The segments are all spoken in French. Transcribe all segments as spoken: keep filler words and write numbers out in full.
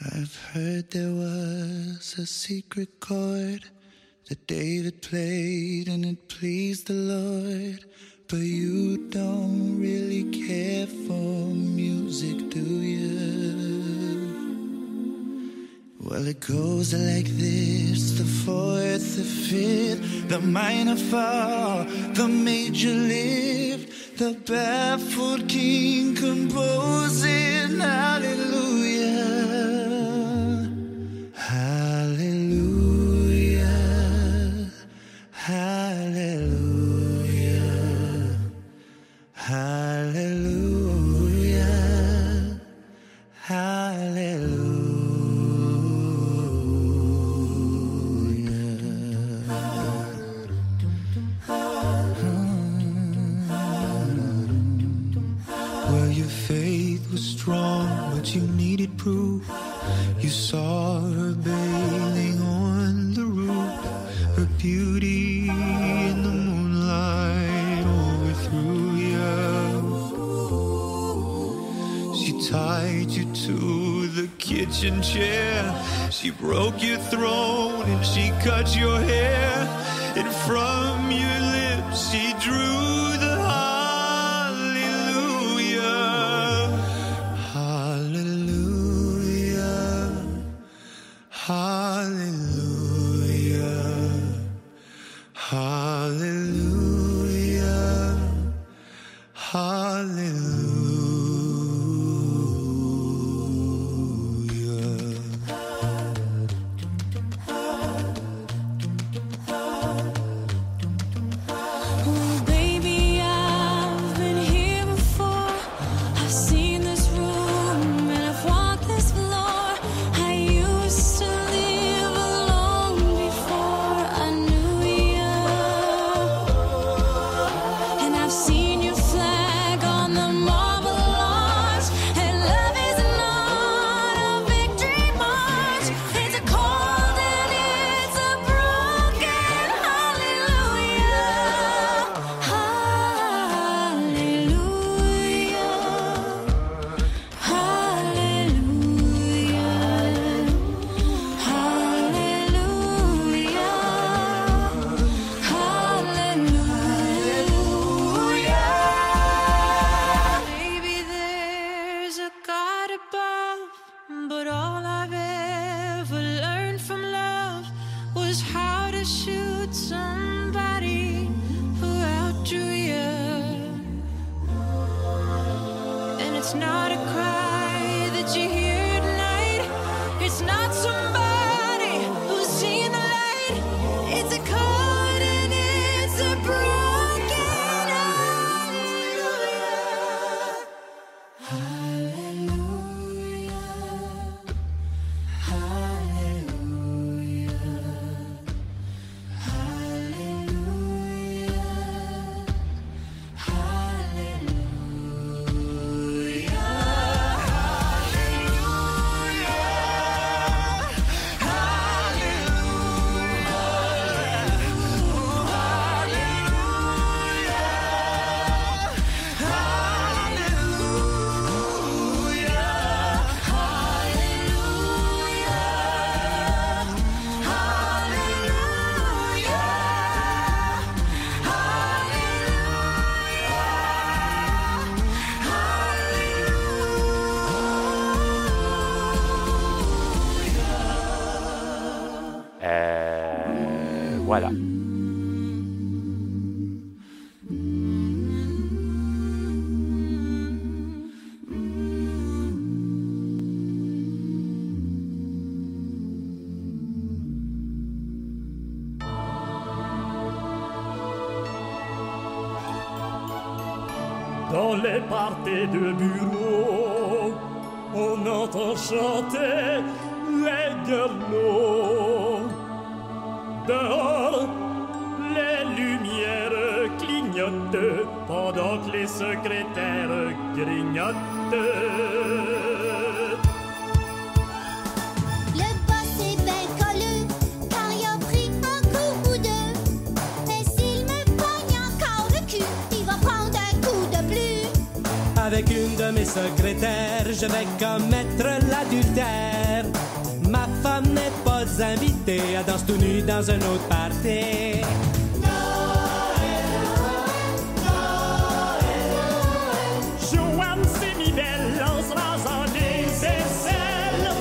I've heard there was a secret chord that David played and it pleased the Lord. But you don't really care for music, do you? Well, it goes like this: the fourth, the fifth, the minor fall, the major lift, the baffled king composing hallelujah, hallelujah, hallelujah. Hallelujah, hallelujah. Well, your faith was strong, but you needed proof. You saw her bathing on the roof, her beauty in the moonlight overthrew you. She tied you to the kitchen chair, she broke your throat and she cut your hair, and from your lips she drew the hallelujah, hallelujah, hallelujah, hallelujah, hallelujah. Voilà. Dans les parties de bureau, on entend chanter les gueulots. Dehors, les lumières clignotent pendant que les secrétaires grignotent. Le boss est bien colleux, car il a pris un coup ou deux. Mais s'il me pogne encore le cul, il va prendre un coup de plus. Avec une de mes secrétaires, je vais commettre l'adultère. la danse tout nu dans un autre party. Joanne s'est mis belle en se rasant les aisselles.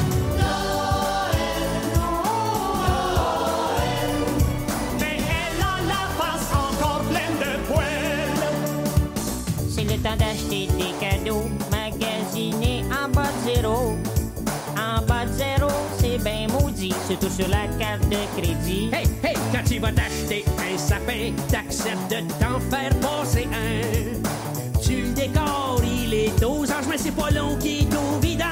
Mais elle a la face encore pleine de poils. C'est le temps d'acheter des cadeaux, magasinés en bas de zéro. En bas de zéro, c'est ben maudit, surtout sur la carte de crédit. Hey, hey, quand tu vas t'acheter un sapin, t'acceptes de t'en faire passer un. Tu le décores, il est aux anges, mais c'est pas long qu'il est au vidange.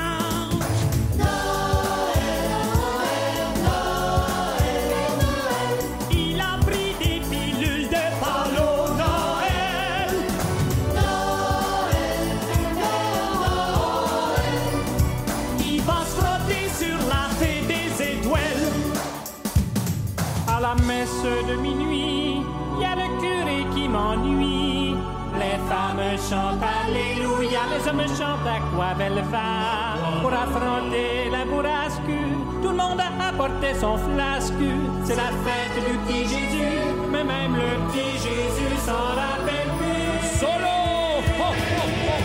Il a pris des pilules de Palo Noël. Il va se frotter sur la fée des étoiles. À la messe de minuit, il y a le curé qui m'ennuie. Les femmes chantent Alléluia, les hommes chantent à quoi belle femme. Pour affronter la bourrasque, tout le monde a apporté son flasque. C'est la fête du petit Jésus, mais même le petit Jésus s'en rappelle plus. Solo! Oh, oh, oh.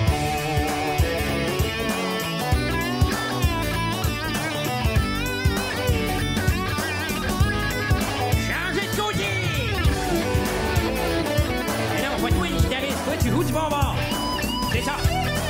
Changez de côté! Mais non, pas toi, le guitariste, toi, tu joues du bon bord. C'est ça.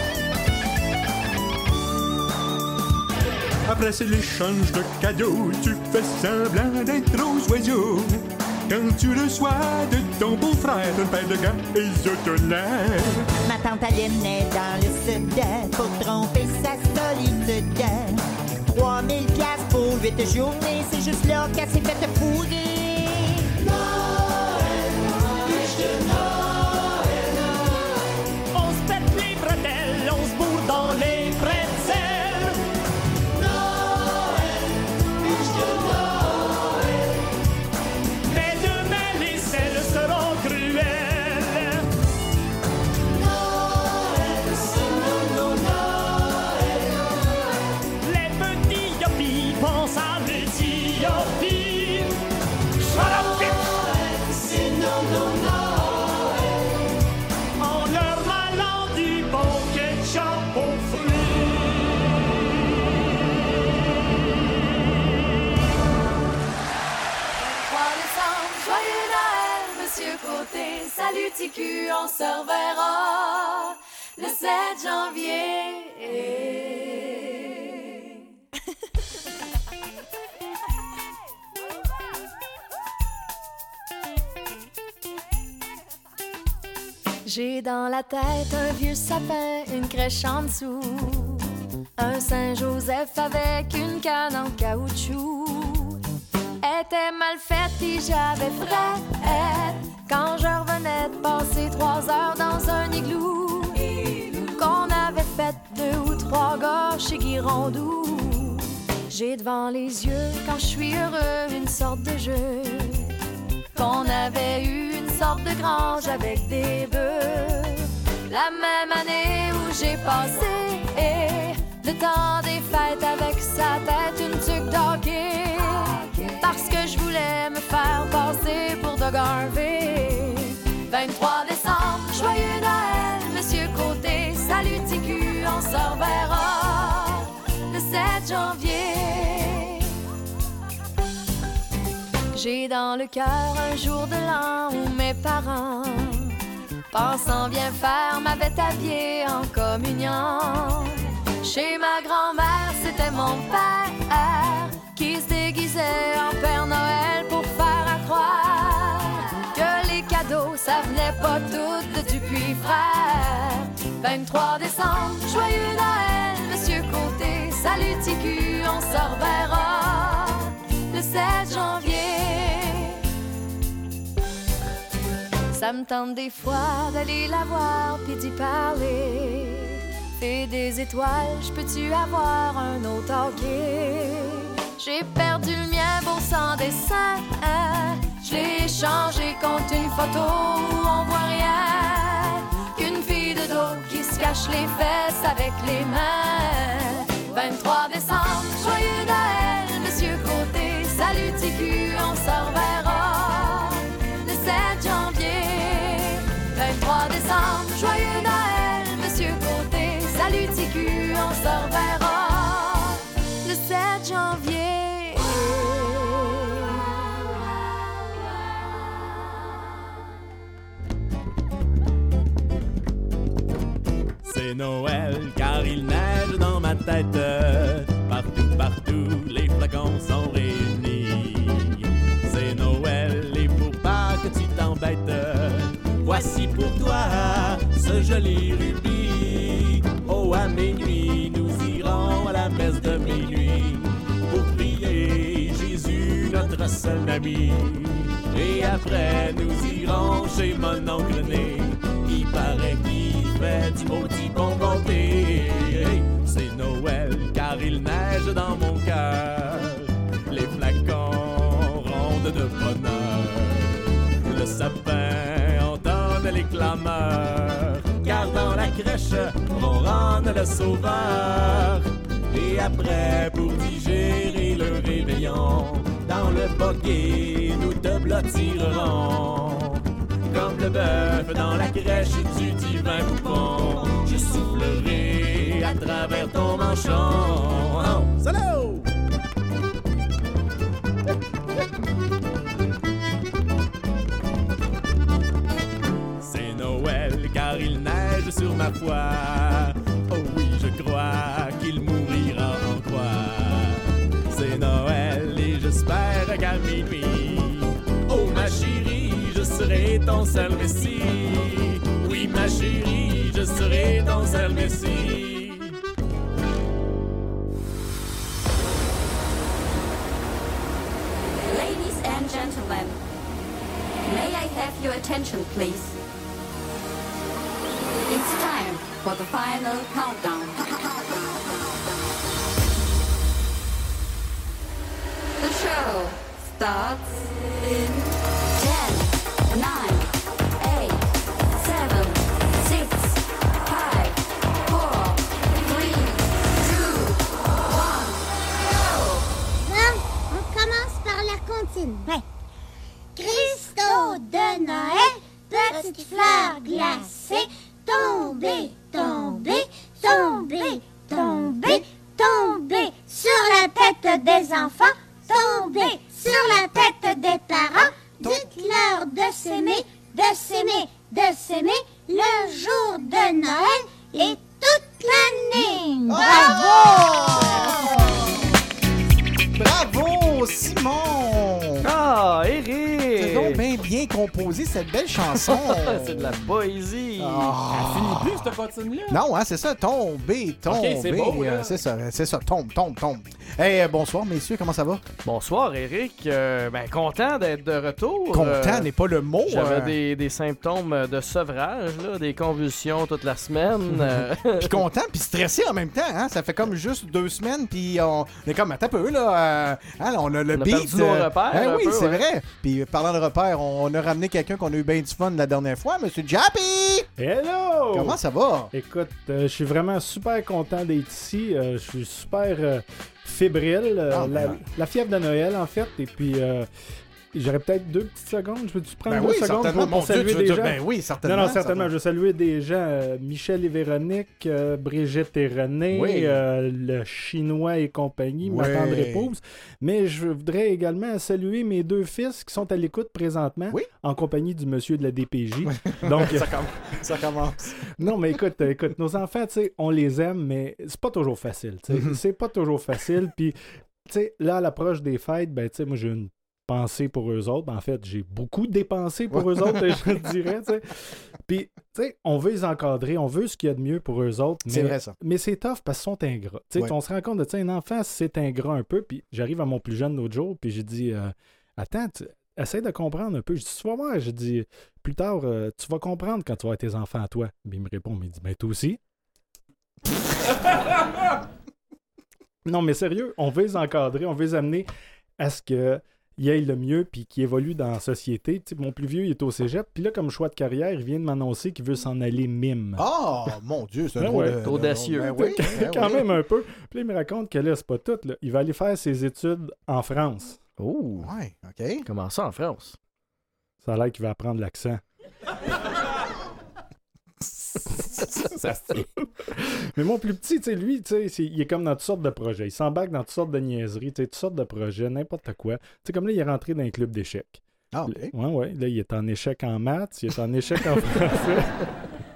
Après c'est l'échange de cadeaux, tu fais semblant d'être aux oiseaux. Quand tu reçois de ton beau-frère une paire de gants isotolaires. Ma tante Aline est dans le sud pour tromper sa solitude. trois mille piastres pour huit journées, c'est juste là qu'elle s'est faite fourrer. On se pète les bretelles, on se bourre dans les pretzels. Mais demain les selles seront cruelles. Les petits yoppies pensent à l'Éthiopie. En leur malant du bon ketchup aux fruits. trois décembre, joyeux Noël, Monsieur Côté, salut T Q, on se reverra le sept janvier. J'ai dans la tête un vieux sapin, une crèche en dessous, un Saint-Joseph avec une canne en caoutchouc. Était mal faite et j'avais frais quand je revenais de passer trois heures dans un igloo qu'on avait fait deux ou trois gars chez Guirondou. J'ai devant les yeux quand je suis heureux une sorte de jeu qu'on avait eu, une sorte de grange avec des bœufs. La même année où j'ai passé et le temps des fêtes avec sa tête une tuque d'hockey. Parce que je voulais me faire passer pour Doug Harvey. vingt-trois décembre, joyeux Noël, Monsieur Côté, salut T Q, on se reverra le sept janvier. J'ai dans le cœur un jour de l'an où mes parents, pensant bien faire, m'avaient habillé en communion. Chez ma grand-mère, c'était mon père qui se déguisait en Père Noël pour faire à croire que les cadeaux, ça venait pas tout de Dupuis frère. vingt-trois décembre, joyeux Noël, Monsieur Côté, salut T Q, on se reverra le sept janvier. Ça me tente des fois d'aller la voir pis d'y parler. Et des étoiles, j'peux-tu avoir un autre hockey? J'ai perdu le mien beau sans dessin. Je l'ai échangé contre une photo où on voit rien qu'une fille de dos qui se cache les fesses avec les mains. vingt-trois décembre, joyeux Noël, Monsieur Côté, Noël car il neige dans ma tête. Partout, partout, les flacons sont réunis. C'est Noël et pour pas que tu t'embêtes, voici pour toi ce joli rubis. Oh, à minuit, nous irons à la messe de minuit pour prier Jésus, notre seul ami. Et après, nous irons chez mon oncle Né. Il paraît qu'il fait du maudit bonbonté. C'est Noël car il neige dans mon cœur. Les flacons rondent de bonheur. Le sapin entend les clameurs. Car dans la crèche, on rende le sauveur. Et après, pour digérer le réveillon, dans le bokeh, nous te blottirons. Comme le bœuf dans la crèche du divin poupon, je soufflerai à travers ton manchon. Oh, salut! C'est Noël car il neige sur ma foi. Oh oui, je crois qu'il mourira en croix. C'est Noël et j'espère qu'à minuit, oh ma chérie, je serai ton seul messie. Oui ma chérie, je serai ton seul messie. Ladies and gentlemen, may I have your attention please? It's time for the final countdown. The show starts in ten, nine, eight, seven, six, five, four, three, two, one, go! Bon, on commence par la comptine. Ouais. Cristaux de Noël, petites fleurs glacées, tombez, tombez, tombez, tombez, tombez sur la tête des enfants, tombez sur la tête des parents. Dites-leur de s'aimer, de s'aimer, de s'aimer le jour de Noël et toute l'année. Bravo! Bravo, Simon! Ah, Eric! C'est donc bien bien composé, cette belle chanson. C'est de la poésie. Ah. Elle finit plus, cette comptine-là. Non, hein, c'est ça, tomber, tomber. Ok, c'est beau, là. euh, c'est ça, c'est ça, tombe, tombe, tombe. Hey, euh, bonsoir, messieurs, comment ça va? Bonsoir, Eric. Euh, ben, content d'être de retour. Content Euh, n'est pas le mot. J'avais euh, des, des symptômes de sevrage, là, des convulsions toute la semaine. euh. Puis content, puis stressé en même temps, hein? Ça fait comme juste deux semaines, puis on est comme, attends un peu, là, euh, hein, on a le On a beat. perdu nos repères, hein, un oui, peu, c'est ouais. vrai. Puis parlant de repères, on a ramené quelqu'un qu'on a eu bien du fun la dernière fois, Monsieur Jappy! Hello! Comment ça va? Écoute, euh, je suis vraiment super content d'être ici. Euh, je suis super euh, fébrile. euh, Ah, la, ben. la fièvre de Noël, en fait. Et puis, euh, j'aurais peut-être deux petites secondes. Je peux-tu prendre Ben deux oui, secondes certainement. pour, pour Mon Dieu, saluer tu veux des dire, gens? ben oui, certainement. Non, non, certainement. certainement. Je veux saluer des gens. euh, Michel et Véronique, euh, Brigitte et René, Oui. euh, le Chinois et compagnie, ma Oui. tendre épouse. Mais je voudrais également saluer mes deux fils qui sont à l'écoute présentement, Oui. en compagnie du monsieur de la D P J. Donc, ça, commence, ça commence. non, mais écoute, euh, écoute, nos enfants, tu sais, on les aime, mais c'est pas toujours facile. tu sais. Mhm. C'est pas toujours facile. Puis, tu sais, là, à l'approche des fêtes, ben, tu sais, moi, j'ai une pensée pour eux autres. Ben, en fait, j'ai beaucoup dépensé pour eux autres, je te dirais, tu sais. Puis, tu sais, on veut les encadrer, on veut ce qu'il y a de mieux pour eux autres. C'est mais- vrai, ça. Mais c'est tough parce qu'ils sont ingrats. Tu sais, Ouais. on se rend compte de, tu sais, un enfant, c'est ingrat un peu. Puis, j'arrive à mon plus jeune l'autre jour, puis j'ai dit, euh, attends, tu- essaie de comprendre un peu. Je dis, tu vas voir, j'ai dit, plus tard, euh, tu vas comprendre quand tu vas avoir tes enfants à toi. Puis il me répond, il me dit, ben toi aussi. Non, mais sérieux, on veut les encadrer, on veut les amener à ce qu'ils aillent le mieux puis qu'ils évoluent dans la société. Tu sais, mon plus vieux, il est au cégep. Puis là, comme choix de carrière, il vient de m'annoncer qu'il veut s'en aller mime. Oh, mon Dieu, c'est un Ben drôle ouais, de- audacieux. Ben oui, ben Quand oui. même un peu. Puis là, il me raconte que là, c'est pas tout. Là. Il va aller faire ses études en France. Oh! Ouais, OK. Comment ça en France? Ça a l'air qu'il va apprendre l'accent. Ça se tient. Mais mon plus petit, tu sais, lui, tu sais, c'est- il est comme dans toutes sortes de projets. Il s'embarque dans toutes sortes de niaiseries, tu sais, toutes sortes de projets, n'importe quoi. Tu sais, comme là, il est rentré dans un club d'échecs. Ah, OK. Ouais, ouais. Là, il est en échec en maths, il est en échec en français.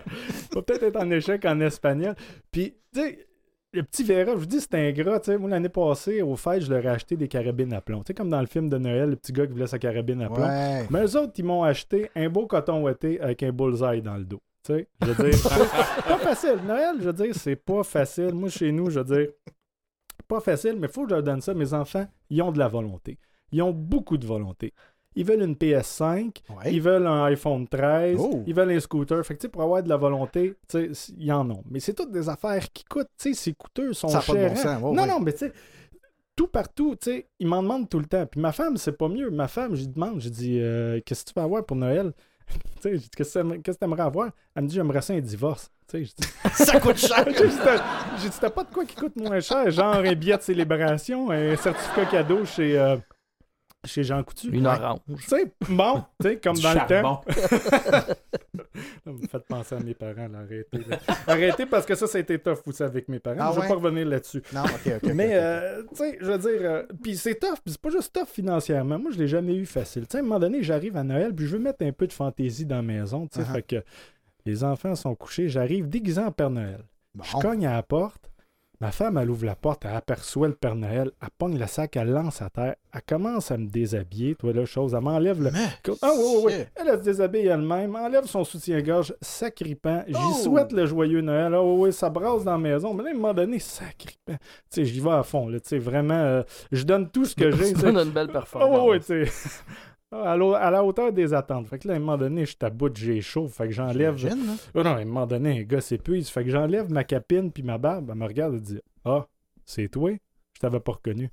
va peut-être être en échec en espagnol. Puis, tu sais, le petit Vera, je vous dis, c'est ingrat. Tu sais, moi, l'année passée, au fête, je leur ai acheté des carabines à plomb. Tu sais, comme dans le film de Noël, le petit gars qui voulait sa carabine à plomb. Ouais. Mais eux autres, ils m'ont acheté un beau coton ouaté avec un bullseye dans le dos. Tu sais, je veux dire, c'est pas facile. Noël, je veux dire, c'est pas facile. Moi, chez nous, je veux dire, pas facile, mais il faut que je leur donne ça. Mes enfants, ils ont de la volonté. Ils ont beaucoup de volonté. Ils veulent une P S cinq, ouais. Ils veulent un iPhone treize, oh. Ils veulent un scooter. Fait que, tu sais, pour avoir de la volonté, tu sais, ils en ont. Mais c'est toutes des affaires qui coûtent, tu sais, c'est coûteux, sont ça chers. Bon sens, oh, non, oui. non, mais tu sais, tout partout, tu sais, ils m'en demandent tout le temps. Puis ma femme, c'est pas mieux. Ma femme, je lui demande, je dis, euh, qu'est-ce que tu vas avoir pour Noël? Tu sais, je dis, qu'est-ce que tu aimerais avoir? Elle me dit, j'aimerais ça un divorce. Tu sais, je dis, ça coûte cher. J'ai dit, t'as pas de quoi qui coûte moins cher? Genre un billet de célébration, un certificat cadeau chez. Euh, Chez Jean Coutu. Une orange. Tu sais, bon, tu sais, comme Du dans charbon. le temps. Vous me faites penser à mes parents, là, arrêtez. Là. Arrêtez parce que ça, ça a été tough aussi avec mes parents. Ah je ne ouais? vais pas revenir là-dessus. Non, ok, ok. okay Mais, okay. euh, tu sais, je veux dire, euh, puis c'est tough, puis c'est pas juste tough financièrement. Moi, je l'ai jamais eu facile. Tu sais, à un moment donné, j'arrive à Noël, puis je veux mettre un peu de fantaisie dans la maison, tu sais, Uh-huh. fait que les enfants sont couchés, j'arrive déguisé en Père Noël. Bon. Je cogne à la porte. Ma femme, elle ouvre la porte, elle aperçoit le Père Noël, elle pogne le sac, elle lance à terre, elle commence à me déshabiller, toi là, chose, elle m'enlève le... Mais, ah oui, oui, oui, elle, elle se déshabille elle-même, enlève son soutien-gorge, sacripant, j'y Oh! souhaite le joyeux Noël, ah oui, oui, ça brasse dans la maison, mais là, à un moment donné, sacripant, tu sais, j'y vais à fond, là, tu sais, vraiment, euh, je donne tout ce que j'ai. Tu donnes une belle performance. Ah oui, oui, tu sais... À, à la hauteur des attentes. Fait que là, à un moment donné, je taboute, j'ai chaud. Fait que j'enlève. Oh non, à un moment donné, un gars s'épuise. Fait que j'enlève ma capine puis ma barbe. Elle me regarde et dit, ah, c'est toi? Je t'avais pas reconnu.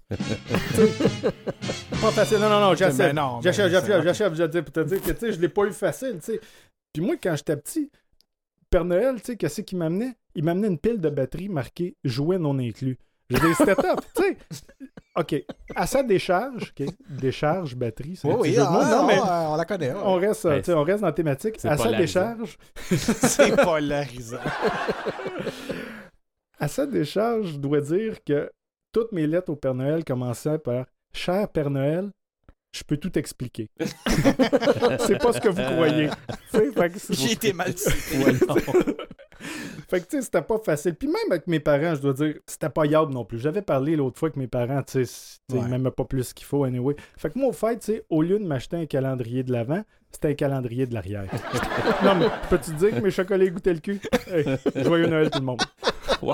Pas facile. Non, non, non, j'achève. J'achève, j'achève, j'achève. Je veux pour te dire que, tu sais, je l'ai pas eu facile, tu sais. Puis moi, quand j'étais petit, Père Noël, tu sais, qu'est-ce qu'il m'amenait? Il m'amenait une pile de batterie marquée « Jouet non inclus ». Je veux dire, c'était top, tu sais. OK. À sa décharge, OK, décharge, batterie, c'est oui, un oui, petit jeu de mots. ah, Non, mais on, on la connaît. Ouais. on, reste, Ben, on reste dans la thématique. À sa décharge... c'est polarisant. À sa décharge, je dois dire que toutes mes lettres au Père Noël commençaient par « Cher Père Noël, je peux tout expliquer. » C'est pas ce que vous croyez. J'ai été mal cité. Ouais, fait que, tu sais, c'était pas facile. Puis même avec mes parents, je dois dire, c'était pas yard non plus. J'avais parlé l'autre fois que mes parents, tu sais, ouais. Ils m'aimaient pas plus qu'il faut, anyway. Fait que moi, au fait, tu sais, au lieu de m'acheter un calendrier de l'avant, c'était un calendrier de l'arrière. Non, mais peux-tu te dire que mes chocolats goûtaient le cul? Hey, joyeux Noël, tout le monde. Wow!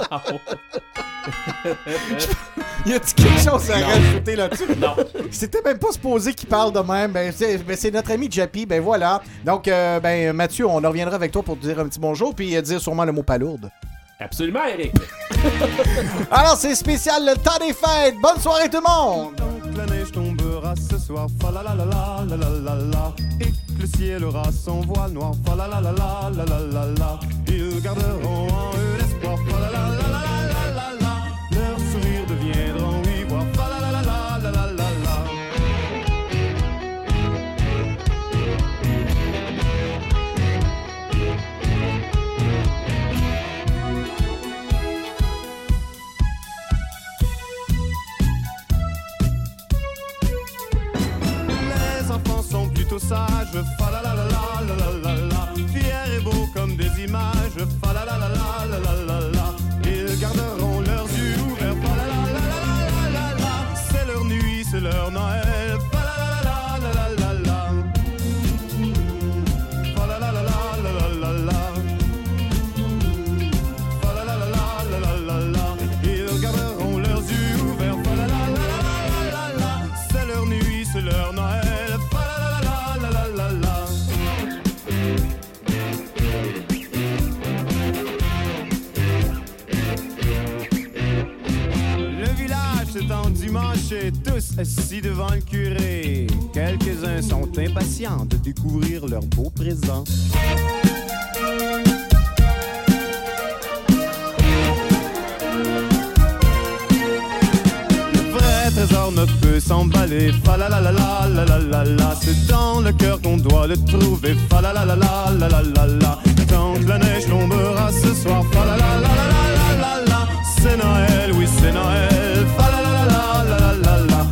Y a-t-il quelque chose à non. rajouter là-dessus? Non. C'était même pas supposé qu'il parle de même. Ben, c'est, ben, c'est notre ami Jappy. Ben voilà. Donc, euh, ben Mathieu, on en reviendra avec toi pour te dire un petit bonjour puis euh, dire sûrement le mot palourde. Absolument, Eric. Alors, c'est spécial le temps des fêtes. Bonne soirée tout le monde. Donc la neige tombera ce soir, fa la la la la la la la la, et que le ciel aura son voile noir, fa la la la la la la la la. Ils garderont en eux l'espoir, fa la la la la la la la. Leurs sourires deviendront ivoire, fa la la la la la la la la. Les enfants sont plutôt sages, fa la la la la la la la. Fiers et beaux comme des images, fa la la la la la la la la. Ils garderont leurs yeux ouverts, fa la la la la la la la. C'est leur nuit, c'est leur Noël, fa la la la la la la la. Fa la la la la la la la la. Fa la la la la la la la la. Ils garderont leurs yeux ouverts, fa la la la la la la. C'est leur nuit, c'est leur Noël, fa la la la la la la la. Le village s'étend dimanche et tous assis devant le curé. Quelques-uns sont impatients de découvrir leur beau présent. Le vrai trésor ne peut s'emballer, fa la la la la la la la la. C'est dans le cœur qu'on doit le trouver, fa la la la la la la la la. Tant que la neige tombera ce soir, fa la la la la la la la la. C'est Noël, oui c'est Noël, fa la la la la la la la.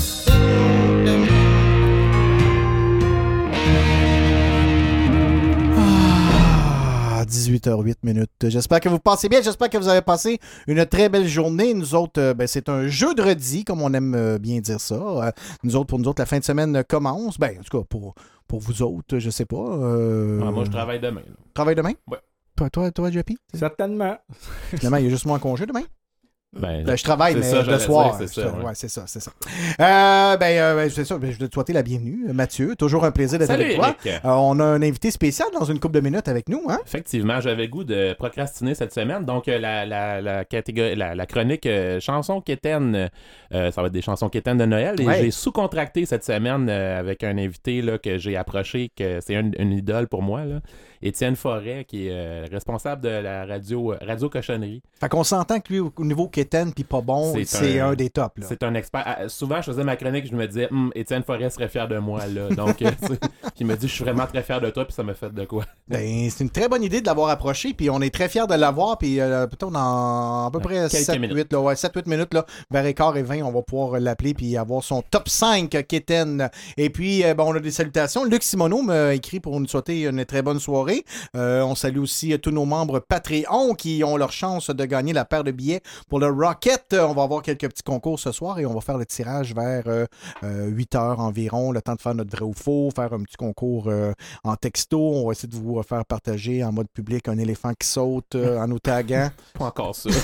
Ah, dix-huit dix-huit heures huit minutes. J'espère que vous passez bien. J'espère que vous avez passé une très belle journée. Nous autres, euh, ben, c'est un jeudi, comme on aime euh, bien dire ça. Euh, nous autres, pour nous autres, la fin de semaine commence. Ben, en tout cas, pour, pour vous autres, je sais pas. Euh... Ah, moi, je travaille demain. Là. Travaille demain? Oui. Toi, toi, toi, J P? Certainement. Finalement, il y a juste moi en congé demain? Ben, ben, je travaille, mais ça, le soir. Dire, c'est ça, ouais. ouais. c'est ça, c'est ça. Euh, ben, euh, c'est ça. Ben, je vais te souhaiter la bienvenue, Mathieu. Toujours un plaisir d'être Salut, avec toi. Eric. Euh, on a un invité spécial dans une couple de minutes avec nous, hein? Effectivement, j'avais le goût de procrastiner cette semaine. Donc, euh, la, la, la, catégorie, la, la chronique euh, chansons quétaines, euh, ça va être des chansons quétaines de Noël. Et ouais. j'ai sous-contracté cette semaine euh, avec un invité là, que j'ai approché, que c'est une, une idole pour moi, là. Étienne Forêt, qui est euh, responsable de la radio, radio Cochonnerie. Fait qu'on s'entend que lui, au niveau quétaine puis pas bon, c'est, c'est un, un des tops. Là. C'est un expert. Ah, souvent, je faisais ma chronique, je me disais, hm, Étienne Forêt serait fier de moi, là. Donc, euh, il me dit, je suis vraiment très fier de toi, puis ça m'a fait de quoi. Ben, c'est une très bonne idée de l'avoir approché, puis on est très fiers de l'avoir, puis euh, peut-être dans à peu près sept huit ouais, minutes, là, vers quinze et vingt, on va pouvoir l'appeler, puis avoir son top cinq quétaine. Et puis, euh, bon, on a des salutations. Luc Simoneau m'a écrit pour nous souhaiter une très bonne soirée. Euh, on salue aussi tous nos membres Patreon qui ont leur chance de gagner la paire de billets pour le Rocket. On va avoir quelques petits concours ce soir et on va faire le tirage vers euh, euh, huit heures environ, le temps de faire notre vrai ou faux, faire un petit concours euh, en texto. On va essayer de vous faire partager en mode public un éléphant qui saute euh, en nous taguant. Pas encore ça.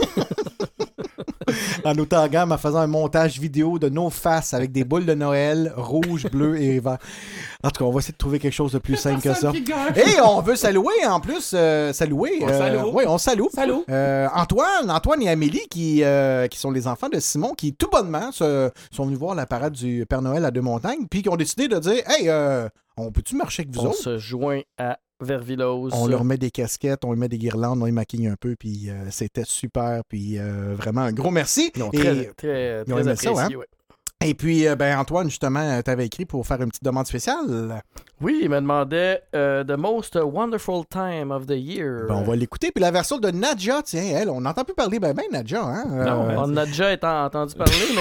En nous taguant, en faisant un montage vidéo de nos faces avec des boules de Noël rouge, bleu et vert. En tout cas, on va essayer de trouver quelque chose de plus simple que ça. Et on veut saluer en plus, euh, saluer. On euh, salue. Oui, on salue. Salut. Euh, Antoine, Antoine et Amélie qui, euh, qui sont les enfants de Simon qui tout bonnement se, sont venus voir la parade du Père Noël à Deux-Montagnes puis qui ont décidé de dire, hey, euh, on peut-tu marcher avec vous on autres? On se joint à Vervilose. On leur met des casquettes, on leur met des guirlandes, on les maquille un peu, puis euh, c'était super, puis euh, vraiment un gros merci. Ils ont et, très, très, très apprécié, ça, hein? ouais. Et puis, euh, ben Antoine, justement, t'avais écrit pour faire une petite demande spéciale. Oui, il me demandait uh, The Most Wonderful Time of the Year. Ben, on va l'écouter. Puis la version de Nadja, tiens, elle, on n'entend plus parler ben ben Nadja, hein? Non, euh... on a déjà été entendu parler, mais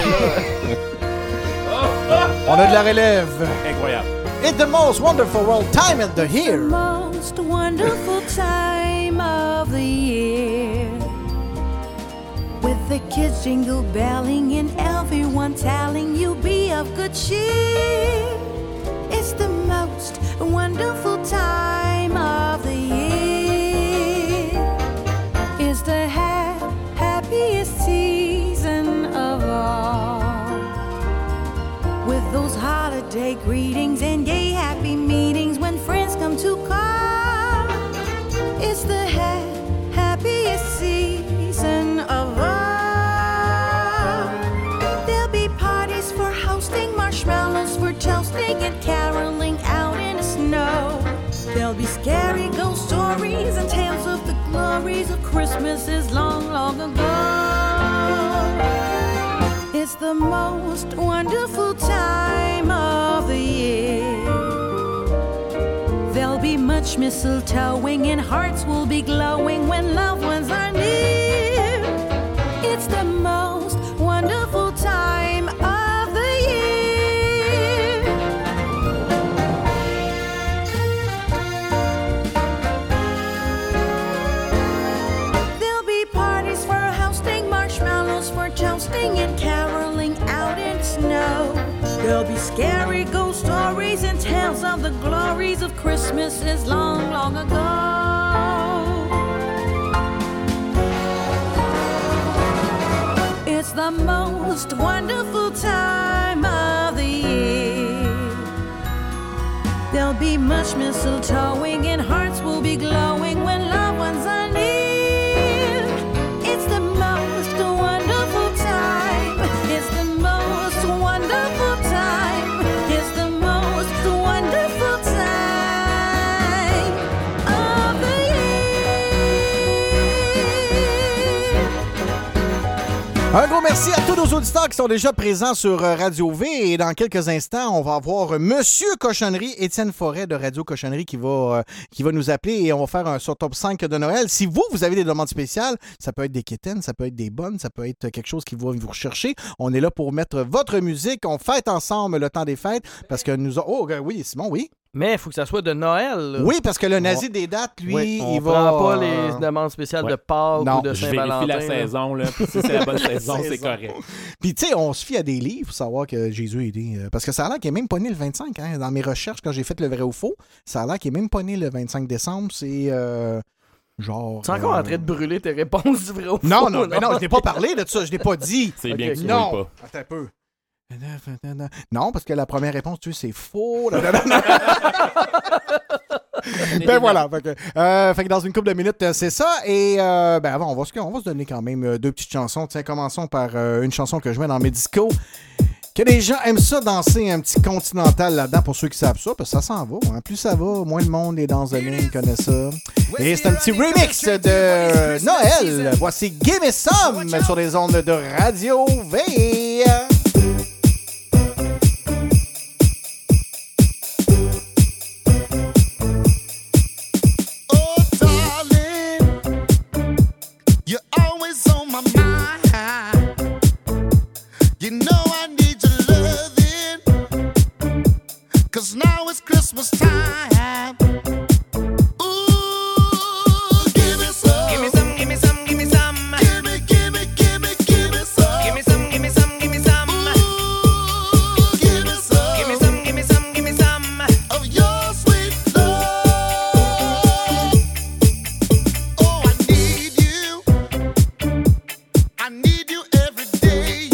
là... on a de la relève. Incroyable. It's the most wonderful time of the year. The most wonderful time of the year. With the kids jingle belling and everyone telling you be of good cheer. It's the most wonderful time of the year. It's the ha- happiest season of all. With those holiday greetings and gay happy meetings when friends come to call. It's the ha- happiest season of all. There'll be parties for hosting, marshmallows for toasting, and caroling out in the snow. There'll be scary ghost stories and tales of the glories of Christmases long, long ago. It's the most wonderful time of the year. There'll be much mistletoeing and hearts will be glowing when loved ones are near. It's the most wonderful time of the year. There'll be parties for hosting, marshmallows for toasting, and caroling out in the snow. There'll be scary ghost stories and tales of the glories of Christmases long, long ago. It's the most wonderful time of the year. There'll be much mistletoeing and hearts will be glowing when loved ones are near. It's the most wonderful time. It's the most wonderful time. It's the most wonderful time of the year. Un gros merci à tous nos auditeurs qui sont déjà présents sur Radio V. Et dans quelques instants, on va avoir Monsieur Cochonnerie, Étienne Forêt de Radio Cochonnerie qui va, euh, qui va nous appeler et on va faire un sur top cinq de Noël. Si vous, vous avez des demandes spéciales, ça peut être des quétaines, ça peut être des bonnes, ça peut être quelque chose qui va vous rechercher. On est là pour mettre votre musique. On fête ensemble le temps des fêtes parce que nous... Oh, oui, Simon, oui. Mais il faut que ça soit de Noël. Là. Oui, parce que le nazi on... des dates, lui, oui, on il va... On prend pas les demandes spéciales ouais. de Pâques non. ou de Saint-Valentin. Je vérifie la là. saison. Là. Si c'est la bonne la saison, saison, c'est correct. Puis, tu sais, on se fie à des livres pour savoir que Jésus est né. Parce que ça a l'air qu'il est même pas né le vingt-cinq. Hein. Dans mes recherches, quand j'ai fait le vrai ou faux, ça a l'air qu'il est même pas né le vingt-cinq décembre. C'est... Euh... Genre. Tu es encore euh... en train de brûler tes réponses du vrai ou faux? Non, non, mais non, je n'ai pas parlé de ça, je n'ai pas dit. C'est okay, bien que tu non. pas. Attends un peu. Non, parce que la première réponse, tu sais, c'est faux. Ben voilà. Fait que, euh, fait que dans une couple de minutes, c'est ça. Et euh, ben avant, on va, se, on va se donner quand même deux petites chansons. Tiens, commençons par euh, une chanson que je mets dans mes discos. Que les gens aiment ça, danser un petit continental là-dedans, pour ceux qui savent ça, parce que ça s'en va. Hein. Plus ça va, moins le monde est dans The Lane connaît ça. Et c'est un petit remix de Noël. Voici Gimme Some sur les ondes de Radio V. Oh, darling, you're always on my mind. You know I need your loving, 'cause now it's Christmas time. Ooh, give me some. Give me some, give me some, give me some. Give me, give me, give me, give me some. Give me some, give me some, give me some. Ooh, give me some. Give me some, give me some, give me some. Of your sweet love. Oh, I need you. I need you every day.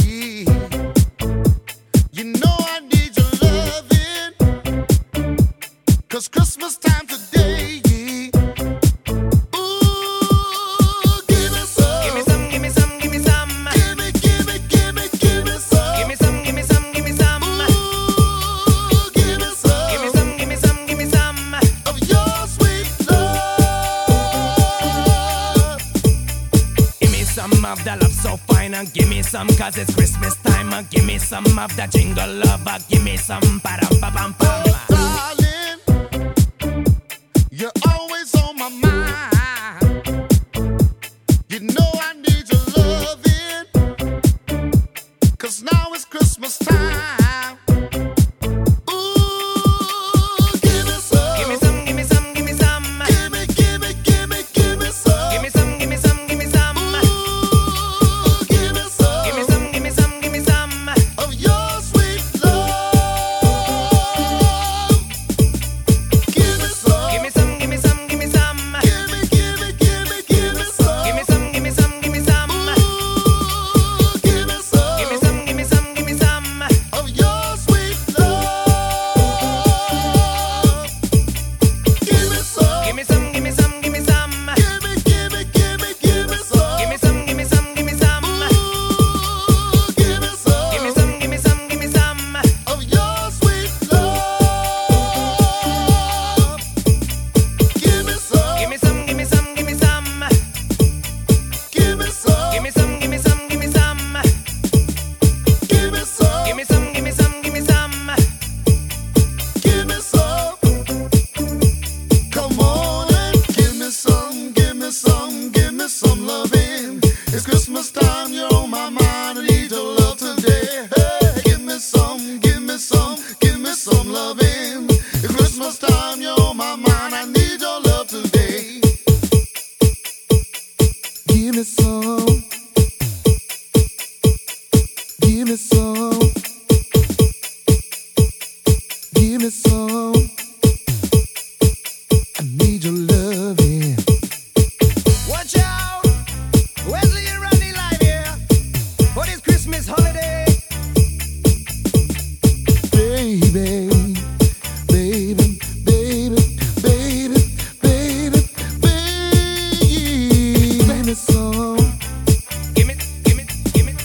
You know I need your loving, 'cause Christmas time today. Ooh, give me some. Give me some, give me some, give me some. Give me, give me, give me, give me some. Give me some, give me some, give me some. Ooh, give me some. Give me some, give me some, give me some. Of your sweet love. Give me some of that love so fine and give me some 'cause it's Christmas time and give me some of that jingle love and give me some pa-ram-pa-pam-pam. Darling, you're always on my mind. You know I need your loving, 'cause now it's Christmas time. Ooh, give me some. Give me some, give me some, give me some. Give me, give me, give me, give me some. Give me some, give me some, give me some. Ooh, give me some. Give me some, give me some, give me some. Of your sweet love. Give me some. Give me some, give me some, give me some. Give me, give me, give me, give me some. Give me some, give me some, give me some. Ooh, give me some. Give me some, give me some, give me some. Of your sweet love. Give me some. Give me some, give me some, give me some. Give me, give me, give me, give me some. Give me some, give me some, give me some. Ooh, give me some. Give me some, give me some, give me some. Of your sweet love. Give me some. Give me some, give me some, give me some. Give me some. Give me some, give me some, give me some. Give me some. Give me some, give me some, give me some. Give me some. Come on and give me some, give me some, give me some loving. It's Christmas time, you're on my mind. I need your love today. Hey, give me some, give me some, give me some loving. It's Christmas time, you're on my mind. I need your love today. Give me some. Give me some. Give me some. I need your loving. Watch out! Wesley and Randy live here for this Christmas holiday. Baby, baby, baby, baby, baby, baby. Give me some. Give me, give me, give me.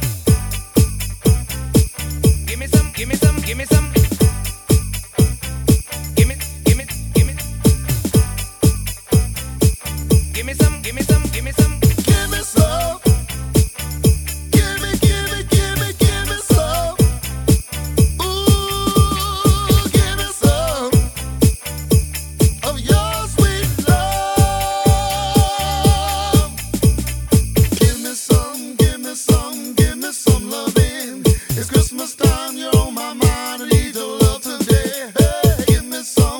Give me some, give me some, give me some. Give me, give me, give me. Give me some, give me some, give me some. Give me some. Give me, give me, give me, give me some. Ooh, give me some of your sweet love. Give me some, give me some, give me some loving. It's Christmas time, you're on my mind. I need your love today. Hey, give me some.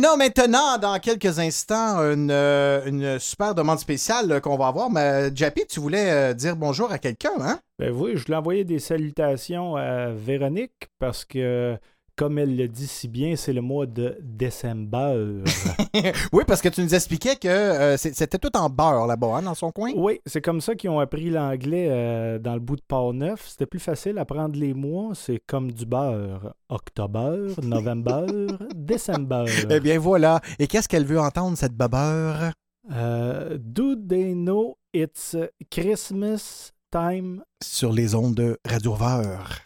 a maintenant, dans quelques instants, une, euh, une super demande spéciale euh, qu'on va avoir. Mais Jappy, tu voulais euh, dire bonjour à quelqu'un, hein? Ben oui, je voulais envoyer des salutations à Véronique parce que, comme elle le dit si bien, c'est le mois de décembre. Oui, parce que tu nous expliquais que euh, c'est- c'était tout en beurre là-bas, hein, dans son coin. Oui, c'est comme ça qu'ils ont appris l'anglais euh, dans le bout de Port-Neuf. C'était plus facile à prendre les mois. C'est comme du beurre. Octobre, novembre, décembre. Eh bien, voilà. Et qu'est-ce qu'elle veut entendre, cette babeur? Euh, do they know it's Christmas time? Sur les ondes de Radio Vert.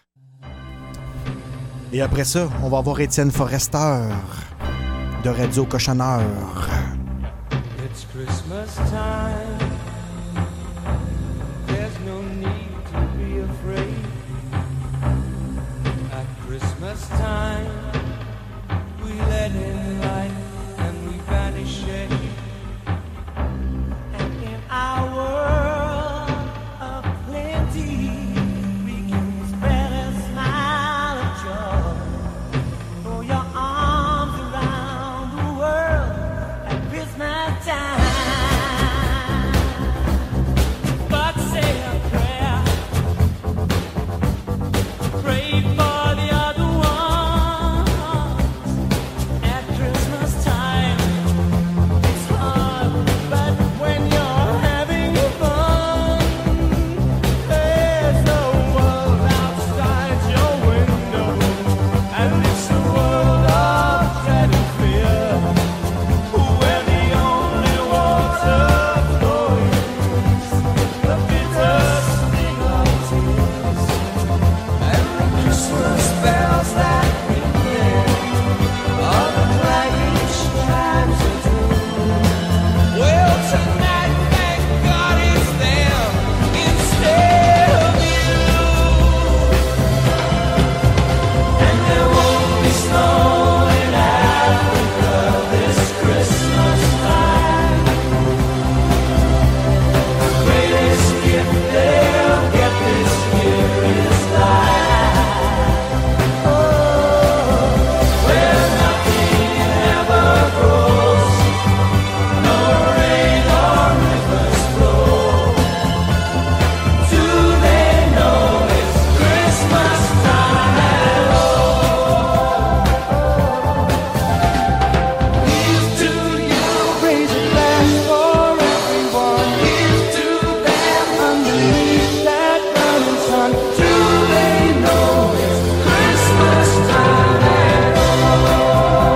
Et après ça, on va voir Étienne Forester de Radio Cochonneur. It's Christmas time. There's no need to be afraid. At Christmas time, we let in light and we banish shade. And in our world of plenty, we can spread a smile of joy. Throw your arms around the world at Christmas time. But say a prayer, pray for the other ones. At Christmas time, it's hard, but when you're having fun, there's no world outside your window, and it's a world of dread and fear, where the only water flows, the bitter sting of tears, and the Christmas bells that ring there are the clanging chimes of doom. Well, tonight, thank God it's them instead of you. And there won't be snow in Africa this Christmas time. The greatest gift they'll get this year is life. Oh, where nothing ever grows, no rain or rivers flow. Do they know it's Christmas time at all? Here's to you, raise a glass for everyone. Here's to them underneath that burning sun. Do they know it's Christmas time at all?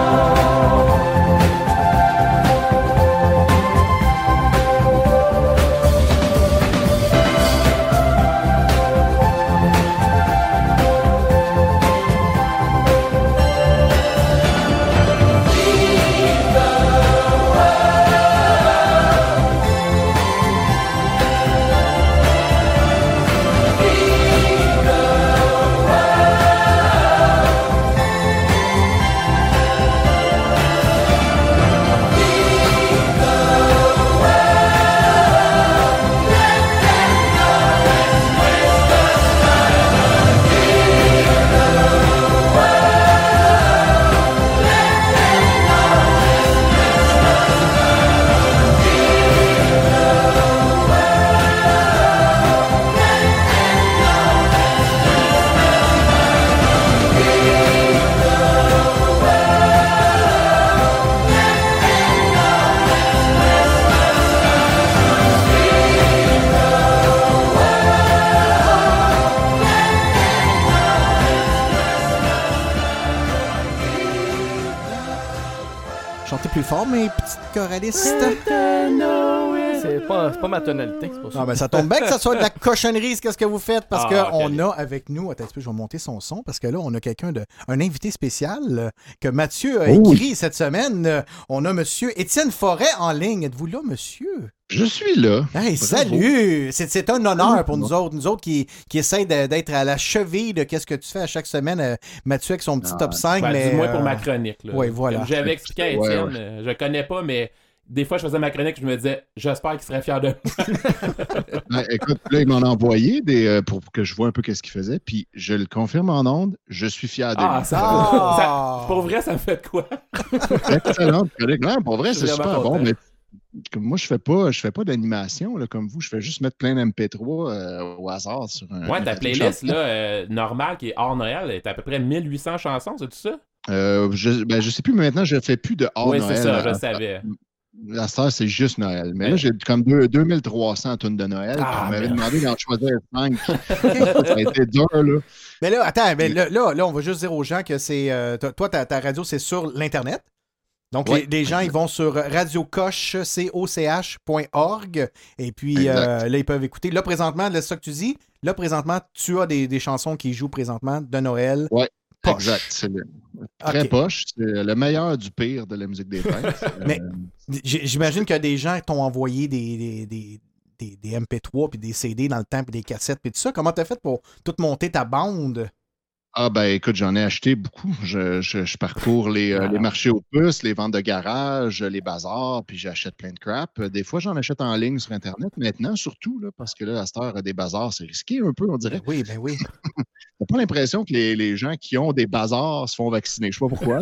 Chantez plus fort, mes petites choralistes. C'est pas, c'est pas ma tonalité, c'est pour ça. Non, mais ça tombe bien que ça soit de la cochonnerie, qu'est-ce que vous faites, parce Ah, qu'on ok. a avec nous, attends un peu, je vais monter son son, parce que là, on a quelqu'un de, un invité spécial euh, que Mathieu a Oh. écrit cette semaine. Euh, On a monsieur Étienne Forêt en ligne. Êtes-vous là, monsieur? Je suis là. Hey, Bravo. salut! C'est, c'est un honneur pour nous autres, nous autres qui, qui essayent de- d'être à la cheville de qu'est-ce que tu fais à chaque semaine, euh, Mathieu avec son petit Ah, top cinq. ben, mais, du moins pour euh, ma chronique. Là. Oui, voilà. Comme j'avais expliqué à Ouais, Étienne, ouais. euh, je connais pas, mais des fois, je faisais ma chronique, je me disais, j'espère qu'il serait fier de moi. Ben, écoute, là, il m'en a envoyé des, euh, pour que je vois un peu qu'est-ce qu'il faisait, puis je le confirme en ondes, je suis fier de Ah, lui. ça, ça- pour vrai, ça me fait de quoi? Excellente chronique. Non, pour vrai, Je suis c'est vraiment super bon, content. mais comme moi, je fais pas, je fais pas d'animation là, comme vous, je fais juste mettre plein d'M P trois euh, au hasard sur un. Ouais, ta une playlist chanson. là, euh, normale qui est hors Noël, est à peu près mille huit cents chansons, c'est tout ça? Euh, je, ben, je sais plus, mais maintenant, je fais plus de hors Oui, Noël. c'est ça, je À- savais. La star, c'est juste Noël. Mais là, j'ai comme deux- deux mille trois cents tonnes de Noël. Ah, puis on m'avait merde. demandé d'en choisir cinq. Ça a été dur, là. Mais là, attends, mais là, là, là, on va juste dire aux gens que c'est. euh, t- toi, ta, ta radio, c'est sur l'Internet. Donc, Oui. les, les gens, ils vont sur radiocoche, C O C H point org. Et puis, Exact. euh, là, ils peuvent écouter. Là, présentement, là, c'est ça que tu dis. Là, présentement, tu as des, des chansons qui jouent présentement de Noël. Oui, Poche. exact. C'est le- très Ok. poche. C'est le meilleur du pire de la musique des fêtes. Mais Euh, j- j'imagine que des gens t'ont envoyé des, des, des, des- des M P trois puis des C D dans le temps puis des cassettes puis tout ça. Comment t'as fait pour tout monter ta bande? Ah ben écoute, j'en ai acheté beaucoup. Je, je- je parcours les, euh, les marchés aux puces, les ventes de garage, les bazars, puis j'achète plein de crap. Euh, Des fois, j'en achète en ligne sur Internet. Maintenant, surtout, là, parce que là, à cette heure, des bazars, c'est risqué un peu, on dirait. Oui, ben oui. T'as pas l'impression que les, les gens qui ont des bazars se font vacciner. Je sais pas pourquoi.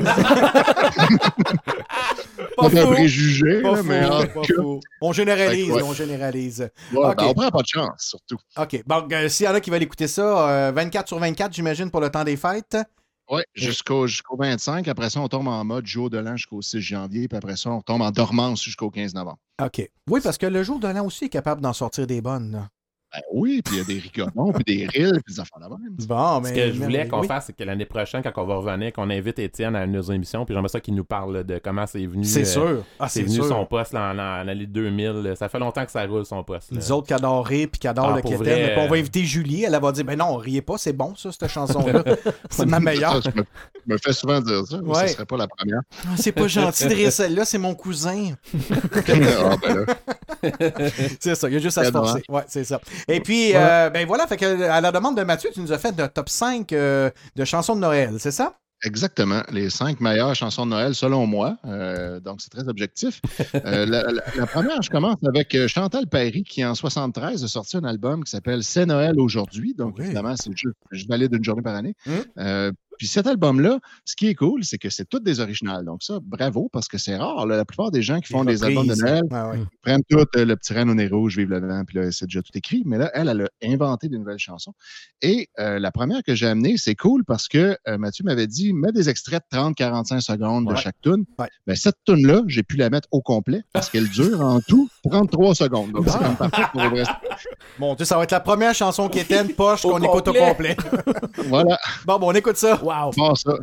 Pas C'est un faux. préjugé, Pas là, faux, mais en pas tout cas- faux. On généralise, Fait que ouais. on généralise. Ouais, OK. ben, on prend pas de chance, surtout. OK. Bon, euh, s'il y en a qui veulent écouter ça, euh, vingt-quatre sur vingt-quatre, j'imagine, pour le temps des fêtes. Oui, jusqu'au jusqu'au vingt-cinq. Après ça, on tombe en mode jour de l'an jusqu'au six janvier. Puis après ça, on tombe en dormance jusqu'au quinze novembre. OK. Oui, parce que le jour de l'an aussi est capable d'en sortir des bonnes. là. Ben oui, puis il y a des rigodons, puis des rilles, puis des affaires là-bas. Bon, mais. Ce que je voulais mais- qu'on oui. fasse, c'est que l'année prochaine, quand on va revenir, qu'on invite Étienne à nos émissions, puis j'aimerais ça qu'il nous parle de comment c'est venu. C'est sûr. Ah, c'est c'est venu sûr. son poste là, en, en, en l'année deux mille. Ça fait longtemps que ça roule son poste. là. Les autres qui adorent rire puis qui adorent Ah, le pour Kéten. vrai, Puis on va euh, inviter Julie. Elle va dire ben non, riez pas, c'est bon ça, cette chanson-là. c'est ma meilleure. Ça, je, me, je me fais souvent dire ça, mais Ouais. ce serait pas la première. Ah, c'est pas gentil de rire celle-là, c'est mon cousin. Ah, ben là. C'est ça, il y a juste à se Quel dommage. forcer. Ouais, c'est ça. Et puis, Ouais. euh, ben voilà, fait que à la demande de Mathieu, tu nous as fait le top cinq euh, de chansons de Noël, c'est ça? Exactement. Les cinq meilleures chansons de Noël, selon moi. Euh, donc, c'est très objectif. Euh, la, la- la première, je commence avec euh, Chantal Perry, qui en soixante-treize a sorti un album qui s'appelle C'est Noël aujourd'hui. Donc, évidemment, c'est juste, je valide une journée par année. Euh, puis cet album-là, ce qui est cool, c'est que c'est toutes des originales. Donc ça, bravo, parce que c'est rare. là. La plupart des gens qui font des albums de reprises. Noël Ah ouais. prennent tout euh, le petit renne au nez rouge, vive le vent, puis là, c'est déjà tout écrit. Mais là, elle, elle a inventé des nouvelles chansons. Et euh, la première que j'ai amenée, c'est cool parce que euh, Mathieu m'avait dit, mets des extraits de trente à quarante-cinq secondes de Ouais. chaque tune. Ouais. Ben, cette tune-là, j'ai pu la mettre au complet parce qu'elle dure en tout trente-trois secondes. Donc, c'est comme parfait pour le reste. Mon Dieu, ça va être la première chanson qui était une poche qu'on écoute au complet. Voilà. Bon, bon, on écoute ça. Wow. Bon, ça.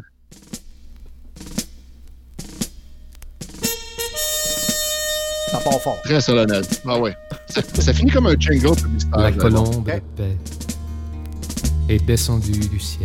Ça part fort. Très solennel. Ah ouais. Ça, ça finit comme un jingle publicitaire. La là. colombe Ok. de paix est descendue du ciel.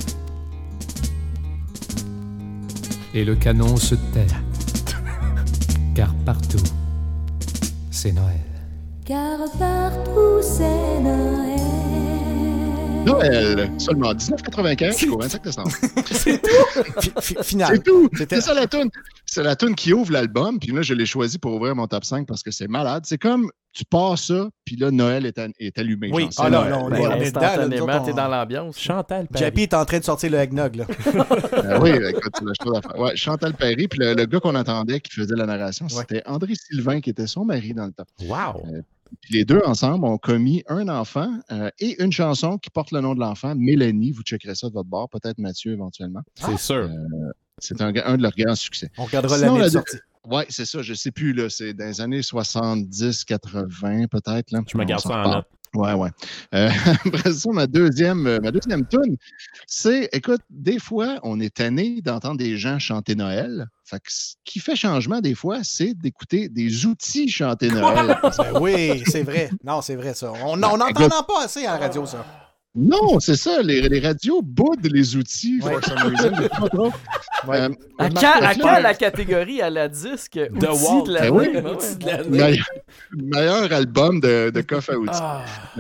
Et le canon se tait, car partout, c'est Noël. Car partout c'est Noël. Noël, seulement dix-neuf quatre-vingt-quinze jusqu'au vingt-cinq décembre. C'est tout. Final. C'est tout. C'était- C'est ça la toune. C'est la toune qui ouvre l'album. Puis là, je l'ai choisi pour ouvrir mon top cinq parce que c'est malade. C'est comme tu pars ça, puis là, Noël est, an- est allumé. Oui. genre, c'est Ah non, Noël. non, on Ben, est- on est dedans. là, nous instantanément, autres, t'es on- dans l'ambiance. Chantal Perry. Jappy est en train de sortir le eggnog, là. Ah oui, écoute, c'est la chose à faire. Ouais, Chantal Perry, puis le, le gars qu'on entendait qui faisait la narration, c'était André Sylvain, qui était son mari dans le temps. Wow! Euh, puis les deux ensemble ont commis un enfant euh, et une chanson qui porte le nom de l'enfant, Mélanie. Vous checkerez ça de votre bord, peut-être Mathieu éventuellement. C'est sûr. Euh, c'est un, un de leurs grands succès. On regardera Sinon, l'année de la- sortie. Oui, c'est ça, je sais plus, là. C'est dans les années soixante-dix, quatre-vingts, peut-être. Là. Je me garde On s'en ça en reparle. note. Ouais, ouais. Euh, après ça, ma deuxième, euh, ma deuxième tune, c'est, écoute, des fois, on est tanné d'entendre des gens chanter Noël. Fait que ce qui fait changement, des fois, c'est d'écouter des outils chanter Noël. Ben oui, c'est vrai. Non, c'est vrai, ça. On n'en entend écoute- pas assez à la radio, ça. Non, c'est ça, les, les radios boudent les outils, Ouais. for some reason. Je sais pas trop. Euh, À Marc quand, à Lefleur- quand la catégorie à la disque outils Walt. de la Ben oui. Ouais, ouais. Outils de l'année. meilleur, meilleur album de, de coffre à outils. Ah. Euh,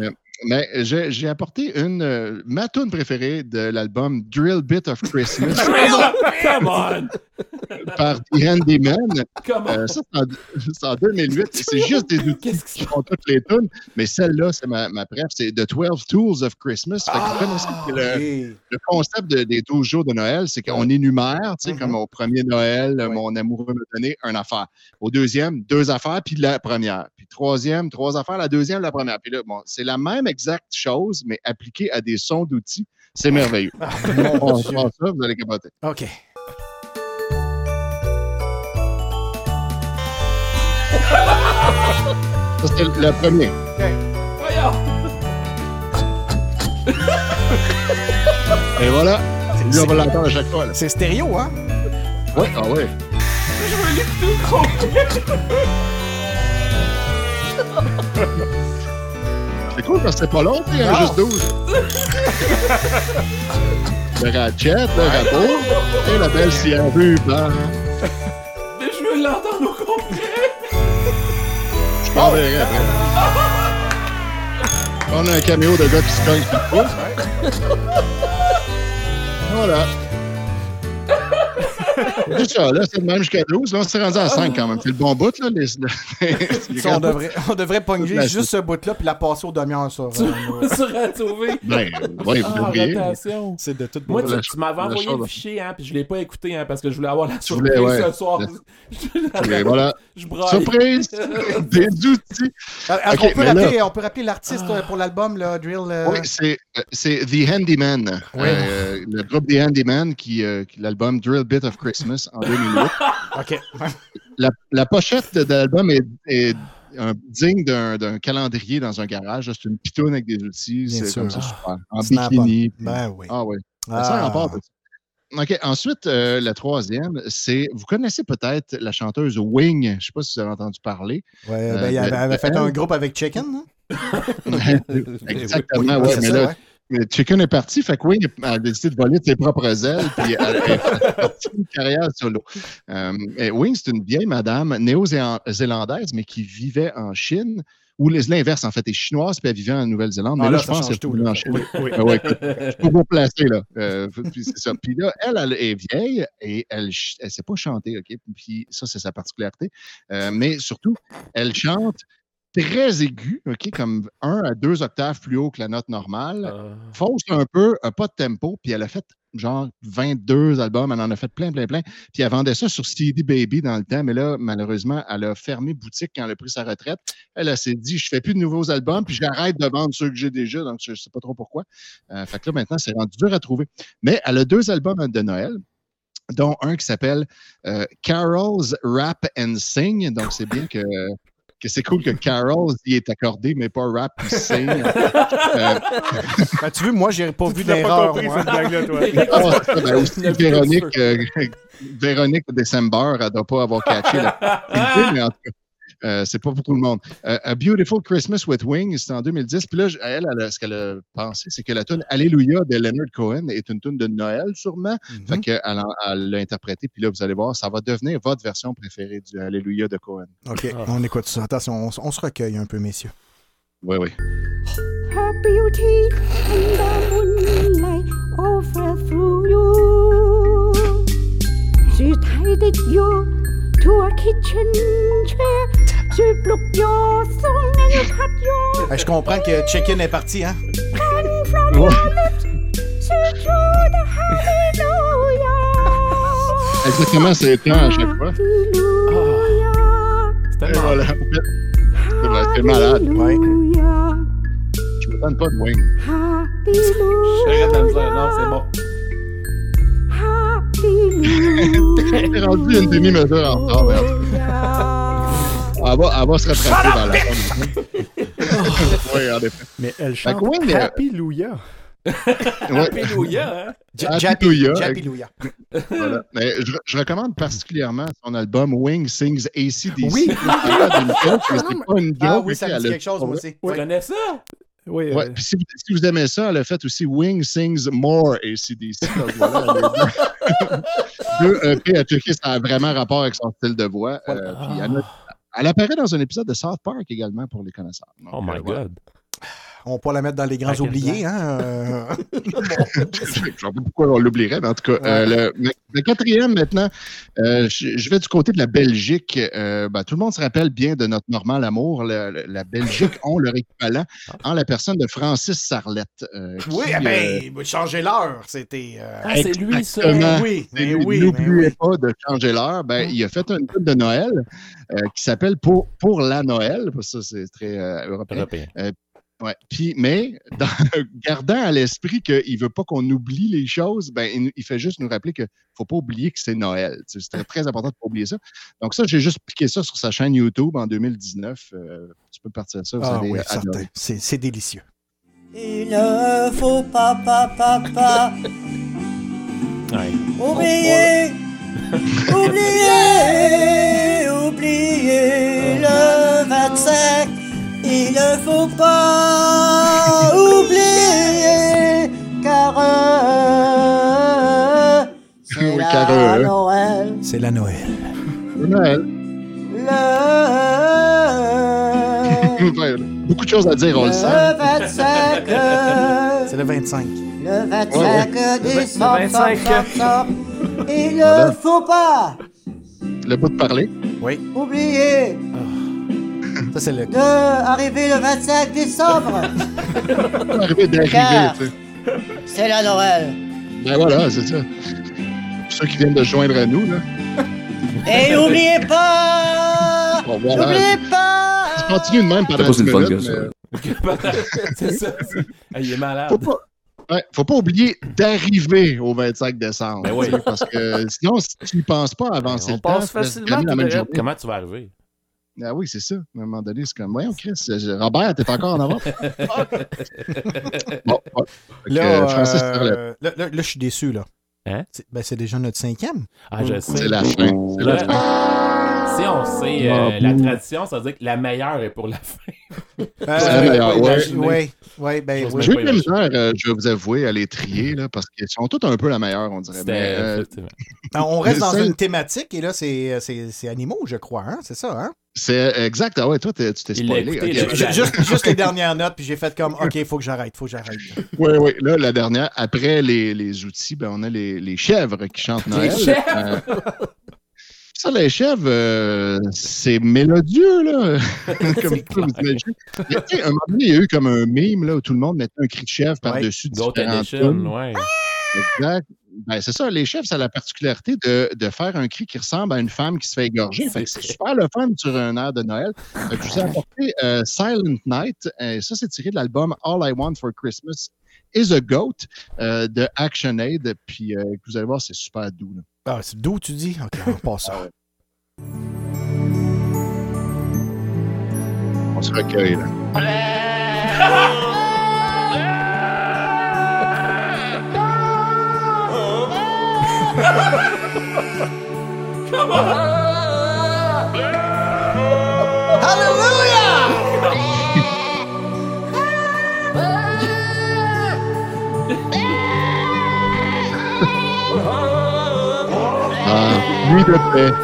Mais j'ai, j'ai apporté une euh, ma tune préférée de l'album Drill Bit of Christmas. Come on! Par The Handyman. Come on! Euh, ça, c'est en, c'est en deux mille huit. C'est juste des outils qui font toutes les tunes. Mais celle-là, c'est ma, ma préf. C'est The twelve Tools of Christmas. Fait que vous connaissez le, oui. le concept de- des douze jours de Noël, c'est qu'on énumère, tu sais, Mhm. comme au premier Noël, Ouais. mon amoureux m'a donné une affaire. Au deuxième, deux affaires, puis la première. Puis troisième, trois affaires, la deuxième, la première. Puis là, bon, c'est la même exacte chose, mais appliquée à des sons d'outils. C'est merveilleux. Mon On Dieu. va ça, vous allez capoter. OK. Ça, c'est le premier. Voyons! Et voilà. Lui, on va l'entendre à chaque fois. là. C'est stéréo, hein? Oui, ah oui. Je veux l'écouter au complet! C'est cool parce que c'est pas long, il y en a Ah. juste douze. Le ratchet, le rabot, et la belle Sierra Ruban. Mais je veux l'entendre au complet! Je parlerai après. On a un caméo de gars qui se cogne sur le pouce. Voilà. C'est juste ça, là, c'est le même jusqu'à douze. Là, on s'est rendu à cinq quand même. C'est le bon bout, là. Les, les, les Ça, on, devrait, on devrait pogner La- juste ce bout-là puis la passer aux demi-heures sur. euh, Sur Radio V. Ben, oui, vous Ah, devriez. rotation. C'est de toute Moi, beauté. tu, tu m'avais la envoyé chose- le fichier, hein, puis je l'ai pas écouté, hein, parce que je voulais avoir la Tu voulais, surprise ouais. ce soir. Et voilà. Je braille. Surprise! Des outils! Est-ce Ok, qu'on peut mais rappeler, là- on peut rappeler l'artiste euh, pour l'album, là, Drill? euh, Oui, c'est, euh, c'est The Handyman. Oui. Euh, le groupe The Handyman qui, euh, qui l'album Drill Bit of Christmas en deux mille huit. OK. La, la pochette de, de l'album est, est un- digne d'un, d'un calendrier dans un garage. C'est une pitoune avec des outils. Bien c'est sûr. comme ça, super. En Snap-on. bikini. puis- Ben oui. Ah oui. Ah. Ça rapporte. OK. Ensuite, euh, la troisième, c'est. Vous connaissez peut-être la chanteuse Wing. Je ne sais pas si vous avez entendu parler. Ouais, Euh, ben, il de- avait, avait de fait elle. un groupe avec Chicken, hein? Exactement, Oui, ouais, c'est mais ça, là, ouais. mais Chicken est parti, fait que Wing a décidé de voler de ses propres ailes, puis elle elle a parti une carrière solo. Euh, et Wing, c'est une vieille madame néo-zélandaise, mais qui vivait en Chine, ou les- l'inverse, en fait, est chinoise, puis elle vivait en Nouvelle-Zélande. Ah, mais là, là, je ça pense change qu'elle tout, est là. en Chine. Oui, oui. Ah ouais, écoute, je peux vous placer, là. Euh, puis c'est ça. Puis là, elle, elle est vieille et elle ne sait pas chanter, OK? Puis ça, c'est sa particularité. Euh, mais surtout, elle chante très aigu, OK, comme un à deux octaves plus haut que la note normale, Euh, fausse un peu, a pas de tempo, puis elle a fait genre vingt-deux albums, elle en a fait plein, plein, plein, puis elle vendait ça sur C D Baby dans le temps, mais là, malheureusement, elle a fermé boutique quand elle a pris sa retraite. Elle, elle s'est dit, je fais plus de nouveaux albums, puis j'arrête de vendre ceux que j'ai déjà, donc je sais pas trop pourquoi. Euh, fait que là, maintenant, c'est rendu dur à trouver. Mais elle a deux albums de Noël, dont un qui s'appelle euh, Carol's Rap and Sing, donc c'est bien que... que c'est cool que Carol y est accordé, mais pas rap puis sing. Euh, Ben, tu veux, moi, j'ai pas vu Tu l'as pas d'erreur. compris, moi. cette blague-là, toi. ah, ça, ben aussi, Véronique, euh, Véronique de December, elle doit pas avoir catché la idée, mais en tout cas, euh, c'est pas pour tout le monde. Euh, A Beautiful Christmas with Wings, c'était en deux mille dix. Puis là, elle, elle a- ce qu'elle a pensé, c'est que la tune Alléluia de Leonard Cohen est une tune de Noël, sûrement. Mhm. Fait qu'elle en- elle l'a interprétée. Puis là, vous allez voir, ça va devenir votre version préférée du Alléluia de Cohen. OK, on écoute ça. Attention, on, s- on se recueille un peu, messieurs. Oui, oui. Her beauty and the moonlight all fell through you. She tied you to a kitchen chair. She broke your thumb and you cut your Ben, je comprends que Chicken est parti, hein? hand from your lips. She drew the hallelujah. Exactement, c'est quand à chaque fois. c'est Et tellement voilà. C'est vrai, c'est malade. Ouais. Je me donne pas de wing. J'arrête de le dire. Non, c'est bon. Elle est rendue une demi-mesure en retard, mais en tout cas. Elle va, elle va se rattraper dans la fin. Oui, en effet. Mais elle Fait chante que Wing, euh, Happy Louia. Alléluia, hein? Ja- Happy Jappy Louia. Jappy Louia. Voilà. Mais je, je recommande particulièrement son album Wing Sings A C D C. Oui. C'est pas une joke, mais c'est pas une joke. Ah oui, ok, ça me elle dit a- quelque chose, moi aussi. Tu Oui. connais ça? Oui, Ouais, euh, puis si, vous- si vous aimez ça, elle a fait aussi Wing Sings More A C D C. Donc voilà, les deux, deux E P à checker, ça a vraiment rapport avec son style de voix. Euh, puis elle, a- elle apparaît dans un épisode de South Park également pour les connaisseurs. Donc, Oh my euh, voilà. God. on peut la mettre dans les grands oubliés. Hein? Euh... Je ne sais pas pourquoi on l'oublierait, mais en tout cas, ouais. euh, le, le quatrième maintenant, euh, je, je vais du côté de la Belgique. Euh, ben, tout le monde se rappelle bien de notre Normand Lamour. La, la Belgique ont leur équivalent en la personne de Francis Sarlette. Euh, oui, qui, ben, euh, changer l'heure, c'était... Euh... Ah, c'est lui, ça! Oui, mais oui, n'oubliez oui. pas de changer l'heure. Ben, il a fait une pub de Noël euh, qui s'appelle pour, pour la Noël, parce que ça, c'est très euh, européen. européen. Euh, ouais. Puis, mais, dans, gardant à l'esprit qu'il ne veut pas qu'on oublie les choses, ben, il, il fait juste nous rappeler qu'il ne faut pas oublier que c'est Noël. C'est très, très important de ne pas oublier ça. Donc, ça, j'ai juste piqué ça sur sa chaîne YouTube en deux mille dix-neuf. Euh, tu peux partir de ça. Vous ah allez oui, adorer. C'est, c'est délicieux. Il ne faut pas, pas, pas, pas ouais. oublier, oublier, oublier le vingt-cinq. Il ne faut pas oublier, car euh, c'est oui, la car, euh, Noël. C'est la Noël. C'est Noël. Le... Beaucoup de choses à dire, on le, le sait. vingt-cinq. C'est le vingt-cinq. Le vingt-cinq ouais, ouais. décembre. Le vingt-cinq. Sort, sort, sort. Il ne voilà. faut pas. Le bout de parler. Oui. Oublier. Oh. Ça, c'est le... De arriver le vingt-cinq décembre. Arriver d'arriver, tu sais. C'est la Noël. Ben voilà, c'est ça. Pour ceux qui viennent de joindre à nous, là. Et n'oubliez pas. Bon, voilà. N'oubliez pas. Tu continues de même pendant dix minutes. Mais... c'est ça. C'est... Il est malade. Faut pas... Ouais, faut pas oublier d'arriver au vingt-cinq décembre. Ben oui. Parce que sinon, si tu n'y penses pas avant on passe temps, facilement la même journée. Comment tu vas arriver? Ah oui, c'est ça. À un moment donné, c'est comme, voyons, Chris, Robert, t'es encore en Europe? Bon, ouais. Là, euh, Francis, euh, là, là, là, je suis déçu, là. Hein? C'est, ben, c'est déjà notre cinquième. Ah, je sais. C'est la fin. C'est la fin. Si on sait euh, oh, la tradition, ça veut dire que la meilleure est pour la fin. Euh, c'est la meilleure, oui. Oui, oui, ben oui. J'ai eu de la misère, euh, je vais vous avouer, à les trier, là, parce qu'ils sont tous un peu la meilleure, on dirait. Mais, euh, on reste dans une thématique, et là, c'est, c'est, c'est animaux, je crois, hein? C'est ça, hein? C'est exact. Ah ouais, toi, tu t'es spoilé. Okay. Le... Juste, juste les dernières notes, puis j'ai fait comme, OK, il faut que j'arrête, il faut que j'arrête. Oui, oui. Là, la dernière, après les, les outils, ben, on a les, les chèvres qui chantent Noël. Les chèvres! Euh, ça, les chèvres, euh, c'est mélodieux, là. Comme tu peux vous imaginer. Mais, tu sais, un moment donné, il y a eu comme un meme, là, où tout le monde mettait un cri de chèvre par-dessus différentes tunes. Ouais. Exact. Ben, c'est ça, les chèvres, ça a la particularité de, de faire un cri qui ressemble à une femme qui se fait égorger. Fait que c'est super le fun sur un air de Noël. Fait que je vous ai apporté euh, Silent Night. Euh, ça, c'est tiré de l'album All I Want for Christmas is a Goat euh, de Action Aid. Puis euh, vous allez voir, c'est super doux. Là. Ah, c'est doux, tu dis? OK, on passe ça. Ah ouais. On se recueille, là. Come on! Hallelujah! Ah, nuit de paix.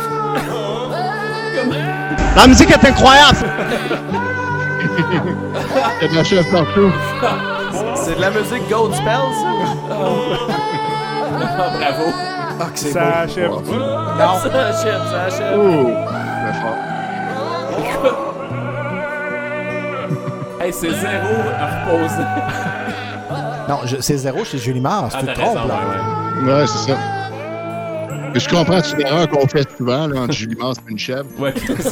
La musique est incroyable! Il y a de la chef partout. C'est de la musique Gold Spell, ça? Bravo! Ah, que c'est ça beau. achève. Wow. Non. Ça achève, ça achève. Oh, très fort. Hey, c'est zéro à reposer. Non, je, c'est zéro chez Julie Mars, ah, tu te trompes, là. Ouais, ouais c'est ça. Mais je comprends, c'est une erreur qu'on fait souvent, là, entre Julie Mars et une chèvre. Ouais, c'est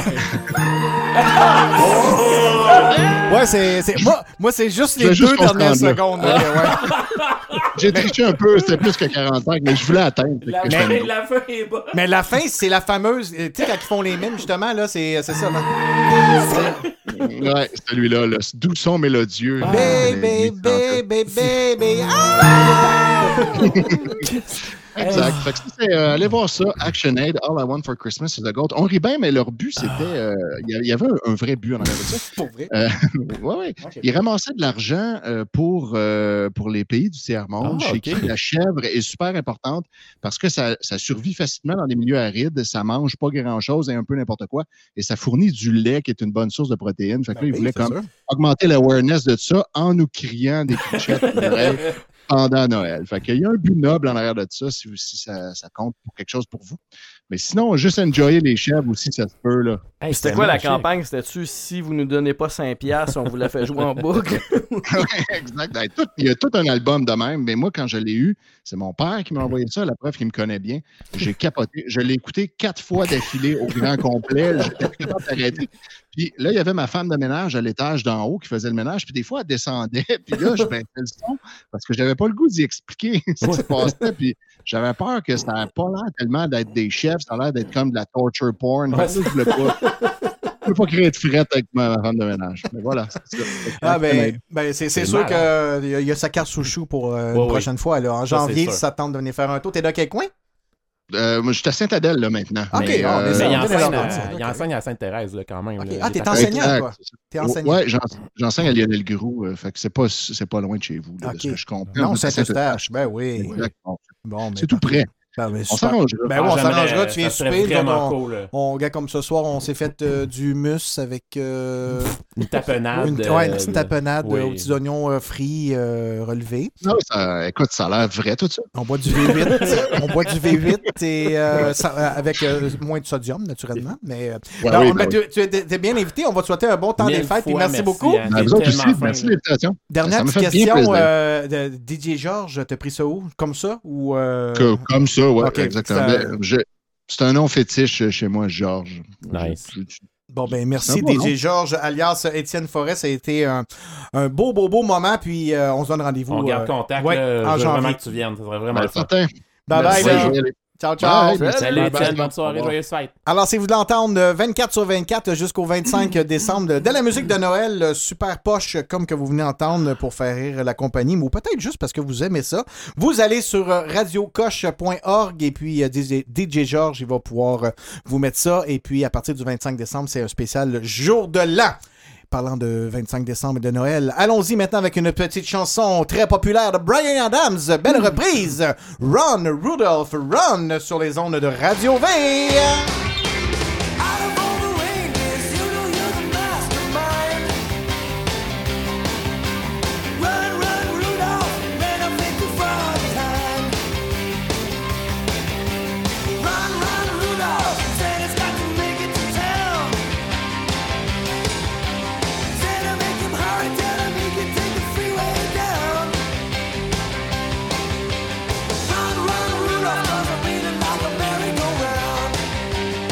Ouais, c'est, c'est... Moi, moi, c'est juste les deux juste dernières secondes. Là, ouais. J'ai triché un peu, c'était plus que quarante-cinq, mais je voulais atteindre. La, mais, mais la fin est bonne. Mais la fin, c'est la fameuse... Tu sais, quand ils font les mimes, justement, là, c'est, c'est ça. Là. Ouais, celui-là, là, doux son mélodieux. Ah, baby, baby, baby, ah! Exact. Fait que ça, c'est, euh, allez voir ça, ActionAid, All I Want for Christmas is a Goat. On rit bien, mais leur but, c'était... euh, Il y avait un, un vrai but en arrière de ça. Pour vrai? Euh, ouais, ouais. Okay. Ils ramassaient de l'argent euh, pour, euh, pour les pays du tiers-monde, ah, chez okay. qui la chèvre est super importante parce que ça, ça survit facilement dans des milieux arides, ça mange pas grand-chose et un peu n'importe quoi, et ça fournit du lait qui est une bonne source de protéines. Fait que ben là, ils oui, voulaient comme sûr. augmenter l'awareness de ça en nous criant des clichettes pendant Noël. Fait qu'il y a un but noble en arrière de ça, si, si ça, ça compte pour quelque chose pour vous. Mais sinon, juste enjoyer les chèvres aussi, ça se peut, là. Hey, c'était quoi la campagne? C'était-tu si vous nous donnez pas cinq piastres, on vous la fait jouer en boucle? Oui, exact. Hey, tout, il y a tout un album de même, mais moi, quand je l'ai eu, c'est mon père qui m'a envoyé ça, la preuve qu'il me connaît bien. J'ai capoté. Je l'ai écouté quatre fois d'affilée au grand complet. J'étais plus capable d'arrêter. Puis là, il y avait ma femme de ménage à l'étage d'en haut qui faisait le ménage, puis des fois, elle descendait, puis là, je baissais le son parce que j'avais pas le goût d'y expliquer ce qui se passait, puis j'avais peur que ça n'avait pas l'air tellement d'être des chefs, ça a l'air d'être comme de la torture porn. Ouais, je ne voulais pas, je voulais pas créer de frette avec ma, ma femme de ménage. Mais voilà. C'est, c'est ah, ben, ben c'est, c'est, c'est sûr qu'il y, y a sa carte sous chou pour euh, ouais, une prochaine oui. fois. Là. En ça, janvier, si ça tente de venir faire un tour. T'es dans quel coin? Euh, moi, je suis à Sainte-Adèle, là, maintenant. OK, mais, euh, mais ça, il, enseigne à, il enseigne à Sainte-Thérèse, là, quand même. Okay. Là, ah, t'es enseignant, quoi? T'es enseignant. Oui, j'enseigne à Lionel Groux, euh, fait que c'est pas, c'est pas loin de chez vous, là, okay. de ce que je comprends. Non, Saint-Eustache, ben oui. Exactement. Bon, c'est tout près. Ben, mais on s'arrangera. Ben oui, on s'arrangera. Tu viens souper. On, cool, on, gars, comme ce soir, on s'est fait euh, du hummus avec... Euh, une tapenade. Une, ouais, une petite tapenade oui. aux petits oignons euh, frits euh, relevés. Non, ça, écoute, ça a l'air vrai, tout ça. On boit du V huit. on boit du V huit et, euh, ça, avec euh, moins de sodium, naturellement. Mais ouais, alors, oui, ben, tu, tu es bien invité. On va te souhaiter un bon temps des fêtes. Puis merci, merci beaucoup. Hein, ben, vous autres aussi, merci de l'invitation. Dernière petite question. Euh, de D J Georges, t'as pris ça où? Comme ça? Ou, euh... que, comme ça, oui, okay, exactement. Je, c'est un nom fétiche chez moi, Georges. Nice. Je, je, bon, ben merci, bon D J nom. Georges, alias Étienne Forêt. Ça a été un, un beau, beau, beau moment. Puis euh, on se donne rendez-vous. On garde contact. Euh, ouais, là, en je veux vraiment que tu viennes. Ça serait vraiment le fun. Bye bye. bye. Ciao, ciao. Bye. Salut, Étienne. Bonne soirée. Joyeuse fête. Alors, si vous voulez entendre vingt-quatre sur vingt-quatre jusqu'au vingt-cinq décembre, de la musique de Noël, super poche, comme que vous venez entendre pour faire rire la compagnie, ou peut-être juste parce que vous aimez ça, vous allez sur radio coche point org et puis D J Georges, il va pouvoir vous mettre ça. Et puis, à partir du vingt-cinq décembre, c'est un spécial jour de l'an. Parlant de vingt-cinq décembre et de Noël, allons-y maintenant avec une petite chanson très populaire de Bryan Adams. Belle reprise, Run, Rudolph, Run, sur les ondes de Radio V. Run, run, Rudolph, 'cause I'm feeling like a merry-go-round.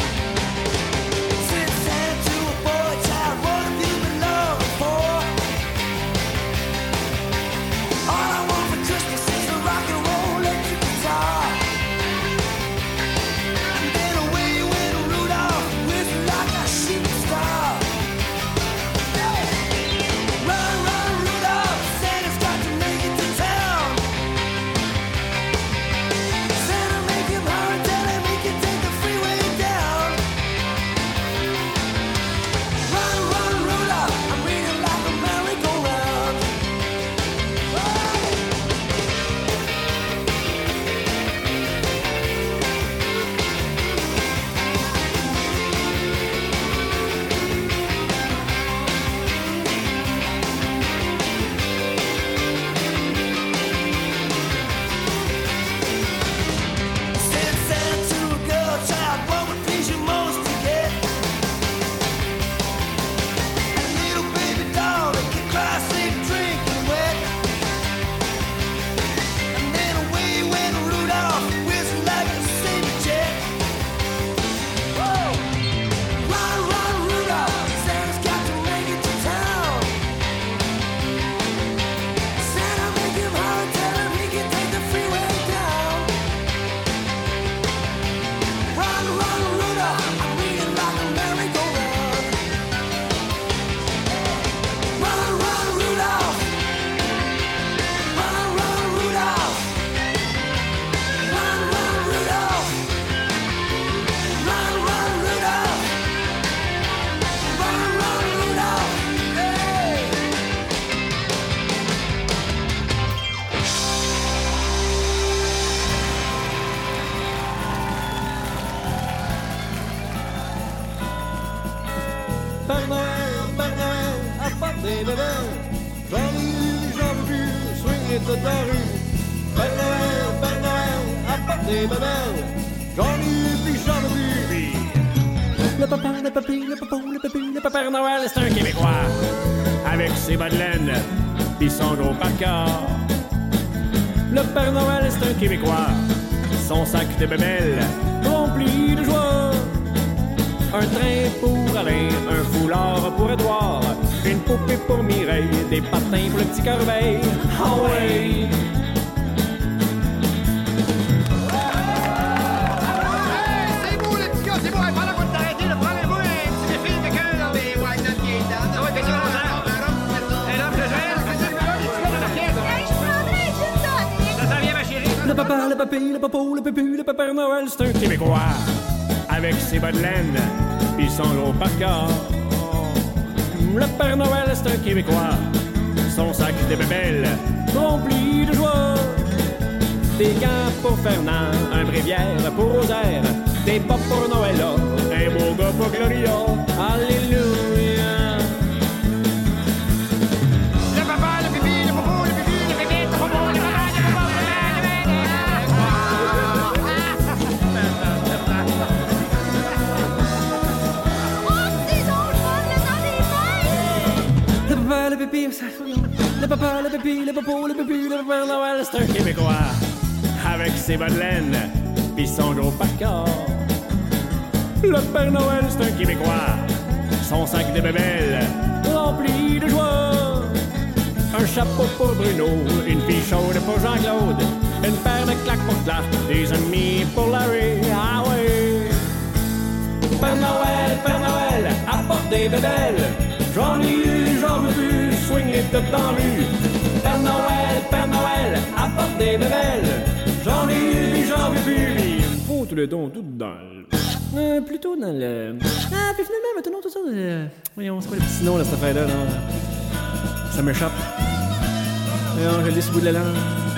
Père Noël, Père Noël, apporte des bébelles. J'en ai eu, j'en veux plus, swing toute la rue. Père Noël, Père Noël, apporte des bébelles. J'en ai eu, puis j'en veux plus, puis... Le papa, le papy, le papa, le papy, le Père Noël, c'est un Québécois. Avec ses bas de laine, pis son gros parka. Le Père Noël, c'est un Québécois. Son sac de bébelles, rempli de joie. Un train pour Alain, un foulard pour Édouard. Une poupée pour Mireille, des patins pour le petit Corbeil. Ah ouais! C'est beau le petit gars, c'est beau. Hey, pendant qu'on t'arrêter, là, prenez-vous un petit défi de quelqu'un dans les White Nut Gator. Ah ouais, bien sûr, on s'en. Et là, je gère, c'est ça que là, les petits gars de la pièce. Hey, je prendrais une gin tonic. Ça s'en vient, ma chérie. Le papa, le papy, le papo, le pépu, le Père Noël, c'est un Québécois. Avec ses bas de laine, pis son gros parka. Le Père Noël, c'est un Québécois. Son sac de bébelles, rempli de joie. Des gants pour Fernand, un bréviaire pour Rosaire. Des pop pour Noëlla, un beau gars pour Gloria. Alléluia. Le papa, le pipi, le popo, le pipi, le bébé, le popo, le papa, le papa, le papa, le pipi, le papa, le pipi, le popo, le pipi, le Père Noël, c'est un Québécois. Avec ses bas de laine, pis son gros parka. Le Père Noël, c'est un Québécois. Son sac de bébelles, rempli de joie. Un chapeau pour Bruno, une fille chaude pour Jean-Claude. Une paire de claques pour Clark, des amis pour Larry. Ah ouais! Père Noël, Père Noël, apporte des bébelles. J'en ai eu, j'en veux plus, swing les toutes dans la rue. Père Noël, Père Noël, apporte des bébelles. J'en ai eu, j'en veux plus. Faut tout le don, tout dans le... Euh, plutôt dans le... Ah, puis finalement, maintenant, tout ça... Euh... Voyons, c'est quoi le petit nom, là, cette affaire-là, là? Ça m'échappe. Voyons, je le dis sur le bout de la langue.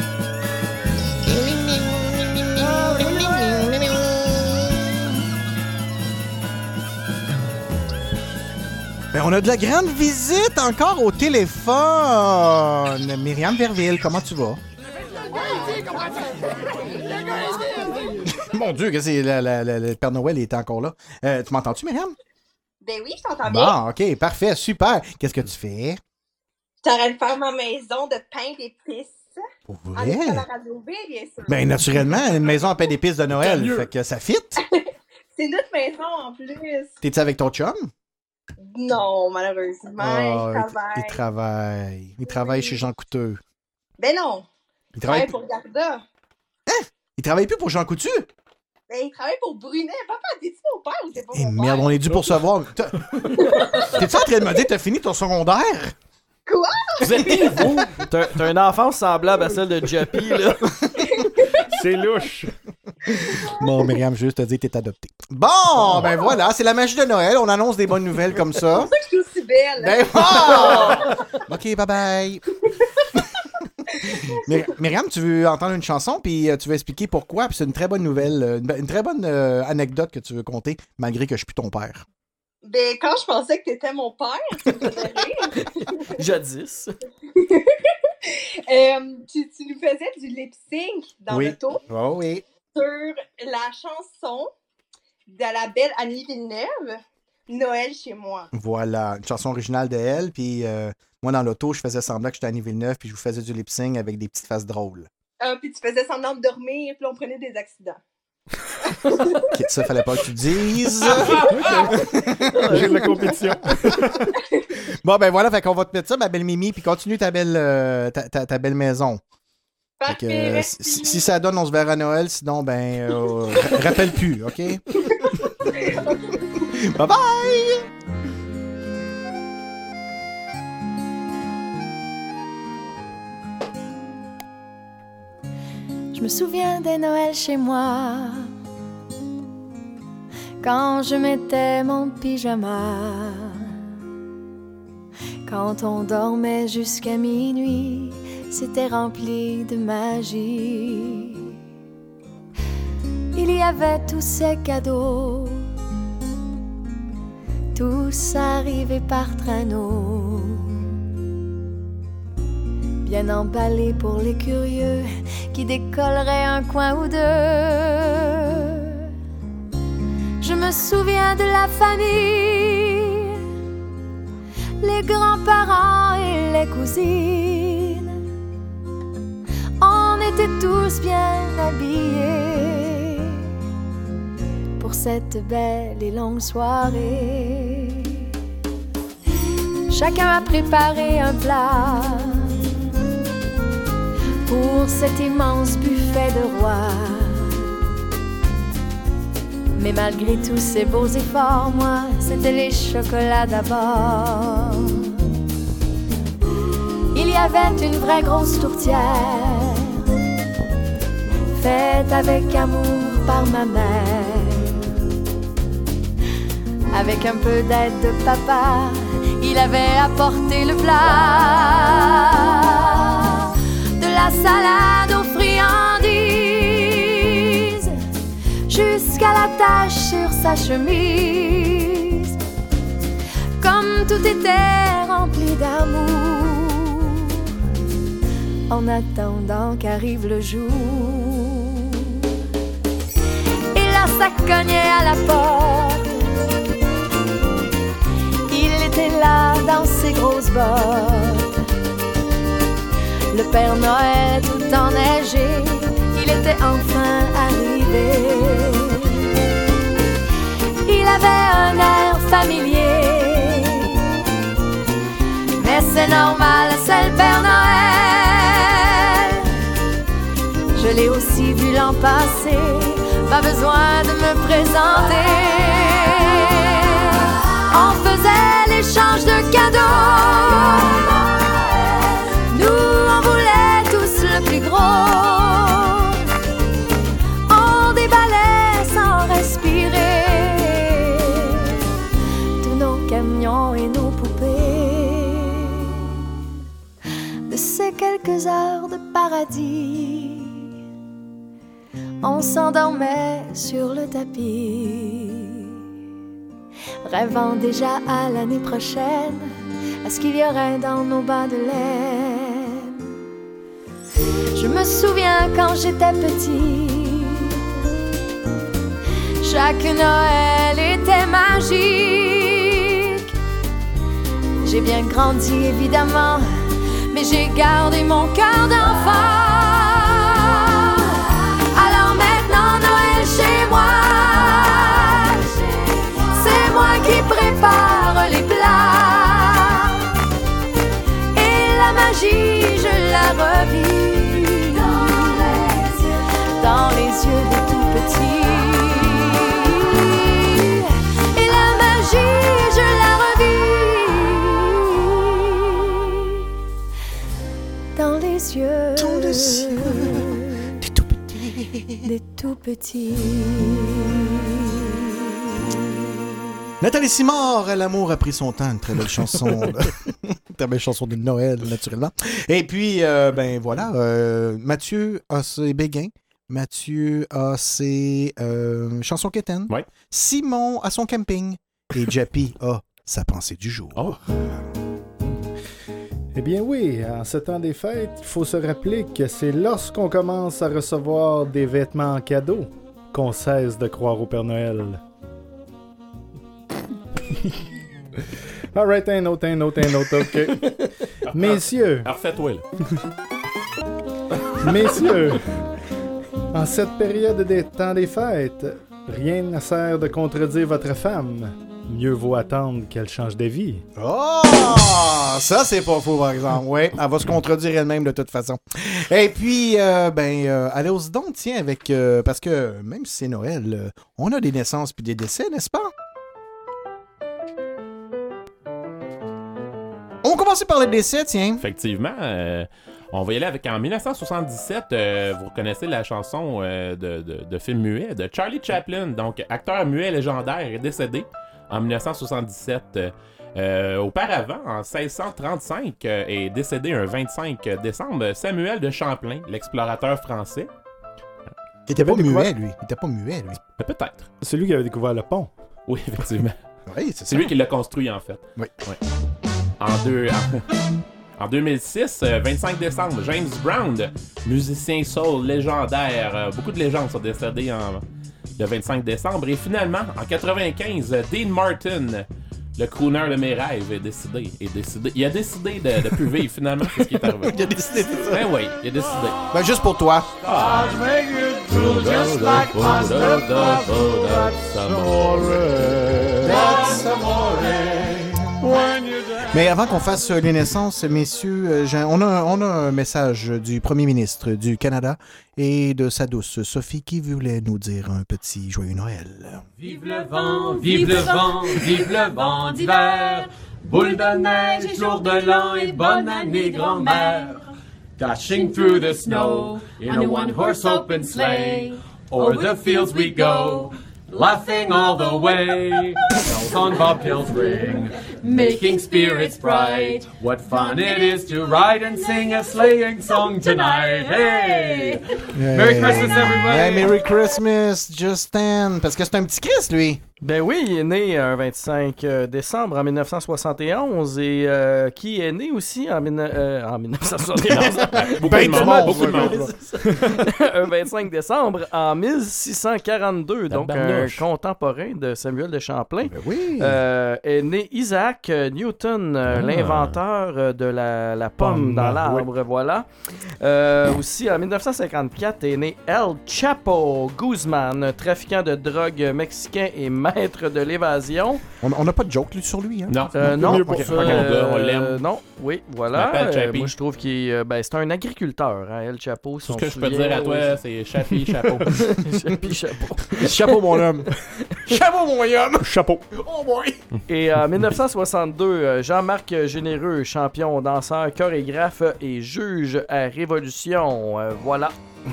Ben, on a de la grande visite encore au téléphone. Myriam Verville, comment tu vas? Mon Dieu, que c'est la, la, la, le Père Noël est encore là. Euh, tu m'entends-tu, Myriam? Ben oui, je t'entends bien. Bon, OK, parfait, super. Qu'est-ce que tu fais? T'aurais de faire ma maison de pain d'épices. Pour En vrai? étant à la radio B, bien sûr. Ben, naturellement, une maison à pain d'épices de Noël, fait que ça fit. C'est notre maison en plus. T'es-tu avec ton chum? Non, malheureusement, Ah, il il, travaille. il travaille. Il travaille chez Jean Couteux. Ben non. Il Il travaille travaille pour Garda. Il travaille plus pour Jean Coutu? Ben, il travaille pour Brunet. Papa, t'es-tu mon père ou t'es pas Eh mon merde, père? on est dû pour se voir. T'as- T'es-tu en train de me dire que t'as fini ton secondaire? Quoi? Vous êtes qui, vous? T'as t'as une enfance semblable à celle de Jappy, là. C'est louche. Bon, Myriam, juste te dire que t'es adopté. Bon, ben voilà, c'est la magie de Noël. On annonce des bonnes nouvelles comme ça. C'est pour ça que je suis aussi belle. Ben, oh! OK, bye-bye. My- Myriam, tu veux entendre une chanson, puis euh, tu veux expliquer pourquoi, puis c'est une très bonne nouvelle, euh, une, une très bonne euh, anecdote que tu veux conter, malgré que je suis plus ton père. Ben, quand je pensais que t'étais mon père, ça me faisait rire. Jadis. Euh, tu, tu nous faisais du lip-sync dans oui. le tour Oh, oui. sur la chanson de la belle Annie Villeneuve, Noël chez moi. Voilà, une chanson originale de elle, puis euh, moi, dans l'auto, je faisais semblant que j'étais Annie Villeneuve, puis je vous faisais du lip-sync avec des petites faces drôles. Euh, puis tu faisais semblant de dormir, puis là, on prenait des accidents. OK, ça, fallait pas que tu dises. J'ai de la compétition. Bon, ben voilà, fait qu'on va te mettre ça, ma belle Mimi, puis continue ta belle, euh, ta, ta, ta belle maison. Fait que, euh, si, si ça donne, on se verra à Noël, sinon, ben, euh, rappelle plus, OK? Bye bye! Je me souviens des Noëls chez moi, quand je mettais mon pyjama, quand on dormait jusqu'à minuit, c'était rempli de magie. Il y avait tous ces cadeaux tous arrivés par traîneau, bien emballés pour les curieux qui décolleraient un coin ou deux. Je me souviens de la famille, les grands-parents et les cousines. On était tous bien habillés pour cette belle et longue soirée. Chacun a préparé un plat pour cet immense buffet de roi. Mais malgré tous ces beaux efforts, moi, c'était les chocolats d'abord. Il y avait une vraie grosse tourtière, faite avec amour par ma mère. Avec un peu d'aide de papa, il avait apporté le plat. De la salade aux friandises, jusqu'à la tache sur sa chemise. Comme tout était rempli d'amour, en attendant qu'arrive le jour. Et là ça cognait à la porte, il était là dans ses grosses bottes. Le Père Noël tout enneigé, il était enfin arrivé. Il avait un air familier, mais c'est normal, c'est le Père Noël. Je l'ai aussi vu l'an passé, pas besoin de me présenter. On faisait l'échange de cadeaux, nous on voulait tous le plus gros. On déballait sans respirer tous nos camions et nos poupées. De ces quelques heures de paradis, on s'endormait sur le tapis, rêvant déjà à l'année prochaine, à ce qu'il y aurait dans nos bas de laine. Je me souviens quand j'étais petit, chaque Noël était magique. J'ai bien grandi évidemment, mais j'ai gardé mon cœur d'enfant. Alors maintenant Noël chez moi, c'est moi qui prépare les plats, et la magie je la revis dans les yeux des tout petits. Et la magie je la revis dans les yeux des tout petits, des tout petits. Nathalie Simard, L'amour a pris son temps, une très belle chanson. Très belle chanson de Noël, naturellement. Et puis, euh, ben voilà, euh, Mathieu a ses béguins. Mathieu a ses euh, chansons quétaines. Ouais. Simon a son camping. Et Jappy a sa pensée du jour. Oh. Eh bien oui, en ce temps des fêtes, il faut se rappeler que c'est lorsqu'on commence à recevoir des vêtements en cadeau qu'on cesse de croire au Père Noël. Alright, un autre, un autre, un autre, ok. Messieurs. Alors fais-toi là. Messieurs, en cette période des temps des fêtes, rien ne sert de contredire votre femme. Mieux vaut attendre qu'elle change d'avis. Oh! Ça, c'est pas faux, par exemple. Oui, elle va se contredire elle-même de toute façon. Et puis, euh, ben, euh, allez-y donc, tiens, avec... Euh, parce que même si c'est Noël, euh, on a des naissances puis des décès, n'est-ce pas? On va commencer par les décès, tiens. Effectivement. Euh, on va y aller avec, en dix-neuf cent soixante-dix-sept, euh, vous reconnaissez la chanson euh, de, de, de film muet de Charlie Chaplin. Donc, acteur muet légendaire, est décédé en dix-neuf cent soixante-dix-sept. Euh, euh, auparavant, en seize cent trente-cinq, euh, est décédé un vingt-cinq décembre Samuel de Champlain, l'explorateur français. Il était pas muet, lui. Il était pas muet, lui. Peut-être. C'est lui qui avait découvert le pont. Oui, effectivement. Oui, c'est, c'est lui qui l'a construit, en fait. Oui. Ouais. En, deux, en, en deux mille six, euh, vingt-cinq décembre, James Brown, musicien soul légendaire. Euh, beaucoup de légendes sont décédées en, le vingt-cinq décembre. Et finalement, en quatre-vingt-quinze, Dean Martin, le crooner de mes rêves, est décidé. Est décidé. Il a décidé de ne plus vivre, finalement. C'est ce qui est arrivé. Il a décidé de ça. Ben oui, il a décidé. Ben, juste pour toi. Ah. Just like my stepmother, that's amore. That's amore. When you Mais avant qu'on fasse euh, les naissances, messieurs, euh, j'ai- on, a, on a un message du premier ministre du Canada et de sa douce Sophie qui voulait nous dire un petit joyeux Noël. Vive le vent, vive le vent, vive le vent d'hiver. Boule de neige et jour de l'an et bonne année grand-mère. Dashing through the snow in a one-horse open sleigh. Over the fields we go, laughing all the way. Bells on bobtails ring, making spirits bright. What fun it is to ride and sing a sleighing song tonight. Hey! Merry Christmas, everybody! Hey, Merry Christmas, Justin! Parce que c'est un petit Chris, lui! Ben oui, il est né un vingt-cinq décembre en mille neuf cent soixante et onze et euh, qui est né aussi en, mille- euh, en mille neuf cent soixante et onze. Beaucoup de monde, beaucoup de monde. Un vingt-cinq décembre en mille six cent quarante-deux, donc un Tabarnouche. contemporain de Samuel de Champlain. Ben oui. Euh, est né Isaac Newton, euh, Ah. l'inventeur euh, de la, la pomme Pomme, dans oui. l'arbre, voilà. Euh, aussi, en mille neuf cent cinquante-quatre, est né El Chapo Guzman, trafiquant de drogue mexicain et maître de l'évasion. On n'a pas de joke lui, sur lui, hein? Non, Euh, non, mieux pour pour ça, Pas qu'on l'a, on euh, l'aime. non, oui, Je voilà. m'appelle Euh, Chappie. moi, je trouve qu'il est, euh, ben, c'est un agriculteur, hein, El Chapo. Tout ce que je peux dire à toi, c'est chapi, chapeau. Chapi, chapeau. Chapeau, mon homme! Chapeau, mon homme! Chapeau. Oh boy! Et en mille neuf cent soixante-deux, euh, Jean-Marc Généreux, champion, danseur, chorégraphe et juge à Révolution. Euh, voilà.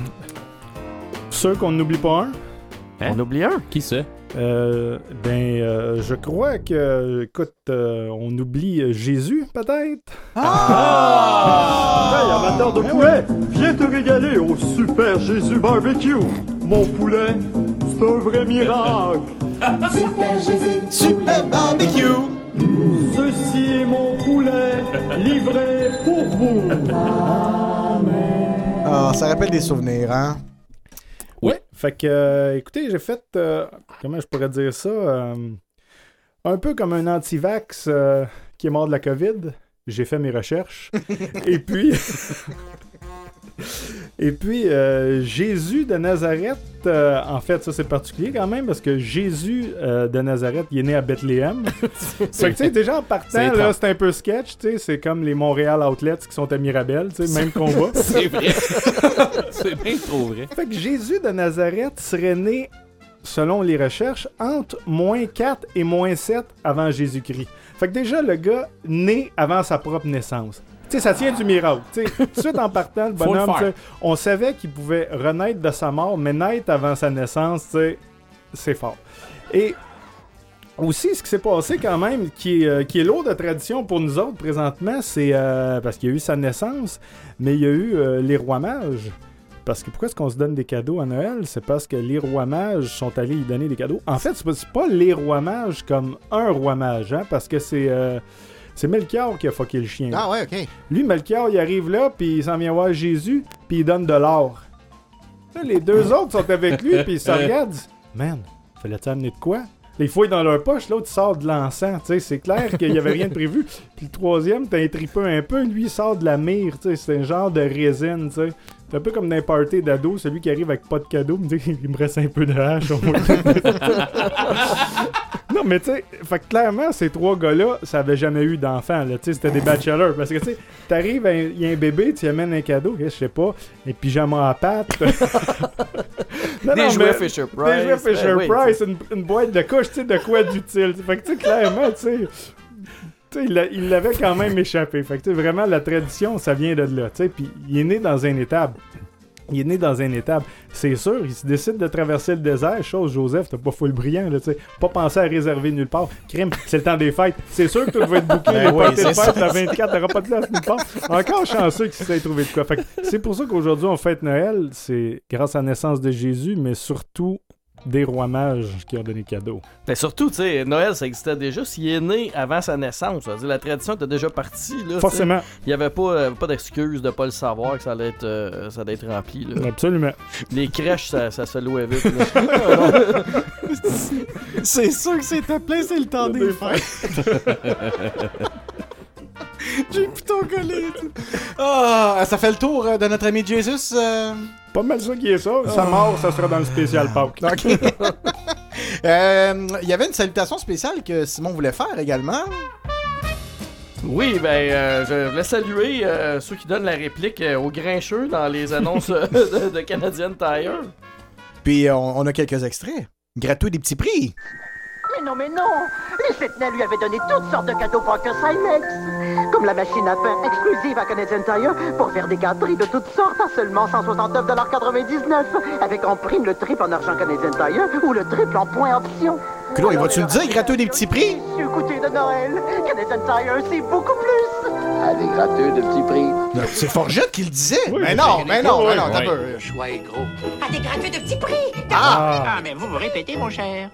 Sûr qu'on n'oublie pas un? On oublie un. Qui ça? Euh, ben, euh, je crois que, écoute, euh, on oublie euh, Jésus, peut-être? Ah! Hey, amateur de poulet, viens te régaler au Super Jésus Barbecue. Mon poulet, c'est un vrai miracle. Super Jésus, Super barbecue! Ceci est mon poulet, livré pour vous. Ah, ça rappelle des souvenirs, hein? Ouais. Fait que, euh, écoutez, j'ai fait, euh, comment je pourrais dire ça, euh, un peu comme un anti-vax euh, qui est mort de la COVID. J'ai fait mes recherches. Et puis, et puis euh, Jésus de Nazareth, euh, en fait, ça c'est particulier quand même parce que Jésus euh, de Nazareth, il est né à Bethléem. Fait que, tu sais, déjà en partant, C'est là, étrange. c'est un peu sketch, tu sais, c'est comme les Montréal Outlets qui sont à Mirabel, tu sais, même combat. C'est vrai. C'est bien trop vrai. Fait que Jésus de Nazareth serait né, selon les recherches, entre moins quatre et moins sept avant Jésus-Christ. Fait que déjà, le gars, né avant sa propre naissance. Tu sais, ça tient du miracle. Tu sais, tout de suite en partant, le Faut le bonhomme, faire. tu sais, on savait qu'il pouvait renaître de sa mort, mais naître avant sa naissance, tu sais, c'est fort. Et aussi, ce qui s'est passé quand même, qui est, euh, qui est lourd de tradition pour nous autres présentement, c'est euh, parce qu'il y a eu sa naissance, mais il y a eu euh, les rois mages. Parce que pourquoi est-ce qu'on se donne des cadeaux à Noël? C'est parce que les rois mages sont allés y donner des cadeaux. En fait, c'est pas, c'est pas les rois mages comme un roi mage, hein, parce que c'est euh, c'est Melchior qui a fucké le chien. Ah ouais, ok. Lui, Melchior, il arrive là, puis il s'en vient voir Jésus, puis il donne de l'or. Là, les deux autres sont avec lui, puis ils se regardent, disent, man, fallait-tu amener de quoi? Là, ils fouillent dans leur poche, l'autre il sort de l'encens, tu sais, c'est clair qu'il n'y avait rien de prévu. Puis le troisième, t'as un tripeux un peu, lui il sort de la myrrhe, tu sais, c'est un genre de résine, tu sais. C'est un peu comme dans un party d'ado, celui qui arrive avec pas de cadeau, me dit il me reste un peu de hache. Au moins. Non, mais tu sais, fait que clairement, ces trois gars-là, ça avait jamais eu d'enfant, là, tu sais, c'était des bachelors. Parce que tu sais, t'arrives, il y a un bébé, tu lui amènes un cadeau, je sais pas, un pyjama à pattes. Non, Des non, jouets mais- Fisher-Price. Des jouets Fisher Ben oui, Price, une, une boîte de couche, tu sais, de quoi d'utile. Fait que tu sais, clairement, tu sais. Tu sais, il l'a- il l'avait quand même échappé. Fait que, tu sais, vraiment, la tradition, ça vient de là. Tu sais, puis il est né dans un étable. Il est né dans un étable. C'est sûr, il se décide de traverser le désert. Chose, Joseph, t'as pas full brillant, là, tu sais. Pas pensé à réserver nulle part. Crime, c'est le temps des fêtes. C'est sûr que tout va être bouqué. Ben les oui, parties de c'est fête, ça. la vingt-quatre, t'auras pas de place nulle part. Encore chanceux qu'il s'est trouvé de quoi. Fait que c'est pour ça qu'aujourd'hui, on fête Noël. C'est grâce à la naissance de Jésus, mais surtout des rois mages qui ont donné cadeau. Ben surtout, tu sais, Noël, ça existait déjà. S'il est né avant sa naissance, c'est-à-dire la tradition était déjà partie. Là, forcément. Il n'y avait pas, euh, pas d'excuse de pas le savoir que ça allait être, euh, ça allait être rempli. Là. Absolument. Les crèches, ça, ça se louait vite. Là. C'est sûr que c'était plein, c'est le temps des fêtes. J'ai plutôt collé. Ah, ça fait le tour euh, de notre ami Jesus. Euh... Pas mal ça qui est ça. Sa mort, ça sera dans le spécial Pâques. Okay. euh, il y avait une salutation spéciale que Simon voulait faire également. Oui, ben, euh, je voulais saluer euh, ceux qui donnent la réplique euh, aux grincheux dans les annonces euh, de, de Canadian Tire. Puis euh, on, on a quelques extraits. Gratuit des petits prix. Mais non, mais non! Les Sentinelles lui avaient donné toutes sortes de cadeaux pour que Cymex. Comme la machine à pain exclusive à Canadian Tire pour faire des gâteries de toutes sortes à seulement cent soixante-neuf quatre-vingt-dix-neuf. Avec en prime le triple en argent Canadian Tire ou le triple en points option. Claude, il va-tu le dire, gratuit des petits prix? Sur côté de Noël, Canadian Tire, c'est beaucoup plus! À des gratuits de petits prix. C'est Forgette qui le disait. Oui, mais non, mais non, mais non, t'as peur. Le choix est gros. À des gratuits de petits prix. Ah. ah, mais vous vous répétez, mon cher.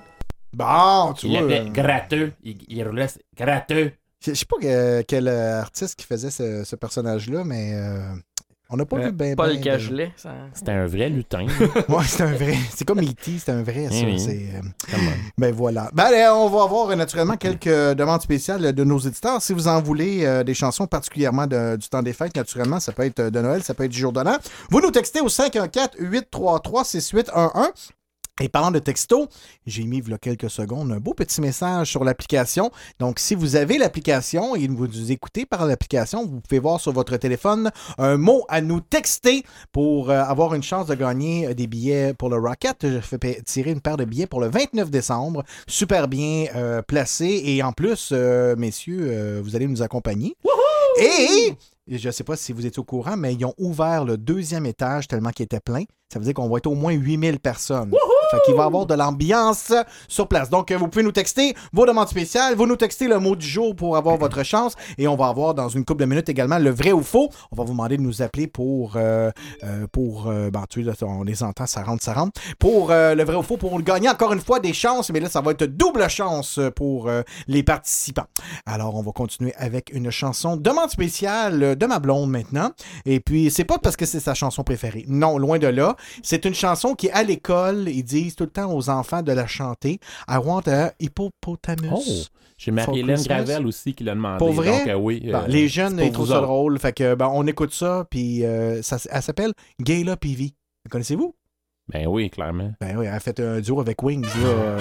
Bon, tu il vois. Il était gratteux. Il, il roulait gratteux. Je sais pas que, quel artiste qui faisait ce, ce personnage-là, mais euh, on n'a pas euh, vu bien. Paul ben, Cagelet. De... Ça... C'était un vrai lutin. Ouais, c'est un vrai. C'est comme E T, c'est un vrai, ça. Oui, c'est, euh... Ben voilà. Ben, allez, on va avoir naturellement quelques demandes spéciales de nos éditeurs. Si vous en voulez euh, des chansons particulièrement de, du temps des fêtes, naturellement, ça peut être de Noël, ça peut être du jour de l'an. Vous nous textez au cinq un quatre, huit trois trois, six huit un un. Et parlant de texto, j'ai mis il y a quelques secondes un beau petit message sur l'application. Donc, si vous avez l'application et vous nous écoutez par l'application, vous pouvez voir sur votre téléphone un mot à nous texter pour euh, avoir une chance de gagner des billets pour le Rocket. Je fais tirer une paire de billets pour le vingt-neuf décembre. Super bien euh, placé. Et en plus, euh, messieurs, euh, vous allez nous accompagner. Wouhou! Et... je ne sais pas si vous êtes au courant, mais ils ont ouvert le deuxième étage tellement qu'il était plein. Ça veut dire qu'on va être au moins huit mille personnes. Wouhou! Fait qu'il va y avoir de l'ambiance sur place. Donc, vous pouvez nous texter vos demandes spéciales. Vous nous textez le mot du jour pour avoir votre chance. Et on va avoir dans une couple de minutes également le vrai ou faux. On va vous demander de nous appeler pour... Euh, euh, pour euh, ben, tu sais, on les entend, ça rentre, ça rentre. Pour euh, le vrai ou faux, pour gagner encore une fois des chances. Mais là, ça va être double chance pour euh, les participants. Alors, on va continuer avec une chanson demande spéciale de ma blonde maintenant. Et puis, c'est pas parce que c'est sa chanson préférée. Non, loin de là. C'est une chanson qui, à l'école, ils disent tout le temps aux enfants de la chanter. I want a hippopotamus. Oh, j'ai Marie-Hélène Gravel aussi qui l'a demandé. Pour vrai? Donc, euh, oui, bon, euh, les jeunes, ils trouvent ça autres. drôle. Fait que, ben, on écoute ça, puis euh, ça, elle s'appelle Gayla Peavy. La connaissez-vous? Ben oui, clairement. Ben oui, elle a fait un duo avec Wings, là.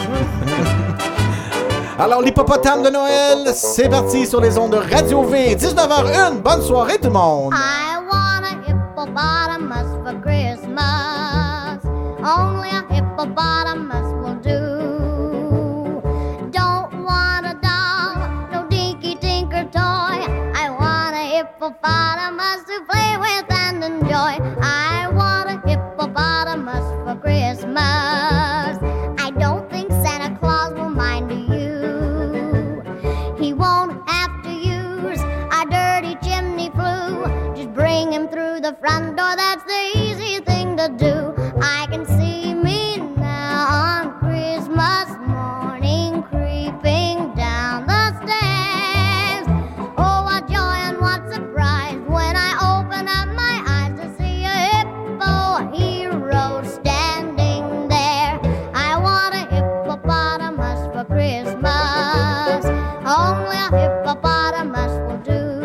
Alors, l'hippopotame de Noël, c'est parti sur les ondes de Radio V. dix-neuf heures un, bonne soirée tout le monde! I want a hippopotamus for Christmas. Only a hippopotamus will do. Don't want a doll, no dinky tinker toy. I want a hippopotamus to play with and enjoy. I want a hippopotamus for Christmas. I don't think Santa Claus will mind you. He won't have to use a dirty chimney flue. Just bring him through the front door, that's the easy thing to do. I can see me now on Christmas morning creeping down the stairs. Oh, what joy and what surprise when I open up my eyes to see a hippo hero standing there. I want a hippopotamus for Christmas. Only a hippopotamus will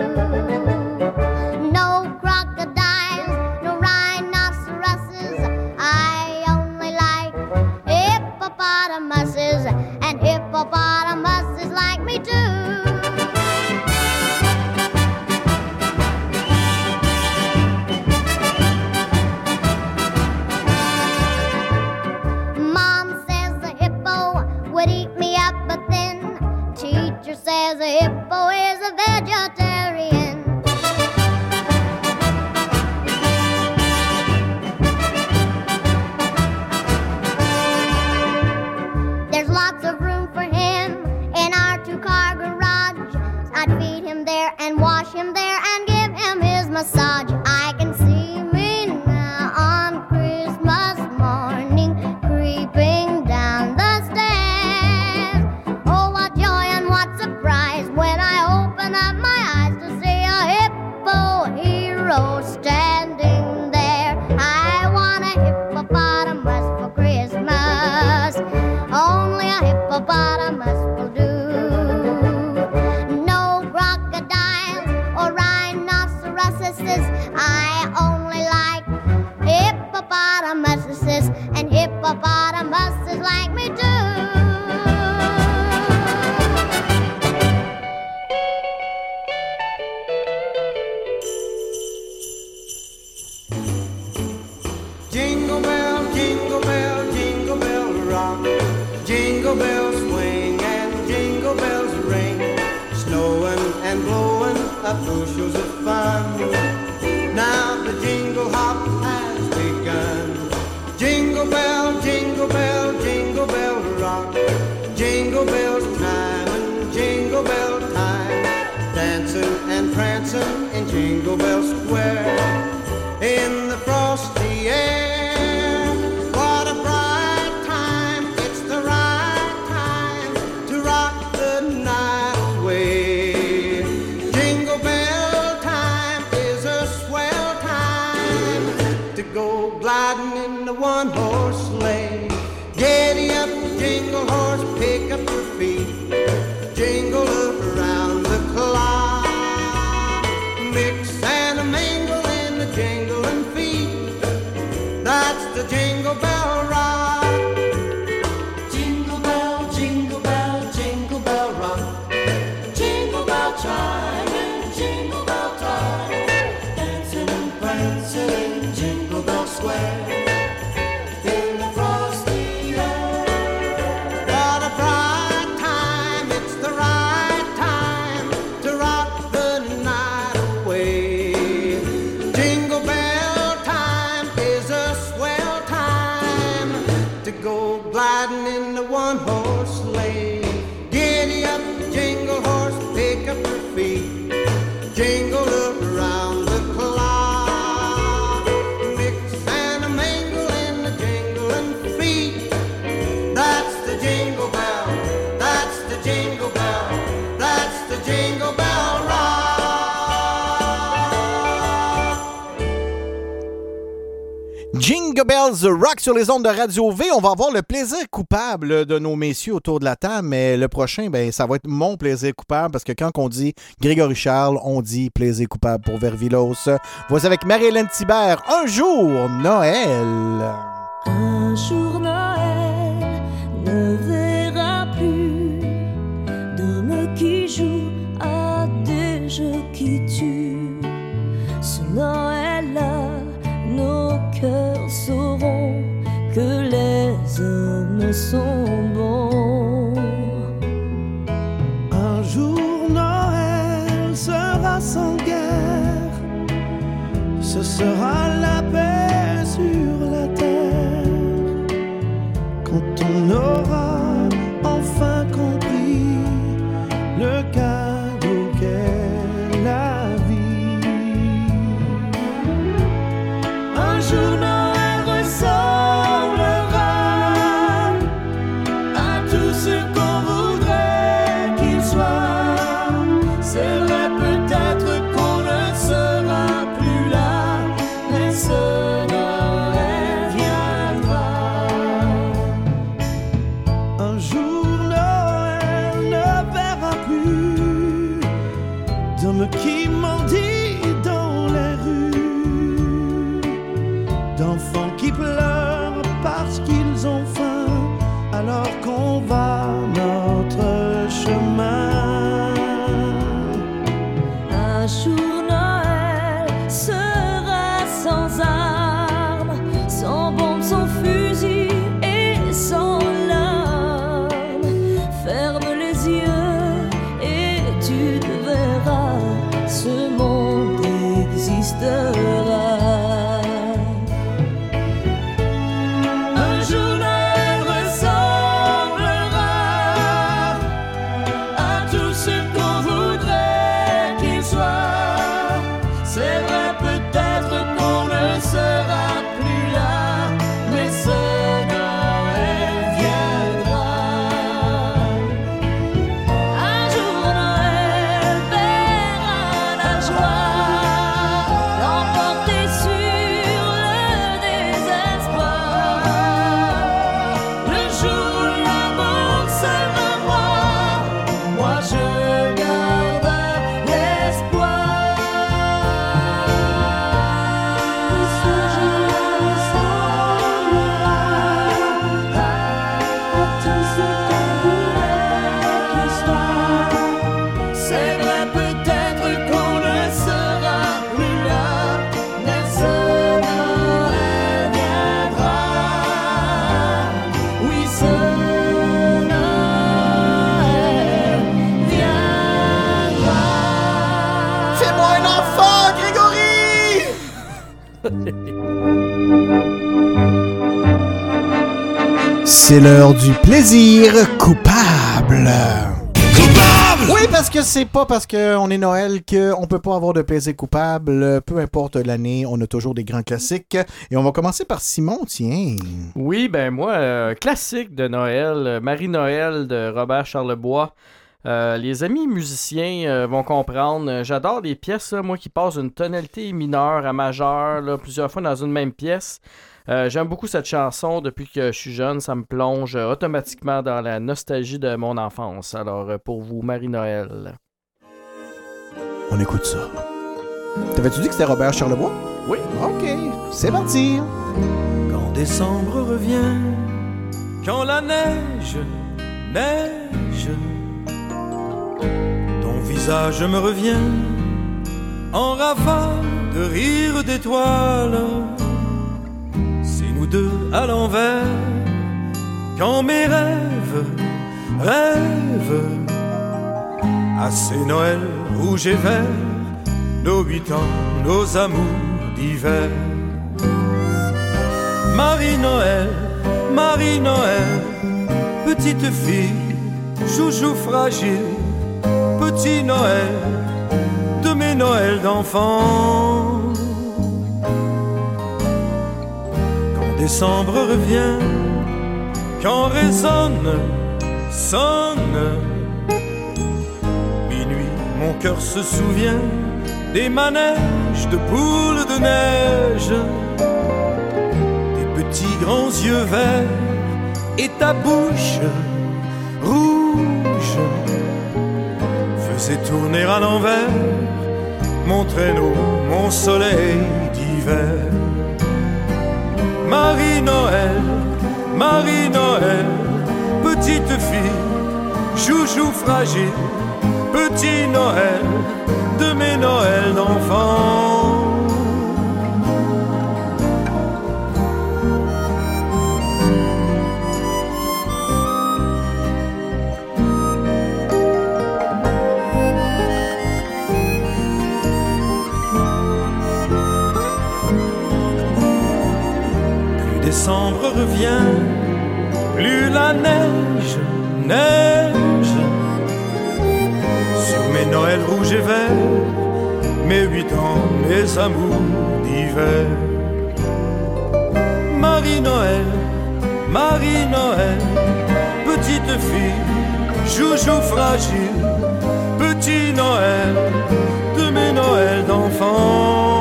do. No crocodiles, no rhinoceroses. I only like hippopotamuses, and hippopotamuses like me too. Mom says the hippo would eat me up, but then teacher says a hippo is a vegetarian. There's lots of room for him in our two-car garage. I'd feed him there and wash him there and give him his massage. I can see me now on Christmas morning creeping down and blowing up bushels of fun. Now the jingle hop has begun. Jingle bell, jingle bell, jingle bell rock. Jingle bells time and jingle bell time. Dancing and prancing in Jingle Bell Square. In the frosty air, what a bright time. It's the right time to rock the night away. Jingle bell time is a swell time to go gliding in the one-horse sleigh. Giddy up, jingle horse, pick up your feet. Jingle around the clock. Mix and a mingle in the jingling feet. That's the Jingle Bell Rock. Jingle bell, jingle bell, jingle bell rock. Jingle bell chime and jingle bell time. Dancing and prancing in Jingle Bell Square. In the frosty air. What a bright time, it's the right time to rock the night away. Jingle bell time is a swell time to go gliding in the one-horse sleigh. Giddy up, jingle horse, pick up your feet. Jingle around the clock. Mix and a mingle in the jingling feet. That's the Jingle Bell, that's the Jingle Bell, that's the Jingle Bell Rock. Jingle Bells Rock sur les ondes de Radio V. On va avoir le plaisir coupable de nos messieurs autour de la table, mais le prochain, ben, ça va être mon plaisir coupable parce que quand on dit Grégory Charles, on dit plaisir coupable pour Vervilos. Voici avec Marie-Hélène Thibert, Un jour Noël. Un jour Noël ne verra plus d'hommes qui jouent à des jeux qui tuent. Ce Noël-là, nos cœurs sauront que les hommes sont bons. Un jour Noël sera sans guerre. Ce sera la paix sur la terre. Quand on aura enfin compris le cadeau qu'est la vie. Un jour Noël ressemblera à tout ce qu'on voudrait qu'il soit. C'est vrai peut-être qu'on ne sera plus là, mais ce Noël viendra. Un jour Noël ne verra plus d'hommes qui mendient dans les rues, d'enfants qui pleurent parce qu'ils ont faim alors qu'on va notre chemin. Un jour Noël sera sans armes, sans bombes, sans fusils et sans larmes. Ferme les yeux et tu verras, ce monde existera. Un jour Noël ressemblera à tout ce qu'on voudrait qu'il soit. C'est vrai peut-être qu'on ne sera plus là, mais ce Noël viendra. Un jour Noël C'est l'heure du plaisir coupable. Coupable! Oui, parce que c'est pas parce qu'on est Noël qu'on peut pas avoir de plaisir coupable. Peu importe l'année, on a toujours des grands classiques. Et on va commencer par Simon, tiens. Oui, ben moi, euh, classique de Noël, euh, Marie-Noël de Robert Charlebois. Euh, les amis musiciens euh, vont comprendre. J'adore les pièces, là, moi, qui passent d'une tonalité mineure à majeure, là, plusieurs fois dans une même pièce. Euh, j'aime beaucoup cette chanson. Depuis que je suis jeune, ça me plonge euh, automatiquement dans la nostalgie de mon enfance. Alors, euh, pour vous, Marie-Noël. On écoute ça. T'avais-tu dit que c'était Robert Charlebois? Oui. OK, c'est parti. Quand décembre revient, quand la neige, neige, ton visage me revient en rafale de rire d'étoiles. C'est nous deux à l'envers, quand mes rêves, rêves, à ces Noëls rouges et verts, nos huit ans, nos amours d'hiver. Marie-Noël, Marie-Noël, petite fille, chouchou fragile, petit Noël, de mes Noëls d'enfant. Quand décembre revient, quand résonne, sonne, minuit, mon cœur se souvient des manèges de boules de neige, tes petits grands yeux verts et ta bouche rouge faisait tourner à l'envers mon traîneau, mon soleil d'hiver. Marie-Noël, Marie-Noël, petite fille, chouchou fragile, petit Noël, de mes Noëls d'enfants. Décembre revient, plus la neige, neige sur mes Noëls rouges et verts, mes huit ans, mes amours d'hiver. Marie-Noël, Marie-Noël, petite fille, chouchou fragile, petit Noël, de mes Noëls d'enfants.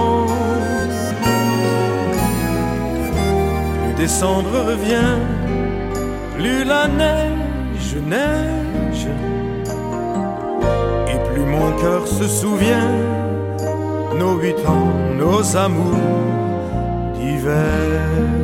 Décembre revient, plus la neige, neige, et plus mon cœur se souvient, nos huit ans, nos amours d'hiver.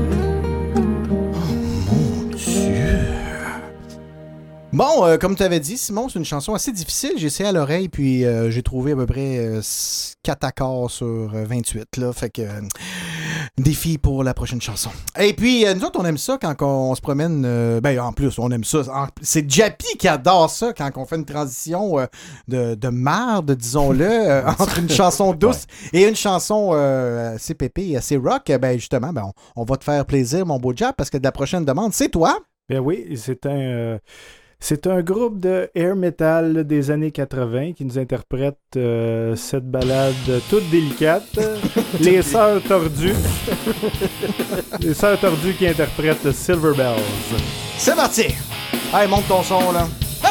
Bon, euh, comme tu avais dit, Simon, c'est une chanson assez difficile. J'ai essayé à l'oreille, puis euh, j'ai trouvé à peu près euh, quatre accords sur euh, vingt-huit. Là, fait que euh, défi pour la prochaine chanson. Et puis, euh, nous autres, on aime ça quand on, on se promène. Euh, ben, en plus, on aime ça. En, c'est Jappy qui adore ça quand on fait une transition euh, de, de marde, disons-le, euh, entre une chanson douce ouais. et une chanson euh, assez pépée et assez rock. Ben, justement, ben, on, on va te faire plaisir, mon beau Jap, parce que de la prochaine demande, c'est toi. Ben oui, c'est un. Euh... C'est un groupe de air metal là, des années quatre-vingts qui nous interprète euh, cette balade toute délicate. Les Sœurs Tordues. Les Sœurs Tordues qui interprètent Silver Bells. C'est parti! Allez, monte ton son, là. Ah!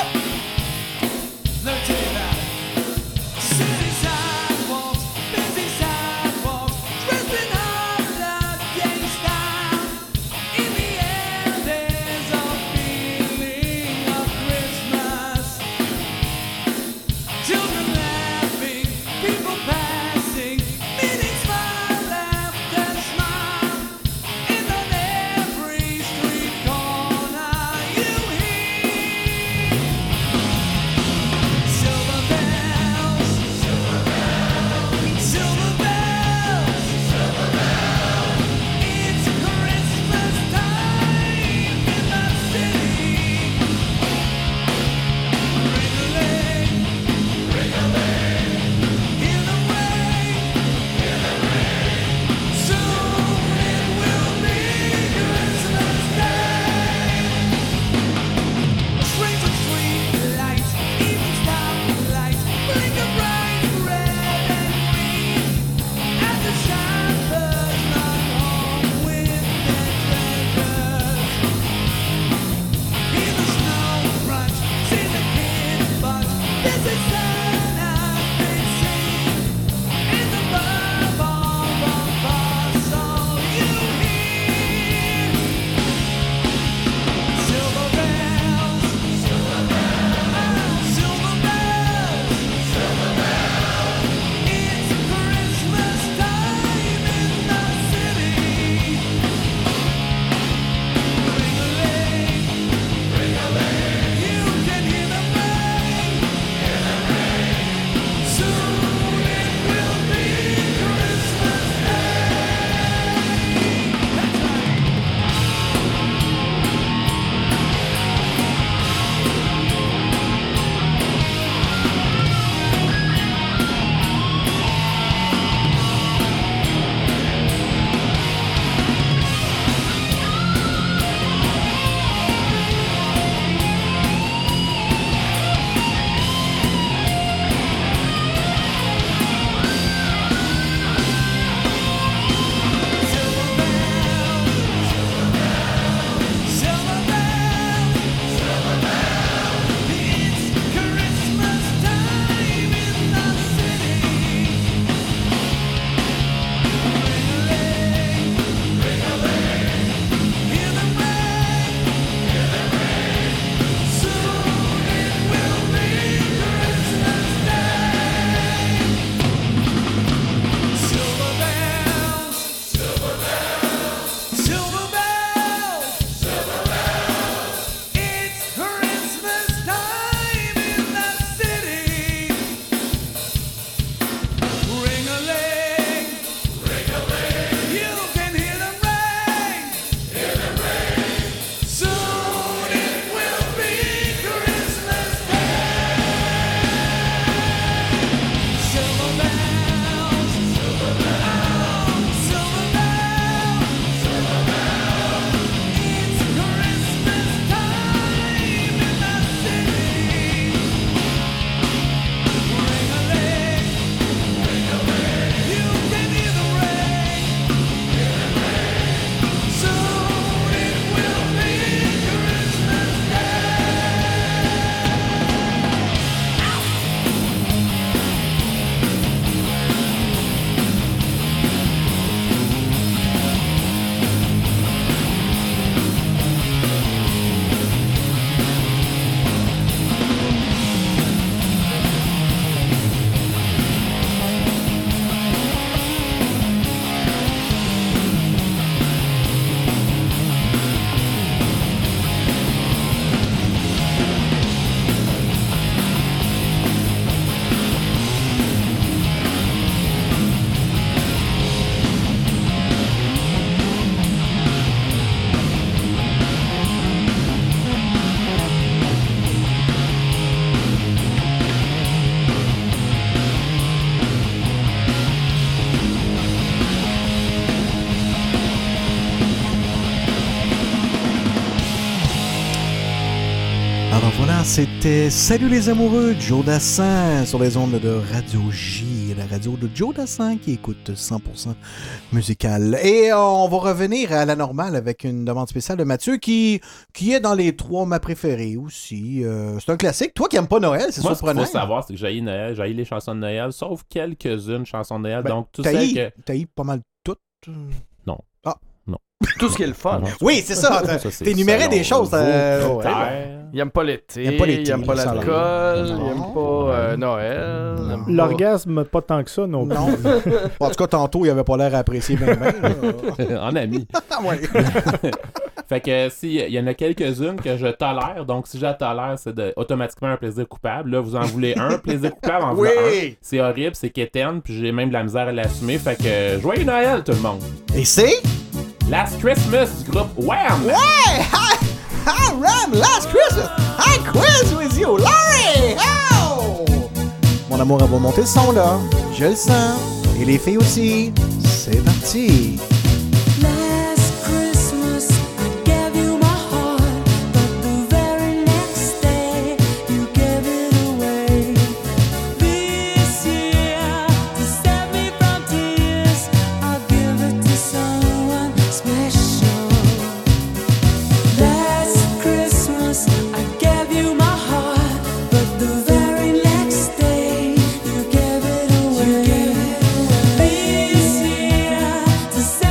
c'était Salut les amoureux, Joe Dassin sur les ondes de Radio J, la radio de Joe Dassin qui écoute cent pour cent musical. Et on va revenir à la normale avec une demande spéciale de Mathieu qui, qui est dans les trois ma préférée aussi. Euh, c'est un classique. Toi qui n'aimes pas Noël, c'est Moi, surprenant. ce qu'il faut savoir, c'est que j'haïs Noël, j'haïs les chansons de Noël, sauf quelques-unes chansons de Noël. Ben, donc, tu t'haïs- sais que... t'haïs pas mal toutes. Non. Ah. Non. Tout ce qui est le fun. Oui, c'est ça. Ça, c'est T'énumérais selon des choses. vos euh, critères. Il aime pas l'été, Il aime pas l'été, il aime pas ça, là. l'alcool, Non. il aime pas euh, Noël. il aime pas- L'orgasme, pas tant que ça non plus. Non. En tout cas, tantôt, il avait pas l'air à apprécier bien, bien. En ami. Ouais. Fait que si il y en a quelques-unes que je tolère, donc si je la tolère, c'est de, automatiquement un plaisir coupable. Là, vous en voulez un, plaisir coupable en Oui. voilà un. C'est horrible, c'est quétaine, puis j'ai même de la misère à l'assumer. Fait que euh, joyeux Noël tout le monde. Et c'est Last Christmas du groupe Wham! Ouais! Hi, hi, Ram, last Christmas! I quiz with you, Larry! Oh! Mon amour, elle va monter le son, là. Je le sens. Et les filles aussi. C'est parti. Last Christmas, I gave you my heart, but the very next day, you gave it away. This year, to save me from tears, I'll give it to someone special. Last Christmas, I gave you my heart, but the very next day, you gave it away. This year, to save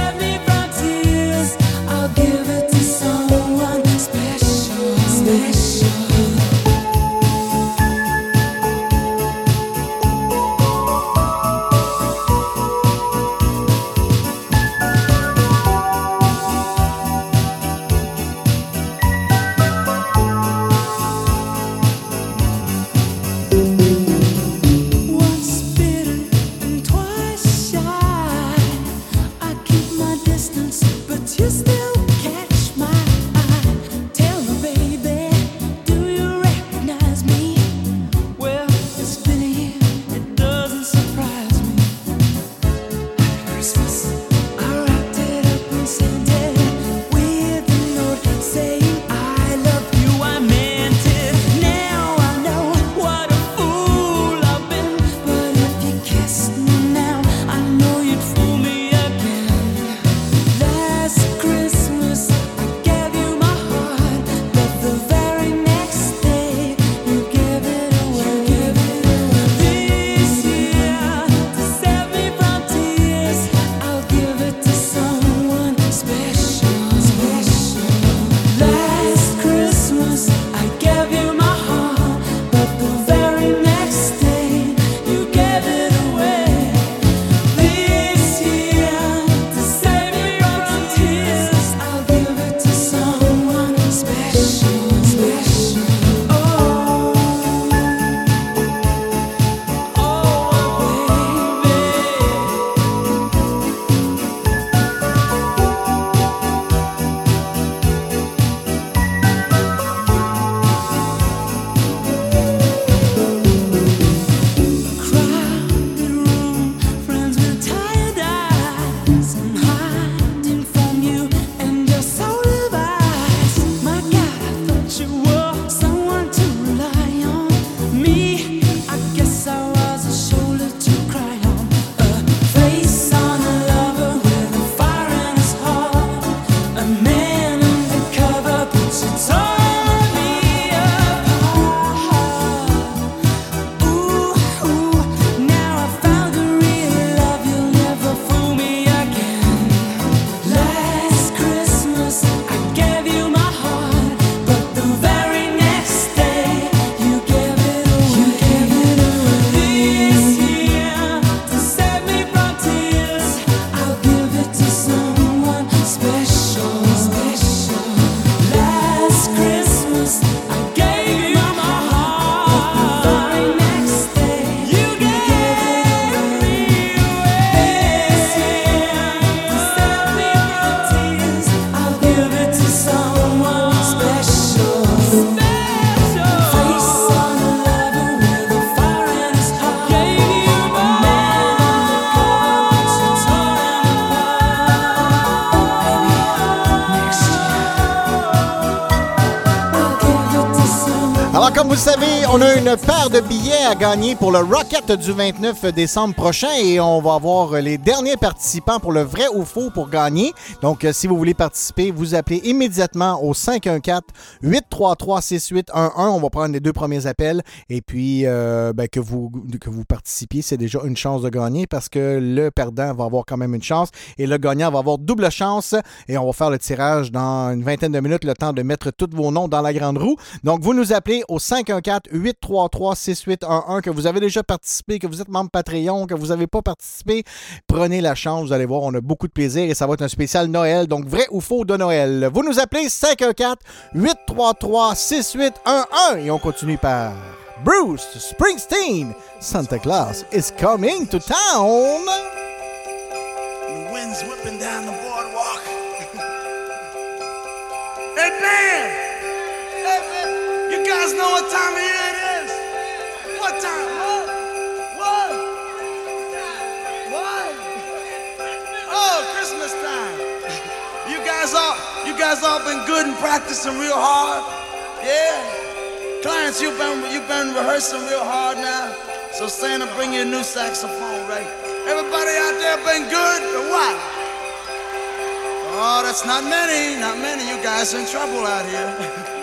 comme vous le savez, on a une paire de billets à gagner pour le Rocket du vingt-neuf décembre prochain et on va avoir les derniers participants pour le vrai ou faux pour gagner. Donc, euh, si vous voulez participer, vous appelez immédiatement au cinq un quatre, huit trois trois, six huit un un. On va prendre les deux premiers appels et puis euh, ben, que, vous, que vous participiez, c'est déjà une chance de gagner parce que le perdant va avoir quand même une chance et le gagnant va avoir double chance et on va faire le tirage dans une vingtaine de minutes, le temps de mettre tous vos noms dans la grande roue. Donc, vous nous appelez au cinq un quatre, huit trois trois, six huit un un, que vous avez déjà participé, que vous êtes membre Patreon, que vous n'avez pas participé. Prenez la chance, vous allez voir, on a beaucoup de plaisir et ça va être un spécial Noël, donc vrai ou faux de Noël. Vous nous appelez cinq un quatre, huit trois trois, six huit un un et on continue par Bruce Springsteen. Santa Claus is coming to town. The wind's whipping down the boardwalk. Hey, man! Hey, man! You guys know what time of year it is? What time? What? What? What? Oh, Christmas time. You guys all, you guys all been good and practicing real hard? Yeah? Clarence, you've been, you've been rehearsing real hard now. So Santa, bring you a new saxophone, right? Everybody out there been good or what? Oh, that's not many, not many. You guys are in trouble out here.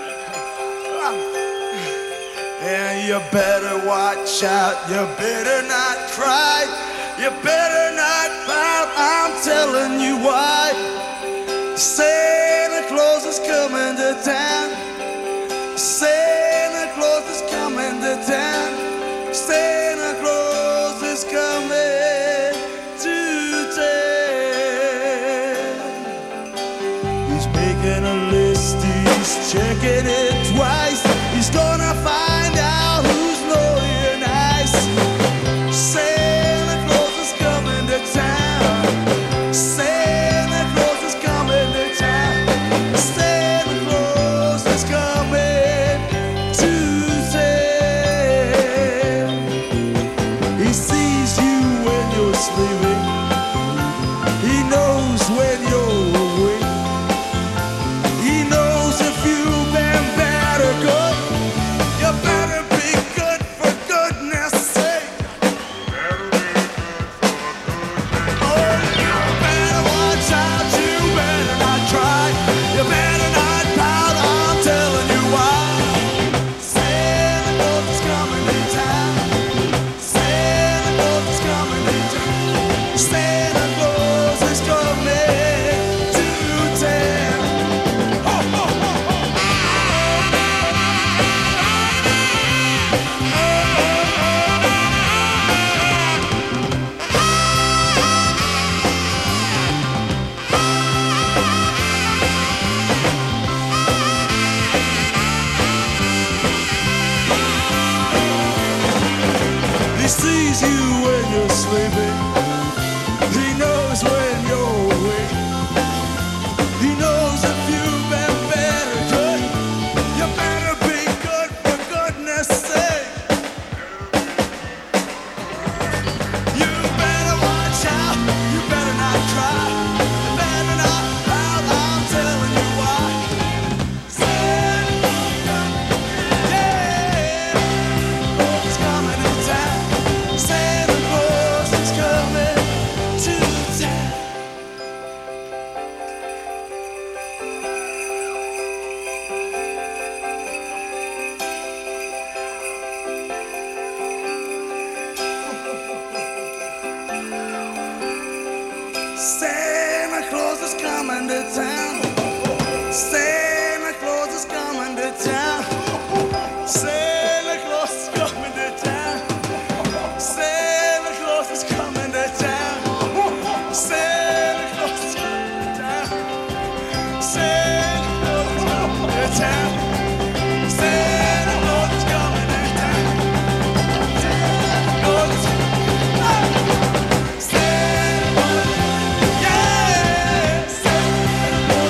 And you better watch out, you better not cry, you better not pout, I'm telling you why. Santa Claus is coming to town, Santa Claus is coming to town, Santa Claus is coming to town. He's making a list, he's checking it twice, he's gonna find out who's naughty or nice. Santa Claus is coming to town, Santa Claus is coming to town, Santa Claus is coming to town. He sees you when you're sleeping, he knows when you're awake, he knows if you've been bad or good. You better be good for goodness sake. Oh, you better watch out, you better not cry, you better not pout, I'm telling you why. Santa Claus is coming to town, Santa Claus is coming to town, Santa Claus is coming to town. Ho, ho, ho, ho. He sees you when you're sleeping, he knows when you're awake, he knows if you've been bad or good. You better be good for goodness sake. You better watch out, you better not cry, you better not pout, I'm telling you why. Santa Claus is coming to town, Santa Claus is coming to town. Santa Claus is coming to town, Santa Claus is coming to town, Santa Claus is coming to town, Santa Claus is coming to town, Santa Claus is coming to town, Santa Claus is coming to town, Santa Claus is coming to town, Santa Claus is Santa Claus, yeah, Santa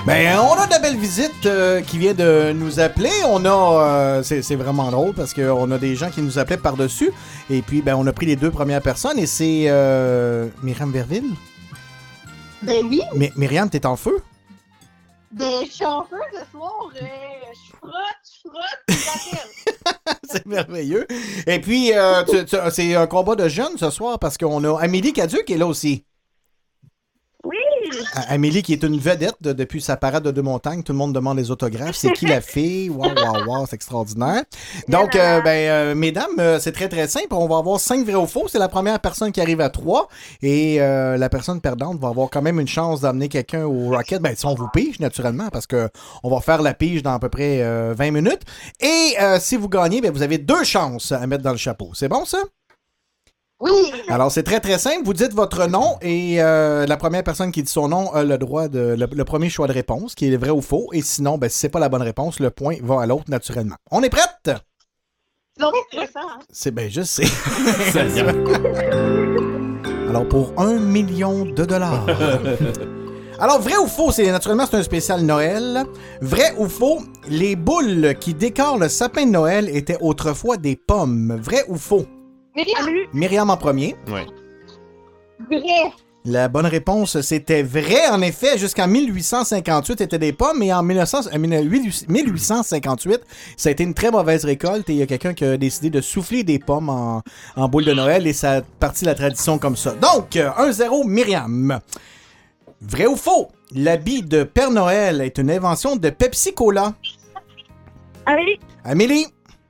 Ben, on a de belles visites euh, qui viennent de nous appeler. On a... Euh, c'est, c'est vraiment drôle parce qu'on a des gens qui nous appelaient par-dessus. Et puis, ben, on a pris les deux premières personnes et c'est euh, Myriam Verville. Ben oui. My- Myriam, t'es en feu? Ben, je suis en feu ce soir. Euh, je frotte, je frotte, puis j'appelle. C'est merveilleux. Et puis, euh, tu- tu- c'est un combat de jeunes ce soir parce qu'on a Amélie Cadieux qui est là aussi. Oui. A- Amélie qui est une vedette de- depuis sa parade de deux montagnes. Tout le monde demande les autographes. C'est qui la fille? Waouh, waouh, waouh, c'est extraordinaire. Donc, euh, ben, euh, mesdames, euh, c'est très, très simple. On va avoir cinq vrais ou faux. C'est la première personne qui arrive à trois. Et euh, la personne perdante va avoir quand même une chance d'amener quelqu'un au Rocket. Ben, si on vous pige, naturellement, parce que on va faire la pige dans à peu près euh, vingt minutes. Et euh, si vous gagnez, ben, vous avez deux chances à mettre dans le chapeau. C'est bon, ça? Oui. Alors, c'est très, très simple. Vous dites votre nom et euh, la première personne qui dit son nom a le droit de... Le, le premier choix de réponse, qui est vrai ou faux. Et sinon, ben, si c'est pas la bonne réponse, le point va à l'autre naturellement. On est prête? C'est donc intéressant, hein? C'est bien, je sais. Ça vient. Alors, pour un million de dollars. Alors, vrai ou faux, c'est naturellement c'est un spécial Noël. Vrai ou faux, les boules qui décorent le sapin de Noël étaient autrefois des pommes. Vrai ou faux? Myriam. Myriam en premier. Ouais. Vrai. La bonne réponse, c'était vrai. En effet, jusqu'en mille huit cent cinquante-huit, c'était des pommes, mais en mille neuf cents, euh, mille huit cent cinquante-huit, ça a été une très mauvaise récolte et il y a quelqu'un qui a décidé de souffler des pommes en, en boule de Noël et ça a parti la tradition comme ça. Donc, un zéro, Myriam. Vrai ou faux? L'habit de Père Noël est une invention de Pepsi Cola. Amélie. Amélie?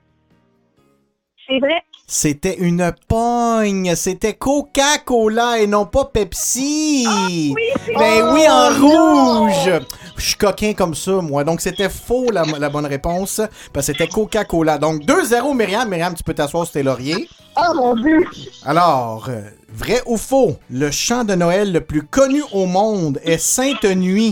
C'est vrai. C'était une pogne. C'était Coca-Cola et non pas Pepsi. Oh, oui, c'est ben vrai. oui, en Oh, rouge. Je suis coquin comme ça, moi. Donc, c'était faux, la, la bonne réponse. Parce que c'était Coca-Cola. Donc, deux zéro, Myriam. Myriam, tu peux t'asseoir sur tes lauriers. Oh mon Dieu. Alors, euh, vrai ou faux? Le chant de Noël le plus connu au monde est Sainte Nuit.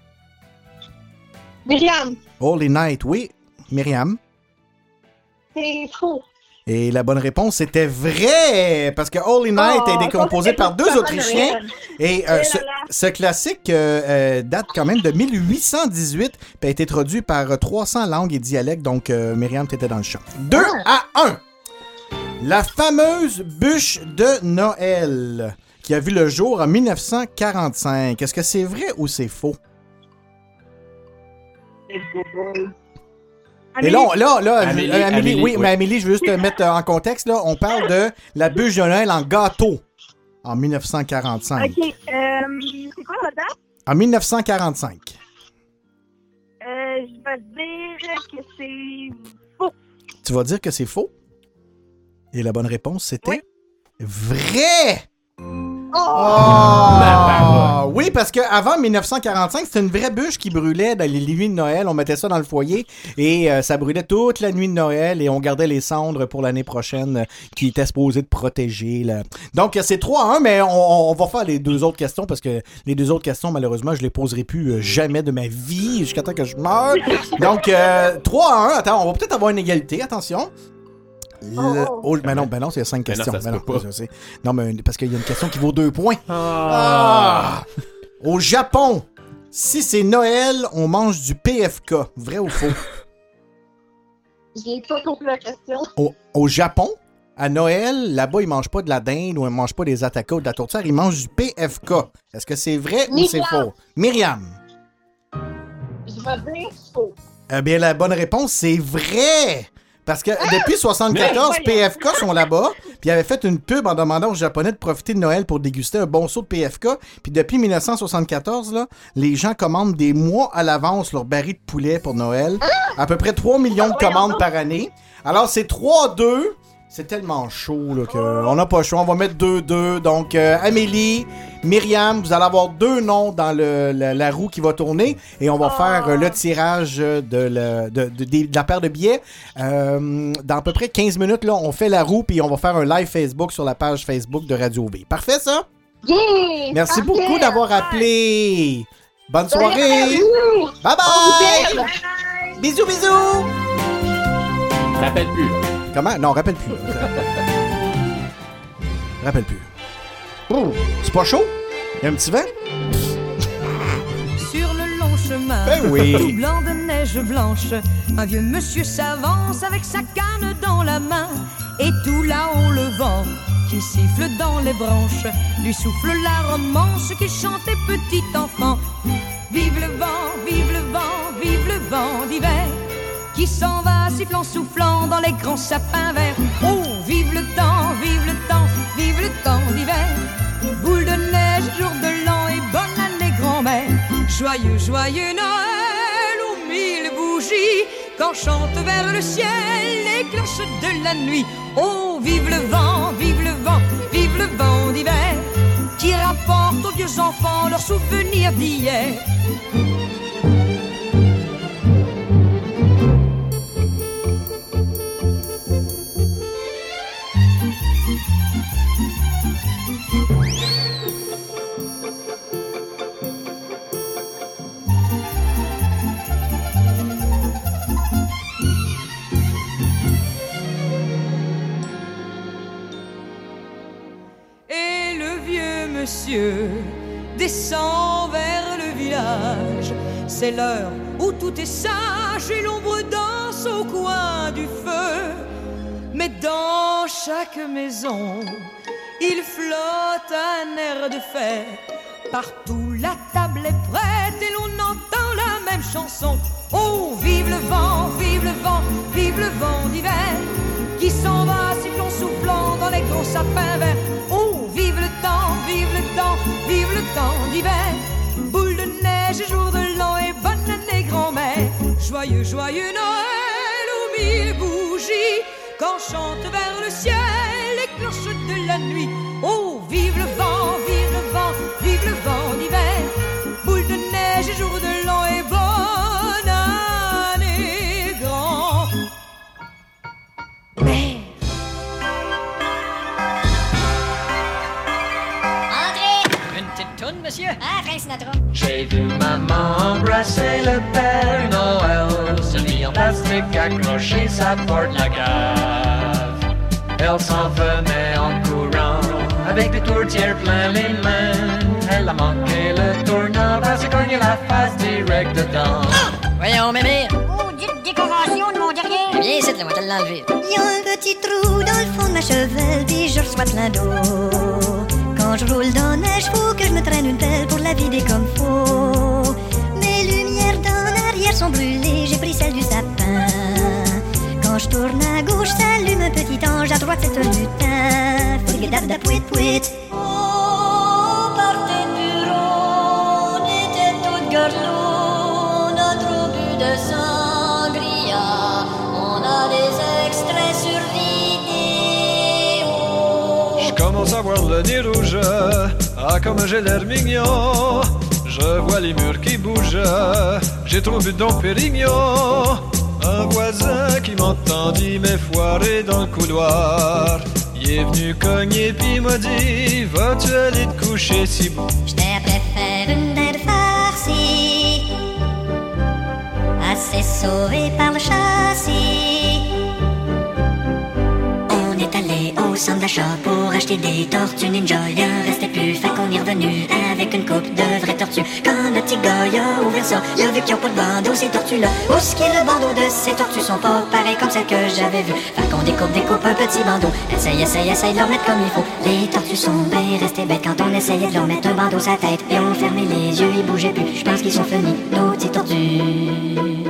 Myriam. Holy Night, oui. Myriam. C'est faux. Et la bonne réponse, c'était vrai! Parce que Holy Night Oh, a été composé ça, par c'est deux pas Autrichiens. Noël. Et euh, Eh ce, là là. ce classique euh, euh, date quand même de mille huit cent dix-huit puis a été traduit par euh, trois cents langues et dialectes. Donc, euh, Myriam, t'étais dans le champ. deux à un! La fameuse bûche de Noël qui a vu le jour en mille neuf cent quarante-cinq. Est-ce que c'est vrai ou c'est faux? Et là, on- là, là, Amélie, euh, Amélie, Amélie, oui, oui. mais Amélie, je veux juste te mettre euh, en contexte, là. On parle de la bûche de Noël en gâteau en mille neuf cent quarante-cinq. Ok. Euh, c'est quoi la date? En mille neuf cent quarante-cinq. Euh, je vais dire que c'est faux. Tu vas dire que c'est faux? Et la bonne réponse, c'était vrai! Oh! Oui, parce qu'avant mille neuf cent quarante-cinq, c'était une vraie bûche qui brûlait dans les nuits de Noël. On mettait ça dans le foyer et euh, ça brûlait toute la nuit de Noël et on gardait les cendres pour l'année prochaine euh, qui était supposée de protéger. Là. Donc, c'est trois à un, mais on, on va faire les deux autres questions parce que les deux autres questions, malheureusement, je les poserai plus euh, jamais de ma vie jusqu'à temps que je meure. Donc, euh, trois à un. Attends, on va peut-être avoir une égalité. Attention. Le... Oh, ben non, ben non, c'est cinq Ben non, questions. ça se Ben peut non, pas. je sais. Non, mais parce qu'il y a une question qui vaut deux points. Ah! Au Japon, si c'est Noël, on mange du P F K. Vrai ou faux? J'ai pas compris la question. Au, au Japon, à Noël, là-bas, ils mangent pas de la dinde ou ils mangent pas des attaquas ou de la tourtière, ils mangent du P F K. Est-ce que c'est vrai ou c'est Myriam. faux? Myriam. Je vais dire faux. Eh bien, la bonne réponse, c'est vrai! Parce que depuis soixante-quatorze, Mais P F K sont là-bas, puis ils avaient fait une pub en demandant aux Japonais de profiter de Noël pour déguster un bon seau de P F K. Puis depuis mille neuf cent soixante-quatorze, là, les gens commandent des mois à l'avance leur baril de poulet pour Noël. À peu près trois millions de commandes par année. Alors, c'est trois deux. C'est tellement chaud là, qu'on n'a pas le choix. On va mettre deux deux. Donc, euh, Amélie, Myriam, vous allez avoir deux noms dans le, la, la roue qui va tourner. Et on va faire euh, le tirage de, le, de, de, de, de la paire de billets. Euh, dans à peu près quinze minutes, là, on fait la roue puis on va faire un live Facebook sur la page Facebook de Radio V. Parfait, ça? Yeah! Merci Parfait. beaucoup d'avoir appelé. Bonne soirée! Bye bye! bye! Bisous, bisous! Rappelle plus. Comment? Non, rappelle plus. rappelle plus. Oh, c'est pas chaud? Il y a un petit vent? Sur le long chemin. Ben oui. Tout blanc de neige blanche, un vieux monsieur s'avance avec sa canne dans la main. Et tout là-haut le vent qui siffle dans les branches lui souffle la romance qu'il chantait petit enfant. Vive le vent, vive le vent, vive le vent d'hiver qui s'en va sifflant, soufflant dans les grands sapins verts. Oh, vive le temps, vive le temps, vive le temps d'hiver. Boule de neige, jour de l'an et bonne année grand-mère. Joyeux, joyeux Noël aux mille bougies quand chantent vers le ciel les cloches de la nuit. Oh, vive le vent, vive le vent, vive le vent d'hiver qui rapporte aux vieux enfants leurs souvenirs d'hier. Monsieur descend vers le village. C'est l'heure où tout est sage et l'ombre danse au coin du feu. Mais dans chaque maison, il flotte un air de fête. Partout la table est prête et l'on entend la même chanson. Oh, vive le vent, vive le vent, vive le vent d'hiver qui s'en va sifflant, soufflant dans les gros sapins verts. Oh, vive le temps, vive le temps, vive le temps d'hiver. Boule de neige et jour de l'an et bonne année grand-mère. Joyeux, joyeux Noël aux mille bougies quand chantent vers le ciel les cloches de la nuit. Oh, vive le vent, vive le vent, vive le vent d'hiver. Boule de neige et jour de l'an et bonne année grand-mère. Monsieur? Ah, Frank Sinatra. J'ai vu maman embrasser le Père Noël, celui en plastique accroché sa porte la cave. Elle s'en venait en courant, avec des tourtières plein les mains. Elle a manqué le tournant, parce qu'elle cogne la face direct dedans. Ah! Voyons, mémé. Oh, dites décoration de mon derrière. Viens ici, moi, te l'enlever. Il y a un petit trou dans le fond de ma chevelle, puis je reçois plein d'eau. Quand je roule dans la neige, faut que je me traîne une pelle pour la vider comme faut. Mes lumières d'en arrière sont brûlées, j'ai pris celle du sapin. Quand je tourne à gauche, s'allume un petit ange, à droite c'est un lutin. Fouille-dap-dap, pouit-pouit. Oh, partez de bureau, on était toutes garlots, on a trop bu de sangria, on a des extraits sur vidéo. Je commence à voir le nez rouge, ah comme j'ai l'air mignon. Je vois les murs qui bougent, j'ai trop bu de Dom Pérignon. Un voisin qui m'entendit m'effoirer dans le couloir. Il est venu cogner puis m'a dit, vas-tu aller te coucher si beau? J'étais après faire une dinde farcie, assez sauvé par le châssis. On est allé au centre d'achat pour acheter des tortues ninja. Il en restait plus, fait qu'on est revenu avec une coupe de vraies tortues. Quand le petit gars a ouvert ça, il a vu qu'il n'y a pas de bandeau ces tortues-là. Où est-ce qu'il y a le bandeau de ces tortues sont pas pareils comme celles que j'avais vues. Fait qu'on découpe, découpe un petit bandeau. Essaye, essaye, essaye de leur mettre comme il faut. Les tortues sont bien restées bêtes quand on essayait de leur mettre un bandeau sur la tête. Et on fermait les yeux, ils bougeaient plus. Je pense qu'ils sont finis, nos petites tortues.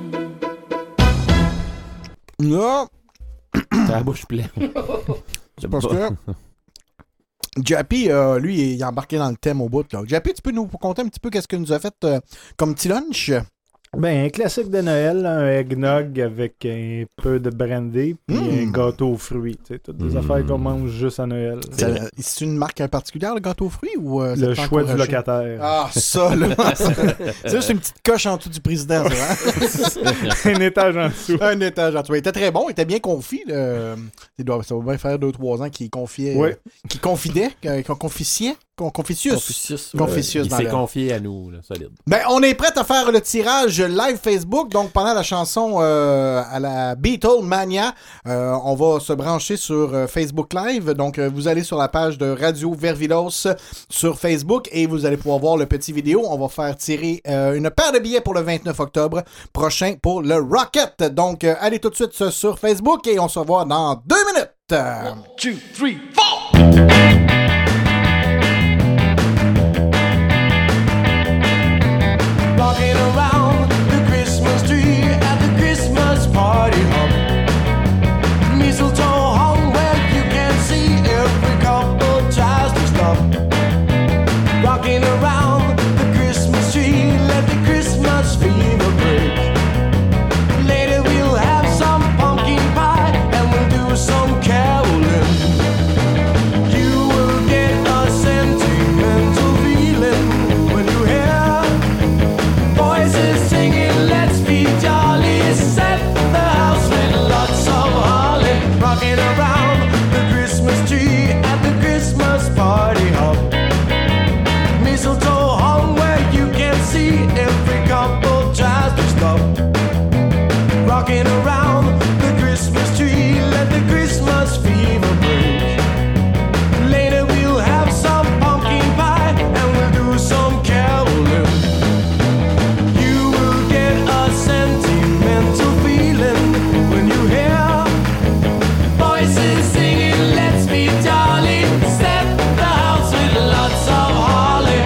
Non! T'as la bouche pleine. C'est parce que Jappy, euh, lui, il est embarqué dans le thème au bout. Là. Jappy, tu peux nous conter un petit peu qu'est-ce que nous a fait euh, comme petit lunch? Ben, un classique de Noël, un eggnog avec un peu de brandy puis Mm. un gâteau aux fruits. Tu sais, toutes des Mm. affaires qu'on mange juste à Noël. Ça- C'est une marque particulière, le gâteau aux fruits? Ou, euh, Le ça te choix du encouragé? locataire. Ah, ça, là! C'est juste une petite coche en dessous du président, ça, hein? Un étage en dessous. Un étage en dessous. Il était très bon, il était bien confit. Là. Il doit, ça va bien faire deux trois ans qu'il confiait. Ouais. euh, qu'il confidait, qu'il conficiait. Confucius. Confucius. Ouais. Confucius Il dans s'est le- confié à nous, là, solide. Ben, on est prêt à faire le tirage live Facebook. Donc, pendant la chanson euh, à la Beatlemania, euh, on va se brancher sur euh, Facebook Live. Donc, euh, vous allez sur la page de Radio Vervilos sur Facebook et vous allez pouvoir voir le petit vidéo. On va faire tirer euh, une paire de billets pour le vingt-neuf octobre prochain pour le Rocket. Donc, euh, allez tout de suite sur Facebook et on se revoit dans deux minutes. One, two, three, four! Walking around the Christmas tree at the Christmas party hop. Mistletoe hung where you can see every couple tries to stop. Rocking around the Christmas tree, let the Christmas fever break. Later we'll have some pumpkin pie and we'll do some caroling. You will get a sentimental feeling when you hear voices singing, let's be jolly, set the house with lots of holly. Rocking around the Christmas tree at the Christmas party hop. Mistletoe hung where you can see every couple tries to stop. Rocking around the Christmas tree, let the Christmas fever break. Later we'll have some pumpkin pie and we'll do some caroling. You will get a sentimental feeling when you hear voices singing, let's be jolly, set the house with lots of holly.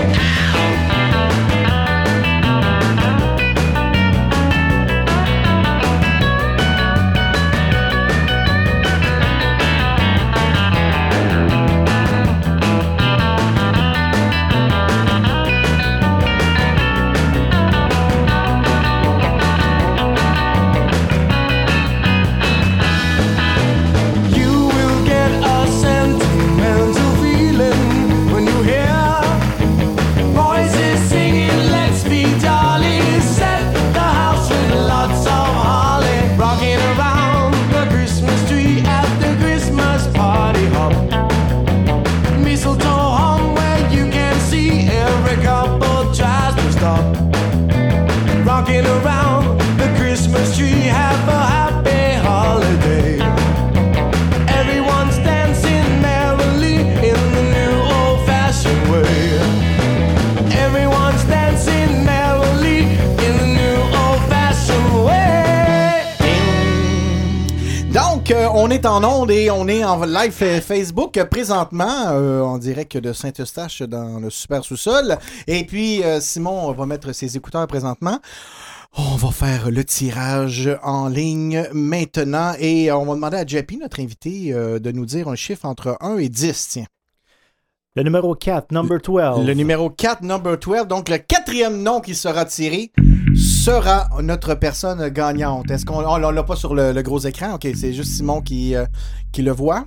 You will get a sentimental feeling when you hear voices singing, let's be jolly, set the house with lots of holly. Rocking around the Christmas tree at the Christmas party hop. Mistletoe hung where you can see every couple tries to stop. Rocking around the Christmas tree, have a happy holiday. Everyone's dancing merrily in the new old-fashioned way. Everyone's dancing merrily in the new old-fashioned way. Donc, euh, on est en onde et on est en live euh, Facebook euh, présentement, euh, en direct de Saint-Eustache dans le super sous-sol. Et puis, euh, Simon va mettre ses écouteurs présentement. On va faire le tirage en ligne maintenant et on va demander à Jeppy, notre invité, euh, de nous dire un chiffre entre un et dix, tiens. Le numéro quatre, number douze. Le numéro quatre, number douze. Donc, le quatrième nom qui sera tiré sera notre personne gagnante. Est-ce qu'on on l'a pas sur le, le gros écran? OK, c'est juste Simon qui, euh, qui le voit.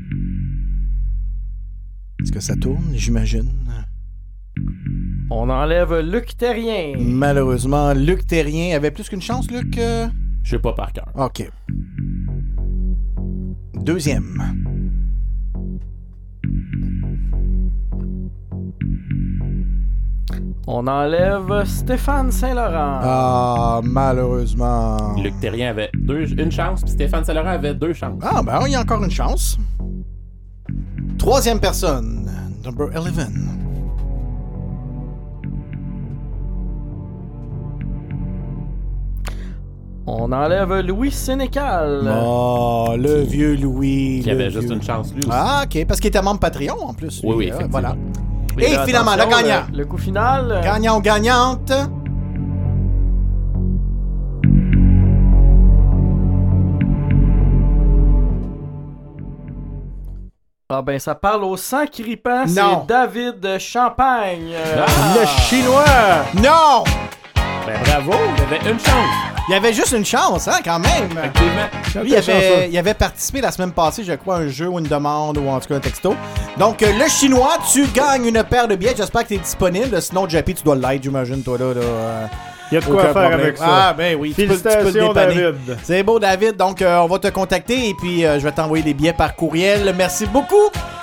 Est-ce que ça tourne? J'imagine. On enlève Luc Terrien. Malheureusement, Luc Terrien avait plus qu'une chance, Luc? Euh... Je sais pas par cœur. OK. Deuxième. On enlève Stéphane Saint-Laurent. Ah, malheureusement. Luc Terrien avait deux, une chance, puis Stéphane Saint-Laurent avait deux chances. Ah, ben, il y a encore une chance. Troisième personne, number eleven. On enlève Louis Sénécal. Oh, le vieux Louis. Qui le avait vieux... juste une chance, lui aussi. Ah, OK, parce qu'il était membre Patreon, en plus. Lui. Oui, oui, Euh, effectivement. Voilà. Et Et là, finalement, le attention, gagnant. Le, le coup final. euh, Gagnant ou gagnante. Ah ben ça parle au sang qui ripant, c'est Non. David Champagne. Euh, Ah! Le chinois. Non! Ben bravo, il avait une chance. Il y avait juste une chance, hein, quand même. Effectivement. Lui, il avait, il avait participé la semaine passée, je crois, à un jeu ou une demande ou en tout cas un texto. Donc, euh, le chinois, tu gagnes une paire de billets. J'espère que tu es disponible. Sinon, Jappy, tu dois l'être, j'imagine, toi, là. là euh, Il y a de quoi aucun faire problème. avec ça. Ah, ben oui. tu peux- tu peux le Félicitations, dépanner. David. C'est beau, David. Donc, euh, on va te contacter et puis euh, je vais t'envoyer les billets par courriel. Merci beaucoup.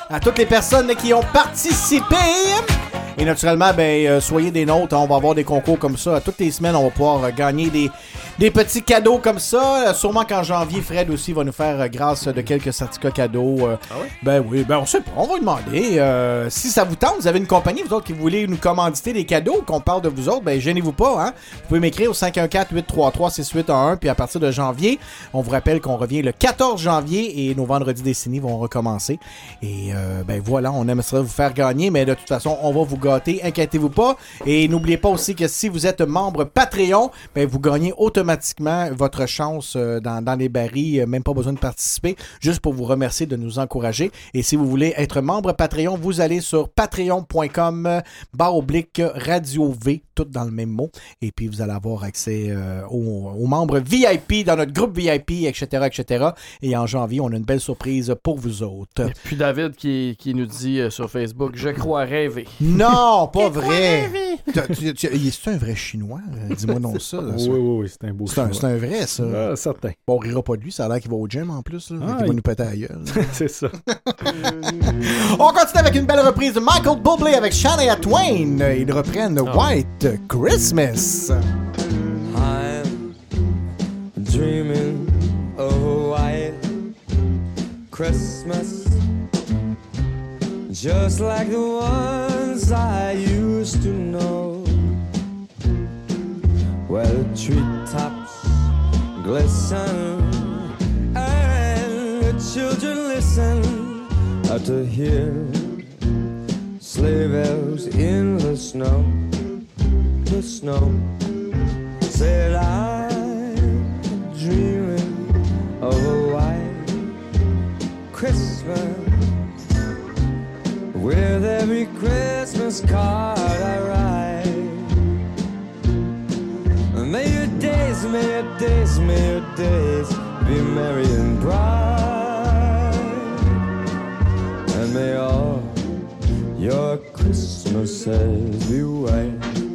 à toutes les personnes qui ont participé. Et naturellement, ben, euh, soyez des nôtres. Hein, on va avoir des concours comme ça. Toutes les semaines, on va pouvoir euh, gagner des, des petits cadeaux comme ça. Euh, sûrement qu'en janvier, Fred aussi va nous faire euh, grâce de quelques certificats cadeaux. Euh, ah oui? Ben oui, ben on sait pas. On va lui demander. Euh, si ça vous tente, vous avez une compagnie, vous autres, qui voulez nous commanditer des cadeaux, qu'on parle de vous autres, ben gênez-vous pas. Hein? Vous pouvez m'écrire au cinq un quatre, huit trois trois, six huit un un. Puis à partir de janvier, on vous rappelle qu'on revient le quatorze janvier et nos vendredis dessinés vont recommencer. Et euh, ben voilà, on aimerait vous faire gagner, mais de toute façon, on va vous gâter. Inquiétez-vous pas. Et n'oubliez pas aussi que si vous êtes membre Patreon, ben vous gagnez automatiquement votre chance euh, dans, dans les barils. Même pas besoin de participer, juste pour vous remercier de nous encourager. Et si vous voulez être membre Patreon, vous allez sur patreon point com barre oblique radio V, tout dans le même mot. Et puis vous allez avoir accès euh, aux, aux membres V I P dans notre groupe V I P, et cetera, et cetera. Et en janvier, on a une belle surprise pour vous autres. Et puis David qui, qui nous dit euh, sur Facebook, je crois rêver. Non, pas vrai. C'est un vrai chinois? Dis-moi non ça. Là, oui, oui, oui, c'est un beau c'est un, c'est un vrai, ça. Ah, certain. Bon, on rira pas de lui, ça a l'air qu'il va au gym en plus. Là, ah, il va il... nous péter la gueule. C'est ça. On continue avec une belle reprise de Michael Bublé avec Shania Twain. Ils reprennent oh. White Christmas. I'm dreaming of a white Christmas, just like the ones I used to know, where the treetops glisten and the children listen to hear sleigh bells in the snow, the snow. Said I'm dreaming of a white Christmas, with every Christmas card I write. May your days, may your days, may your days be merry and bright, and may all your Christmases be white.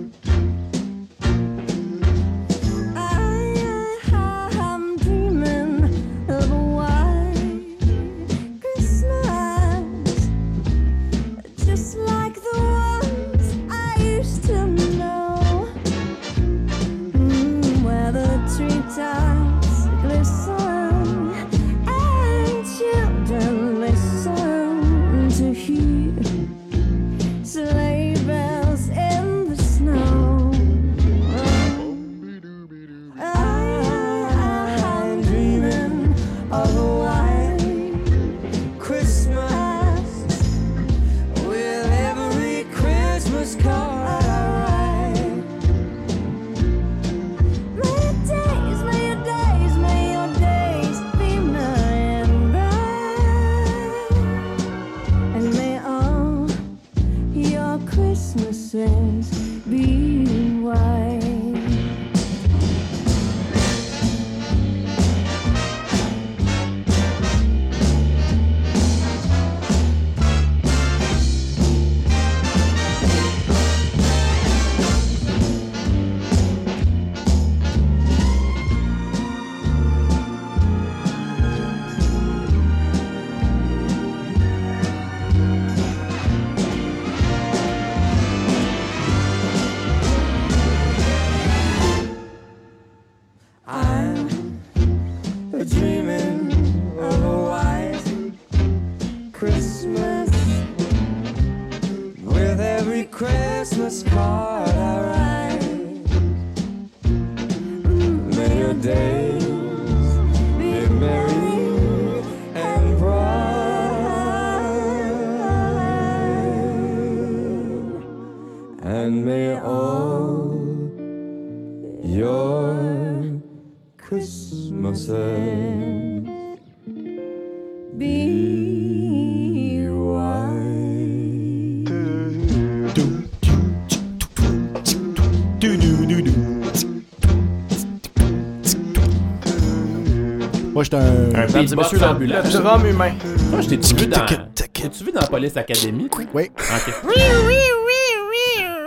Moi, j'étais un... Un beatbox fabuleux. Le drum humain. Moi, je t'ai-tu vu dans... T'es-tu vu dans la Police Academy? Oui. OK. Oui, oui, oui, oui,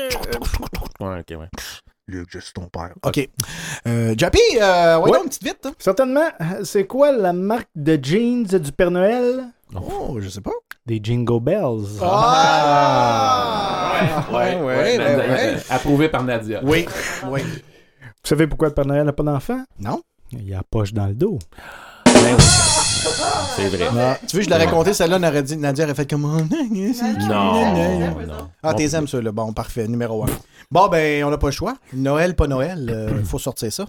oui. Ouais, OK, ouais. Luc, je suis ton père. OK. Euh, Jappy, euh, ouais, ouais. donc, une petite vite. Hein? Certainement. C'est quoi la marque de jeans du Père Noël? Oh, je sais pas. des Jingle Bells. Ah! Ouais, ouais, ouais, ouais, ouais. ouais. Approuvé par Nadia. Oui, oui. Vous savez pourquoi le Père Noël n'a pas d'enfant? Non. Il a la poche dans le dos. Ben oui. C'est vrai. Ah, tu veux, je l'aurais compté, celle-là, on aurait dit, Nadia aurait fait comme... Non, non. Ah, t'es aimes, ceux-là. Bon, parfait, numéro un. Bon, ben, on n'a pas le choix. Noël, pas Noël, il euh, faut sortir ça.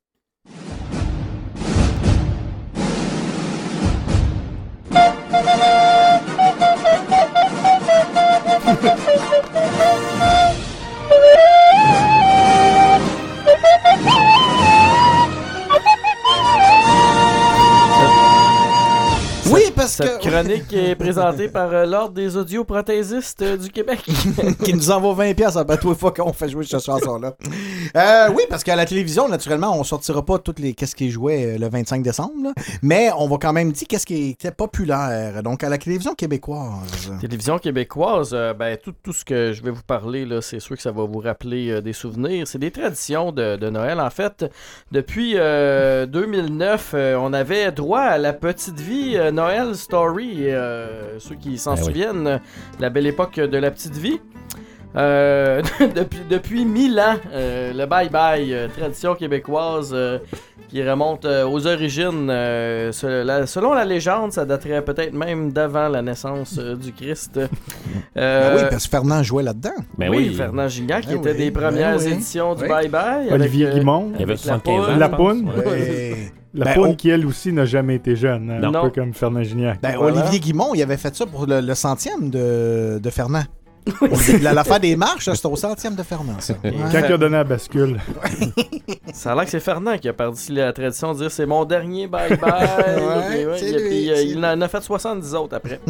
Oui, parce Cette que... chronique est présentée par euh, l'Ordre des audioprothésistes euh, du Québec. qui nous envoie vingt piastres à tous les fois qu'on fait jouer cette chanson-là. Euh, oui, parce qu'à la télévision, naturellement, on sortira pas toutes les qu'est-ce qui jouait le vingt-cinq décembre, là, mais on va quand même dire qu'est-ce qui était populaire. Donc, à la télévision québécoise. Télévision québécoise, euh, ben, tout, tout ce que je vais vous parler, là, c'est sûr que ça va vous rappeler euh, des souvenirs. C'est des traditions de, de Noël. En fait, depuis euh, deux mille neuf, euh, on avait droit à la petite vie euh, Noël Story. Euh, ceux qui s'en Ben oui. souviennent, euh, la belle époque de la petite vie. Euh, depuis, depuis mille ans, euh, le bye-bye, euh, tradition québécoise euh, qui remonte euh, aux origines. Euh, se- la- selon la légende, ça daterait peut-être même d'avant la naissance euh, du Christ. Euh, Ben oui, parce que Fernand jouait là-dedans. Ben oui, oui. Fernand Gignac, qui Ben était oui, des premières ben oui. éditions du Oui. bye-bye. Olivier avec, euh, Guimond. Il avait avec la soixante-quinze poule. ans. La je pense. poune. Ouais. La Ben, poune on- qui, elle aussi, n'a jamais été jeune. Hein, Non. un peu comme Fernand Gignac. Ben, Voilà. Olivier Guimond, il avait fait ça pour le, le centième de, de Fernand. La- L'affaire des marches, ça, c'était au centième de Fernand. Ça. Ouais. Quand il a donné la bascule. Ça a l'air que c'est Fernand qui a parti la tradition de dire c'est mon dernier bye-bye. Ouais, Et ouais, c'est il, a- lui, puis, euh, c'est il en a fait soixante-dix autres après.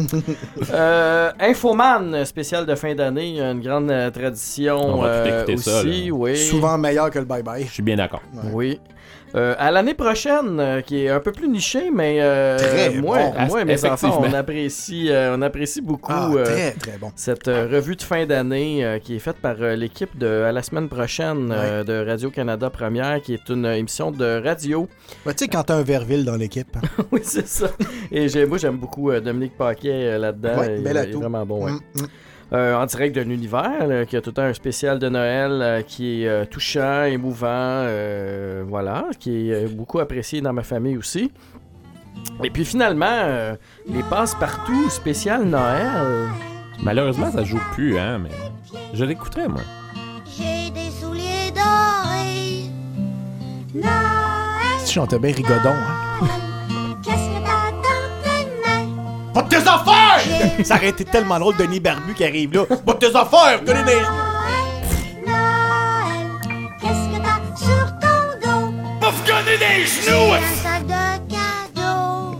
euh, Infoman, spécial de fin d'année, une grande euh, tradition On va tout euh, écouter ça, aussi. là. Oui. Souvent meilleur que le bye-bye. Je suis bien d'accord. Oui. Euh, à l'année prochaine, euh, qui est un peu plus niché, mais euh, Très moi, bon. moi et mes enfants, Effectivement. on apprécie, euh, on apprécie beaucoup Ah, euh, très, très bon. cette euh, revue de fin d'année euh, qui est faite par euh, l'équipe de À la semaine prochaine euh, de Radio-Canada Première, qui est une émission de radio. Ben, tu sais, quand t'as un Verville dans l'équipe. hein. Oui, c'est ça. Et j'ai- moi, j'aime beaucoup euh, Dominique Paquet euh, là-dedans. Ouais, il, bel il est atout. vraiment bon. Ouais. Mm, mm. Euh, en direct de l'univers, là, qui a tout le temps un spécial de Noël euh, qui est euh, touchant, émouvant, euh, voilà, qui est euh, beaucoup apprécié dans ma famille aussi. Et puis finalement, euh, les passe-partout spécial Noël. Malheureusement, ça joue plus, hein, mais je l'écouterais, moi. J'ai des souliers dorés. Noël, Tu chantais bien Rigodon, hein? qu'est-ce que t'as dans tes mains? Pas de tes affaires! Ça aurait été tellement drôle, Denis Barbu qui arrive là. Pas de tes affaires! Connais des... Noël, Noël, qu'est-ce que t'as sur ton dos? Pouf, connais des genoux! Un sac de cadeaux.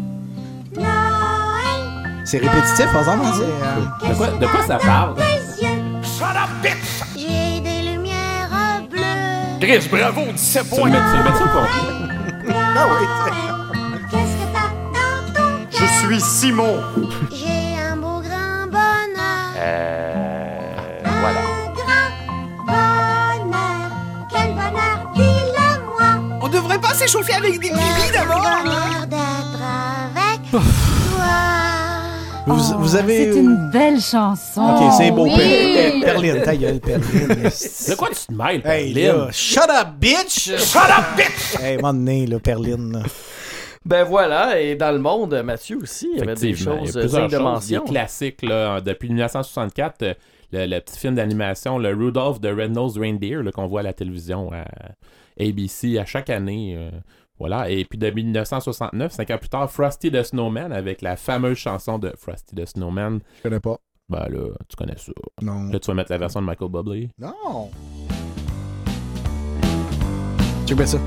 Noël, C'est répétitif, par exemple. hein, c'est, euh, De quoi, de quoi ça parle? tes yeux. Shut up, bitch! J'ai des lumières bleues. Chris, bravo, dix-sept Tu le points! mets, tu le mets sur le compte. Ah oui, Noël, qu'est-ce que t'as dans ton cœur? Je suis Simon! J'ai un beau grand bonheur. Euh. Un Voilà. grand bonheur. Quel bonheur, dis-le-moi. On devrait pas s'échauffer avec des bibis Le d'abord? bonheur d'être avec toi. Vous, vous avez... C'est une belle chanson. Ok, c'est beau. Oui. Per- Perline, ta gueule, Perline. De quoi tu te mêles, Hey, Perline? là, shut up, bitch! Shut up, bitch! Hey, mon nez, là, Perline. Ben voilà, et dans le monde, Mathieu aussi, il y avait des Effectivement, il y choses a euh, plusieurs dignes de choses. Des mention. classiques, là, depuis dix-neuf cent soixante-quatre, euh, le, le petit film d'animation, le Rudolph the Red-Nosed Reindeer, là, qu'on voit à la télévision à A B C à chaque année. euh, voilà. Et puis de dix-neuf cent soixante-neuf, cinq ans plus tard, Frosty the Snowman, avec la fameuse chanson de Frosty the Snowman. Je connais pas. Ben là, tu connais ça. Non. Là, tu vas mettre la version de Michael Bublé. Non. Check bien ça.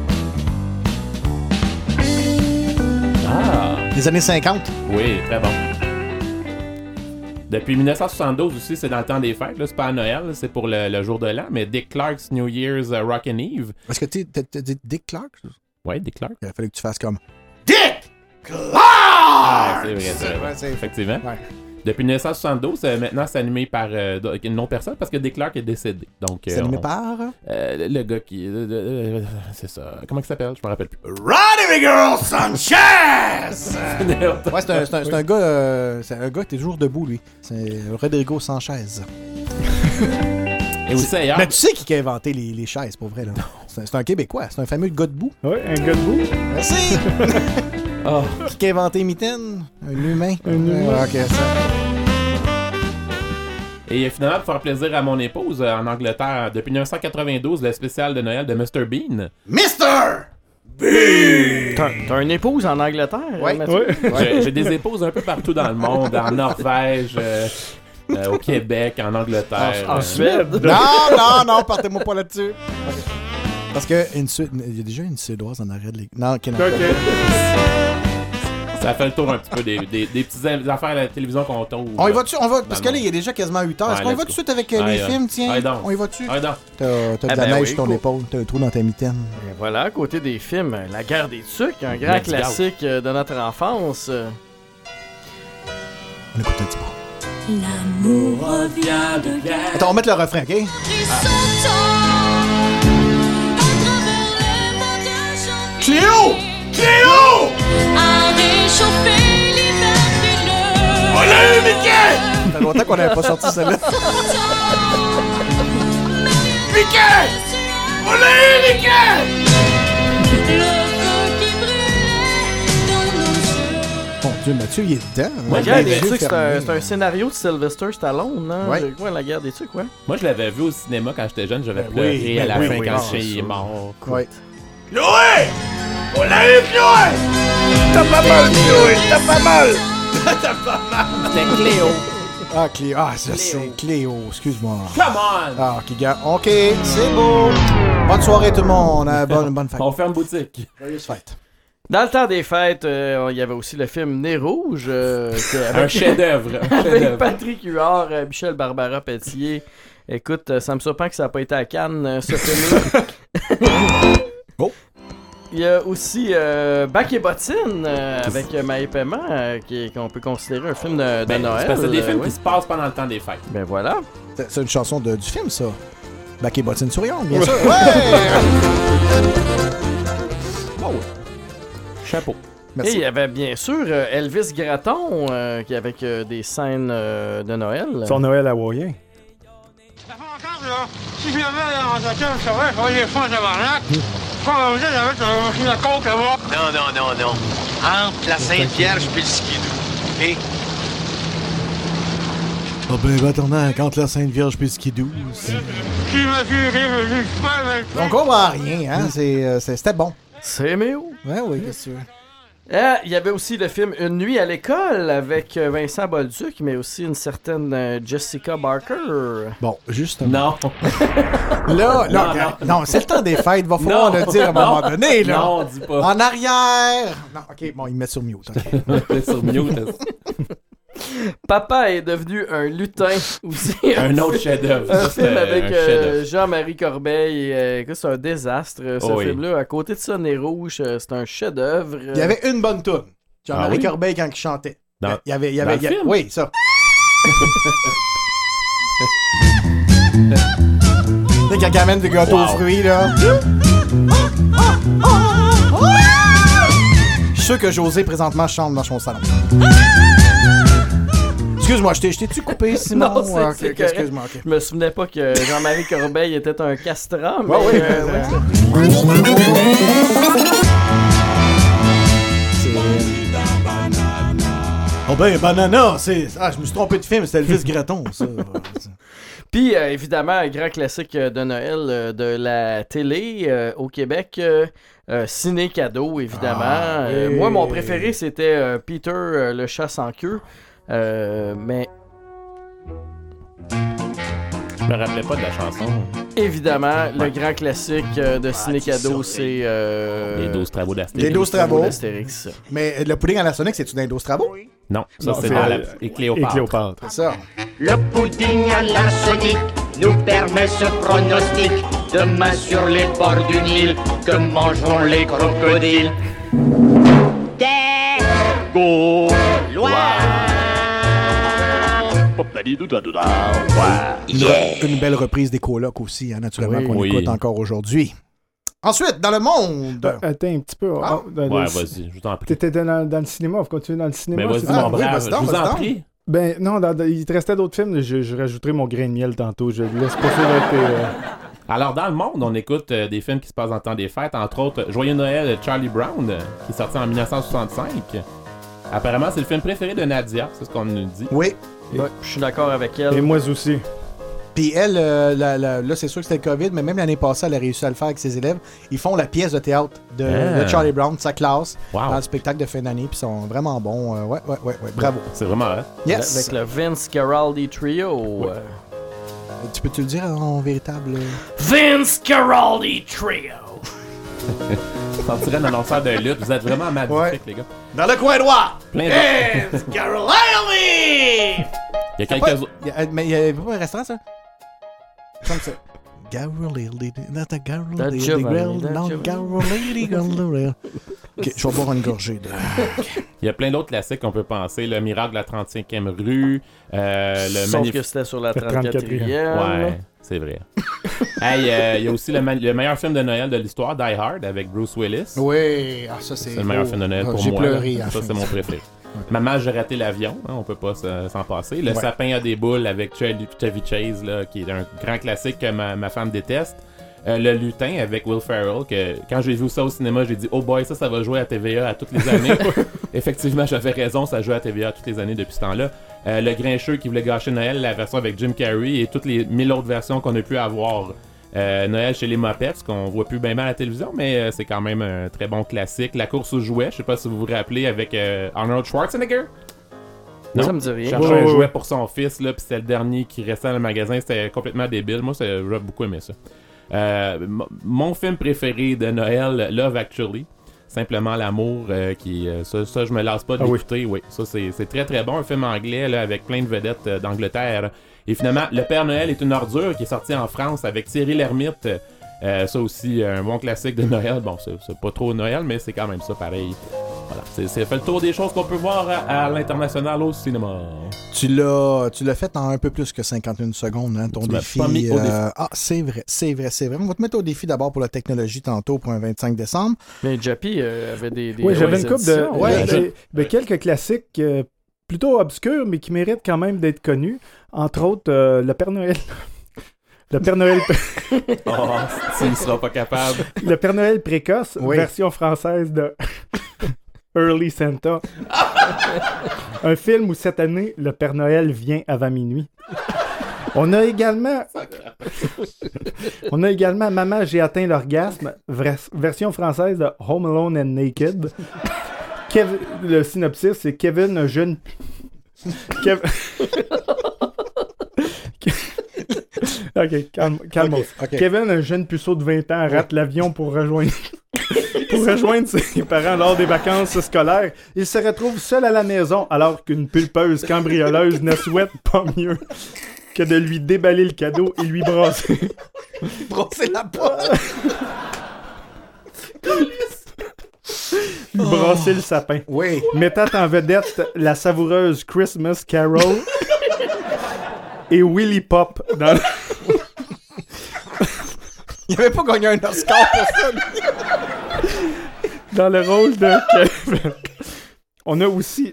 Ah! Les années cinquante. Oui, très bon. Depuis dix-neuf cent soixante-douze aussi, c'est dans le temps des fêtes. Là, c'est pas à Noël, c'est pour le, le jour de l'an. Mais Dick Clark's New Year's uh, Rockin' Eve. Est-ce que tu t'as dit Dick Clark? Ouais, Dick Clark. Il a fallu que tu fasses comme... Dick Clark! Ah, c'est vrai, c'est vrai. Ouais, c'est- Effectivement. Ouais. Depuis dix-neuf cent soixante-douze, euh, maintenant c'est animé par euh, une non-personne parce que Dick Clark est décédé. Donc, euh, c'est animé on... par? Euh, le gars qui... Euh, euh, c'est ça. Comment il s'appelle? Je me rappelle plus. Roddy Girl Sanchez! Ouais, c'est un, c'est un, c'est un gars... Euh, c'est un gars qui est toujours debout, lui. C'est Rodrigo Sanchez. Et aussi ailleurs. Mais tu sais qui a inventé les, les chaises, pour vrai, là? C'est un, c'est un Québécois. C'est un fameux gars debout. Oui, un gars debout. Merci! Oh. Qui a inventé Mitaine? Un humain. Un humain. Ouais, ok, ça. Et finalement, pour faire plaisir à mon épouse euh, en Angleterre, depuis dix-neuf cent quatre-vingt-douze, le spécial de Noël de mister Bean. mister Bean! T'as, t'as une épouse en Angleterre? Ouais. Mathieu? Ouais. J'ai, j'ai des épouses un peu partout dans le monde, en Norvège, euh, euh, au Québec, en Angleterre. En, en euh, Suède? Non, non, non, partez-moi pas là-dessus. Parce que une Sué- il y a déjà une Suédoise en arrêt de l'équipe. Non, ok, non. Ok. Ça fait le tour un petit peu des, des, des petites affaires à la télévision qu'on tombe. On y va dessus, on va, parce que là, il est déjà quasiment huit heures. Est-ce Ouais, qu'on y let's va go. tout de suite avec euh, Ouais, les ouais. films, tiens? Ouais, donc. On y va dessus? Ouais, donc. T'as, t'as de Ah la ben neige oui, sur ton cool. épaule, t'as un trou dans ta mitaine. Et voilà, à côté des films, La guerre des tucs, un grand Let's go. classique euh, de notre enfance. euh. On écoute un petit peu. L'amour revient de guerre. Attends, on va mettre le refrain, ok? Cléo! Cléo! A réchauffé l'hiver frileux. On l'a eu, Mickey! Ça fait longtemps qu'on n'avait pas sorti celle-là. Mickey! On l'a eu, Mickey! Le feu qui brûlait dans nos yeux. Bon Dieu, Mathieu, il est dedans. La Ouais, guerre les des yeux tucs, c'est un, fermés. c'est un scénario de Sylvester Stallone, hein? Ouais. De quoi, La guerre des tucs, ouais? Moi, je l'avais vu au cinéma quand j'étais jeune, j'avais Ben pleuré oui, à ben la oui, fin oui, quand oui, le chien c'est est mort. Ouais. Chloé! On l'a eu, Chloé! T'as pas mal, Chloé! T'as pas mal! T'as pas mal! C'était Cléo. Ah, Cléo. Ah, ça, c'est Cléo. Excuse-moi. Come on! Ah, ok, gars. Ok, c'est beau. Bonne soirée, tout le monde. Euh, Bonne, bonne fête. On ferme boutique. Joyeuse fête. Dans le temps des fêtes, euh, il y avait aussi le film Nez Rouge. euh, qui- avec- Un chef-d'œuvre. un Avec chef-d'œuvre. Patrick Huard, euh, Michel Barbara Pelletier. Écoute, euh, ça me surprend que ça n'a pas été à Cannes, euh, ce film-là. Oh. Il y a aussi euh, Bac et Bottine euh, avec euh, Maë Paiement, euh, qui est- qu'on peut considérer un film de, de Ben, Noël. c'est parce que c'est des euh, films ouais. qui se passent pendant le temps des fêtes. Ben voilà. C'est c'est une chanson de, du film, ça. Bac et bottine souriante, bien sûr. Ouais! Oh, Chapeau. Et il y avait bien sûr euh, Elvis Gratton, euh, qui avec euh, des scènes euh, de Noël. Son Noël hawaïen. Si je l'avais dans la tête, ça va, j'aurais des fonds de tabarnak. Pas besoin d'avoir une machine à coke là-bas. Non, non, non, non. Entre la Sainte-Vierge puis le skidoo. Et Ah ben, va tourner entre la Sainte Vierge puis le skidoo. Si je me suis réveillé, je pas avec On comprend rien, hein? C'est, euh, c'est- c'était bon. C'est mieux. Ouais, oui, qu'est-ce que tu veux? Ah, il y avait aussi le film Une nuit à l'école avec euh, Vincent Bolduc, mais aussi une certaine euh, Jessica Barker. Bon, justement. Non. Là, là, Non, regarde, non. non, c'est le temps des fêtes, va falloir Non. le dire à un moment Non. donné, là. Non, dis pas. En arrière! Non, ok, bon, il me met sur mute, ok. C'est sur mute. Papa est devenu un lutin aussi. Un autre chef-d'œuvre. Un Ça, film c'était avec un euh, chef-d'œuvre. Jean-Marie Corbeil. Et, euh, écoute, c'est un désastre, euh, ce Oh oui. film-là. À côté de ça, Nez Rouge, euh, c'est un chef-d'œuvre. Il y avait une bonne toune. Jean-Marie Ah oui? Corbeil quand il chantait. Dans- il y avait, il y dans avait, le il y a- film? Oui, ça. Tu sais, quand il amène du gâteau Wow. aux fruits, là. Je suis sûr que José, présentement, chante dans son salon. Excuse-moi, je t'ai- je t'ai-tu coupé, Simon? Non, c'est- Ah, ok, c'est ok, correct. excuse-moi, ok. Je me souvenais pas que Jean-Marie Corbeil était un castrat, mais... Ouais, oui, euh, mais- ouais. Oh ben, Banana, c'est... Ah, je me suis trompé de film, c'était Elvis Gratton, ça. Puis, euh, évidemment, un grand classique euh, de Noël euh, de la télé euh, au Québec, euh, euh, Ciné Cadeau, évidemment. Ah, Euh, oui. moi, mon préféré, c'était euh, Peter euh, le chat sans queue. Euh, mais Je me rappelais pas de la chanson. évidemment, le grand classique euh, de Ciné Cadeau, c'est... euh, Les douze travaux d'Astérix. Les douze travaux. d'Astérix. Mais le pudding à la Sonic, c'est-tu dans les douze travaux? Non, ça Non, c'est c'est, dans euh, la... Et Cléopâtre. Et Cléopâtre. C'est ça. le pudding à la Sonic nous permet ce pronostic. Demain sur les bords du Nil, que mangeront les crocodiles? Des Gaulois. Une, une belle reprise des colocs aussi, hein, naturellement, Oui. qu'on Oui. écoute encore aujourd'hui. Ensuite, dans le monde. Euh, Attends un petit peu. Ah. Oh, dans Ouais, le- vas-y, je t'en prie. T'étais dans, dans le cinéma, on va continuer dans le cinéma. Mais vas-y, c'est mon ça? Ah, oui, brave, vas-y donc, je vous vas-y en donc. prie. Ben non, dans- dans- il te restait d'autres films, je, je rajouterai mon grain de miel tantôt. Je laisse pas ça avec, euh, Alors, dans le monde, on écoute euh, des films qui se passent dans le temps des fêtes, entre autres Joyeux Noël de Charlie Brown, euh, qui est sorti en dix-neuf cent soixante-cinq. Apparemment, c'est le film préféré de Nadia, c'est ce qu'on nous dit. Oui. Ouais, je suis d'accord avec elle. Et moi aussi. Puis elle, euh, la- la- là, c'est sûr que c'était le COVID, mais même l'année passée, elle a réussi à le faire avec ses élèves. Ils font la pièce de théâtre de, Ah. de Charlie Brown, sa classe, Wow. dans le spectacle de fin d'année, puis ils sont vraiment bons. Euh, ouais, ouais, ouais, ouais, bravo. C'est vraiment hot. Yes! Avec le Vince Guaraldi Trio. euh, Tu peux-tu le dire en véritable... euh, Vince Guaraldi Trio! On dirait un annonceur de lutte, vous êtes vraiment magnifiques, Ouais. les gars. Dans le coin droit! Plein de... Vince Guaraldi! Il y a Pas- quelques autres. y a- Mais il y avait pas un restaurant, ça? Comme ça. Guaraldi, not a Guaraldi, That's Giovanni, Guaraldi, that's non, Giovanni. Guaraldi, Guaraldi. Ok, je vais boire une gorgée de... Il y a plein d'autres classiques qu'on peut penser. Le Miracle de la trente-cinquième rue. Euh, le Sauf magnif- que c'était sur la Le trente-quatrième. Ouais, c'est vrai. Hey, euh, il y a aussi le, ma- le meilleur film de Noël de l'histoire, Die Hard, avec Bruce Willis. Oui, ah, ça c'est... C'est le meilleur beau. film de Noël Ah, pour j'ai moi. pleuré à là. la Ça, fin. c'est mon préféré. Maman, j'ai raté l'avion, hein, on peut pas se- s'en passer. Le Ouais. sapin a des boules avec Chevy Chevy Chase, là, qui est un grand classique que ma, ma femme déteste. Euh, le lutin avec Will Ferrell, que quand j'ai vu ça au cinéma, j'ai dit « Oh boy, ça, ça va jouer à T V A à toutes les années. » Effectivement, j'avais raison, ça joue à T V A toutes les années depuis ce temps-là. Euh, le Grincheux qui voulait gâcher Noël, la version avec Jim Carrey et toutes les mille autres versions qu'on a pu avoir. Euh, Noël chez les Muppets, qu'on voit plus bien mal à la télévision, mais euh, c'est quand même un très bon classique. La course aux jouets, je sais pas si vous vous rappelez, avec euh, Arnold Schwarzenegger. Non, ça me dit rien. Cherchait Ouais, un ouais, jouet ouais. pour son fils, là, puis c'était le dernier qui restait dans le magasin. C'était complètement débile. Moi, c'est- j'aurais beaucoup aimé ça. Euh, m- mon film préféré de Noël, Love Actually. Simplement l'amour, euh, qui euh, ça, ça, je me lasse pas de Ah oui. l'écouter. Oui. Ça, c'est c'est très très bon. Un film anglais là, avec plein de vedettes euh, d'Angleterre. Et finalement, Le Père Noël est une ordure, qui est sorti en France avec Thierry Lhermitte. Euh, ça aussi, un bon classique de Noël. Bon, c'est c'est pas trop Noël, mais c'est quand même ça pareil. Voilà, c'est c'est fait le tour des choses qu'on peut voir à, à l'international au cinéma. Tu l'as, tu l'as fait en un peu plus que cinquante et une secondes, hein, ton Tu m'as défi. pas mis au défi. euh, Ah, c'est vrai, c'est vrai, c'est vrai. On va te mettre au défi d'abord pour la technologie tantôt pour un vingt-cinq décembre. Mais Jappy euh, avait des, des Oui, j'avais bonnes une couple de, éditions. Ouais, de- je- de- de quelques classiques euh, plutôt obscurs, mais qui méritent quand même d'être connus. Entre autres, euh, le Père Noël. Le Père Noël, Oh, tu ne seras pas capable. le Père Noël précoce, Oui. version française de Early Santa. Un film où cette année, le Père Noël vient avant minuit. On a également, on a également Maman, j'ai atteint l'orgasme, vra- version française de Home Alone and Naked. Kev- le synopsis, c'est Kevin, un jeune. Kev- ok, calme, calme. Ok, ok. Kevin, un jeune puceau de vingt ans, rate l'avion pour rejoindre. Pour rejoindre ses parents lors des vacances scolaires. Il se retrouve seul à la maison alors qu'une pulpeuse cambrioleuse ne souhaite pas mieux que de lui déballer le cadeau et lui brasser. Brosser la porte! lui brasser le sapin. Oui. Mettant en vedette la savoureuse Christmas Carol et Willy Pop dans le... Il avait pas gagné un Oscar pour ça. lui. dans le rôle de Kevin. On a aussi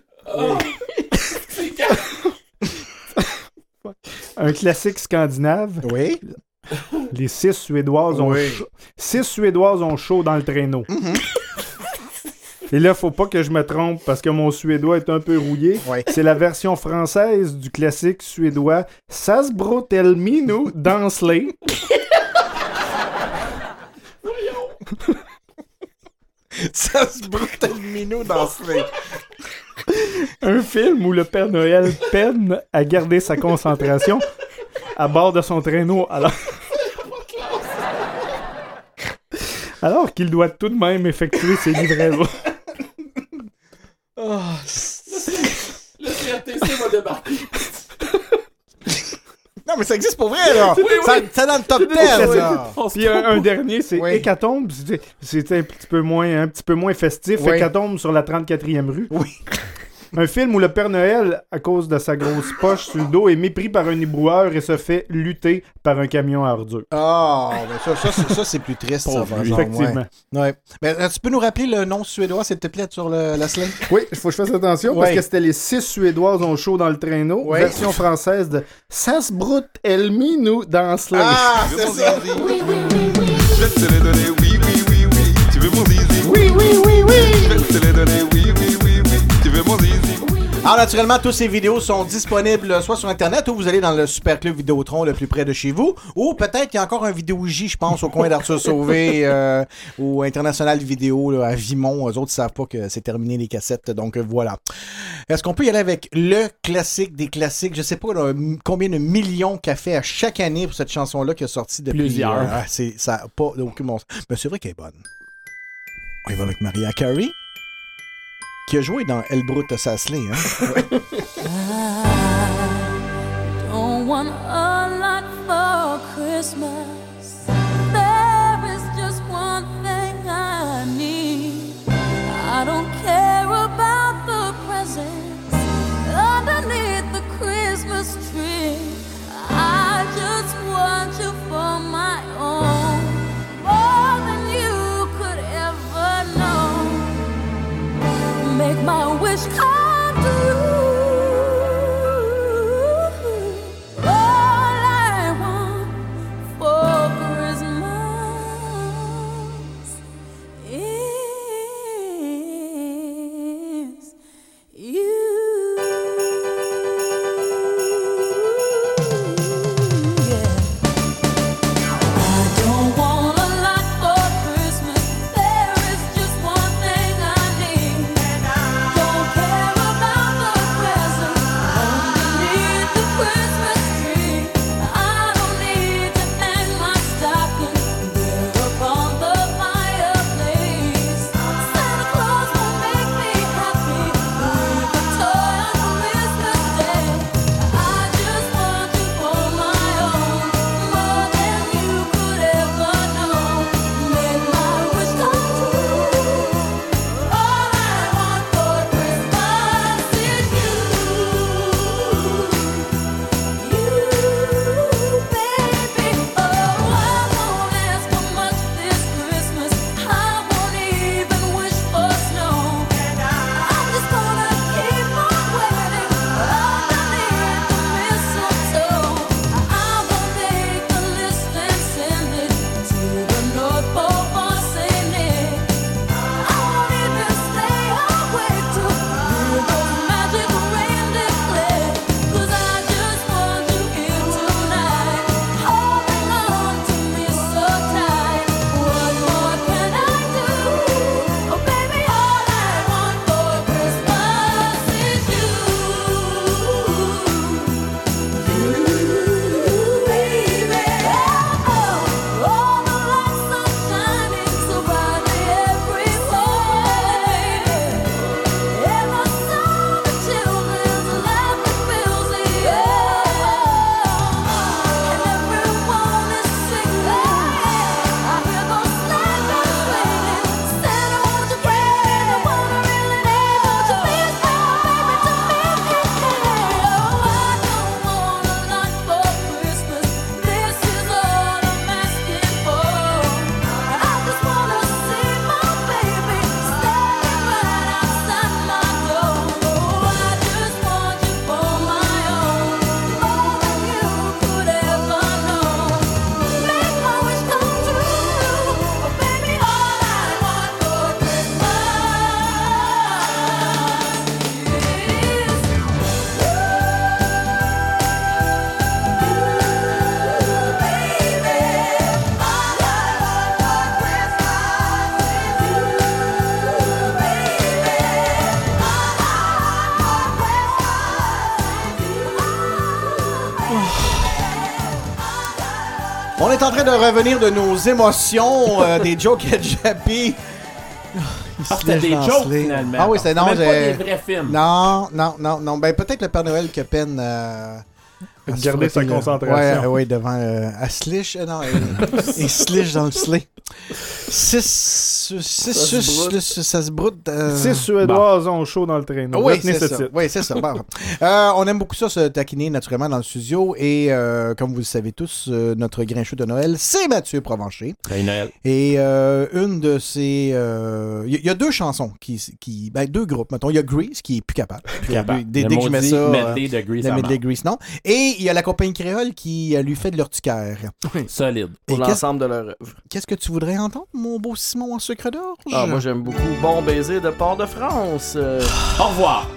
un classique scandinave. Oui. Les six Suédoises ont Oui. chaud. Six Suédoises ont chaud dans le traîneau. Mm-hmm. Et là, faut pas que je me trompe parce que mon suédois est un peu rouillé. Ouais. C'est la version française du classique suédois Sasbrotelminu Dansley. Ça se brûle le minou dans ce film. Un film où le Père Noël peine à garder sa concentration à bord de son traîneau alors, alors qu'il doit tout de même effectuer ses livraisons. Oh, Le C R T C va débarquer. non, mais ça existe pour vrai, là. Oui, Ça, oui. c'est dans le top C'est dix, des- là. Puis un, un dernier, c'est Oui. Hécatombe. C'est- C'est un petit peu moins, un petit peu moins festif. Oui. Hécatombe sur la trente-quatrième rue. Oui. Un film où le Père Noël, à cause de sa grosse poche sur le dos, est mépris par un éboueur et se fait lutter par un camion à ordures. Ah, ben ça, ça, c'est, ça, c'est plus triste, ça, par exemple. Effectivement. Ouais. Ouais. Ben, tu peux nous rappeler le nom suédois, s'il te plaît, sur le, la slate? Oui, il faut que je fasse attention, Ouais. parce que c'était les six Suédoises ont chaud dans le traîneau. Ouais. Version française de Sasbrut Elminu dans Slate. Ah, c'est ça! Oui, oui, oui, oui. Je vais te les donner, oui, oui, oui, oui. Tu veux mon zizi? Oui, oui, oui, oui. Je vais te les donner, oui, oui, oui, oui. Tu veux mon zizi? Alors, naturellement, toutes ces vidéos sont disponibles soit sur Internet ou vous allez dans le Super Club Vidéotron le plus près de chez vous. Ou peut-être qu'il y a encore un Vidéo J, je pense, au coin d'Arthur Sauvé euh, ou International Vidéo là, à Vimont. Eux autres ne savent pas que c'est terminé les cassettes. Donc, euh, voilà. Est-ce qu'on peut y aller avec le classique des classiques? Je sais pas là, m- combien de millions qu'a fait à chaque année pour cette chanson-là qui est sortie depuis... Plusieurs. euh, ah, c'est, ça n'a pas aucun bon sens. Mais c'est vrai qu'elle est bonne. On y va avec Mariah Carey, qui a joué dans El Brut Sasley, hein? Ouais. Don't want a lot for Christmas. There is just one thing I need. I don't care about the presents underneath the Christmas tree. I just want you for my own, more than you could ever know. Make my wish come true. All I want for Christmas is you. Yeah. I don't want a lot for Christmas. There is just one thing I need. Don't care about the presents underneath the Christmas tree. I don't need to hang my stocking there upon the fireplace. Santa Claus will make me happy with a toy on Christmas Day. I just want you for my own, more than you could ever know. Make my wish come true. All I want for Christmas is you. You, baby. Oh, I won't ask for much this Christmas. I won't even wish for snow. I'm just gonna keep on waiting underneath the mistletoe. I will make a list and send it to the North Pole for Saint Nick. I won't even stay awake to hear those magic reindeer play. 'Cause I just want you here tonight, holding on to me so tight. What more can I do? Oh, baby, all I want for Christmas is you. You, baby. Oh, all the lights are shining so brightly everywhere. And I saw the children's laughter fills the air. And everyone is singing. I hear those sleigh bells ringing. Santa, won't you bring me the one I really need? Won't you please bring my baby to me? Oh, I don't want a lot for Christmas. This is all I'm asking for. I just wanna see my baby standing right outside my door. Oh, I just want you for my own, more than you could ever know. Make my wish come true. Oh, baby, all I want for On est en train de revenir de nos émotions, euh, des jokes à Jappy. Ah, c'était des jokes, finalement. Ah oui, c'était non, Même pas j'ai- des vrais films. Non, non, non, non. Ben peut-être le Père Noël qui a peine. euh, À se Garder sa frotter, là. concentration. Ouais, ouais, devant. Euh, à slish. Euh, non, euh, et slish dans le slay. Six. Six. se six- broute. six- Ça se broute. euh, Six Suédoises ont chaud dans le traîneau. Oui, Retenez c'est ce ça. titre. Oui, c'est ça. Bon. Euh, on aime beaucoup ça, se taquiner naturellement dans le studio. Et euh, comme vous le savez tous, euh, notre grincheux de Noël, c'est Mathieu Provencher. Joyeux Noël. Et euh, une de ces... euh, Il y, y a deux chansons, qui, qui ben, deux groupes, mettons. Il y a Grease, qui est plus capable. Plus capable. Dès, Le dès que je mets maudit ça... euh, medley de Grease le en medley marre. Grease, non. Et il y a la compagnie créole qui euh, lui fait de l'urticaire. Solide. Pour Et qu'est-ce- l'ensemble de leur œuvre. Qu'est-ce que tu voudrais entendre, mon beau Simon en sucre d'orge? Ah, moi, j'aime beaucoup Bon baiser de Port-de-France. Euh, Au revoir.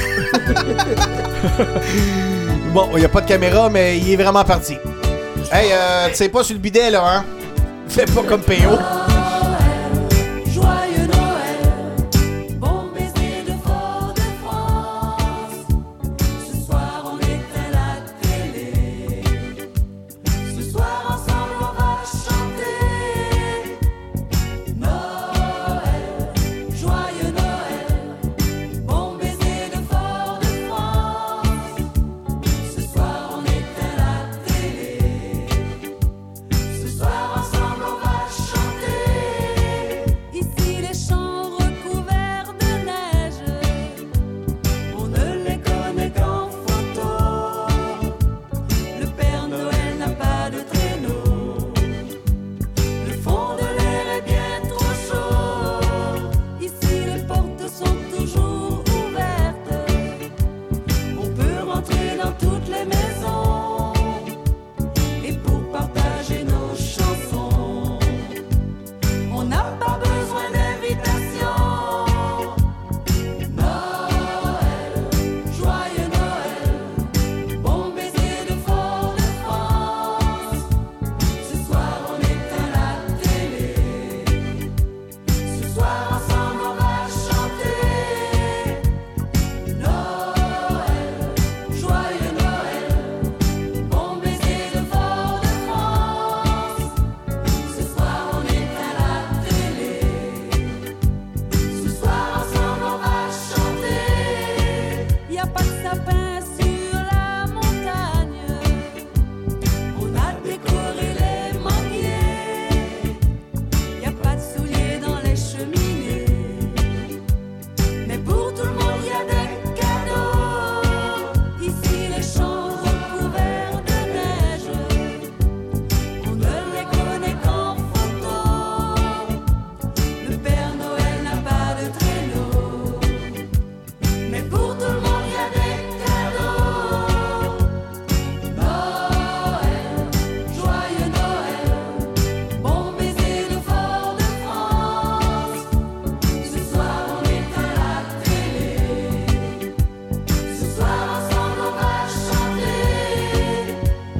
Bon, il n'y a pas de caméra, mais il est vraiment parti. Hey, euh, tu sais pas sur le bidet, là, hein? Fais pas comme P O. Joyeux Noël, bon baiser de Fort-de-France. Ce soir on éteint la télé. Ce soir ensemble on va chanter. Noël, joyeux Noël, bon baiser de Fort-de-France. Ce soir on éteint la télé. Ce soir ensemble on va chanter. Ici les champs recouverts de neige, on ne les connaît qu'en photo. Le Père Noël n'a pas de traîneau. Le fond de l'air est bien trop chaud. Ici les portes sont toujours ouvertes. On peut rentrer dans toutes les maisons. Et pour partager nos chansons, on n'a pas besoin d'invitation. Noël, joyeux Noël, bon baiser de Fort-de-France. Ce soir on éteint la télé. Ce soir ensemble on va chanter. Noël, joyeux Noël, bon baiser de Fort-de-France. Ce soir on éteint la télé. Ce soir ensemble on va chanter. Y a pas de sapin sur la montagne. On a décoré les manguiers. Y a pas de souliers dans les cheminées. Mais pour tout le monde y a des cadeaux. Ici les champs recouverts de neige, on ne les connaît qu'en photo. Le Père Noël n'a pas de traîneau. Mais pour tout le monde y a des cadeaux. Noël, joyeux Noël, bon baiser de Fort-de-France. Ce soir on éteint la télé. Ce soir ensemble on va chanter.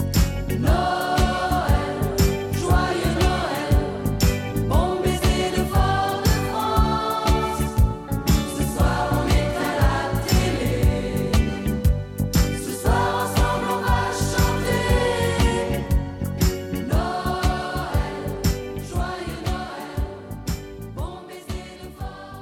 Noël, joyeux Noël, bon baiser de Fort-de-France. Ce soir on éteint la télé. Ce soir ensemble on va chanter. Noël, joyeux Noël, bon baiser de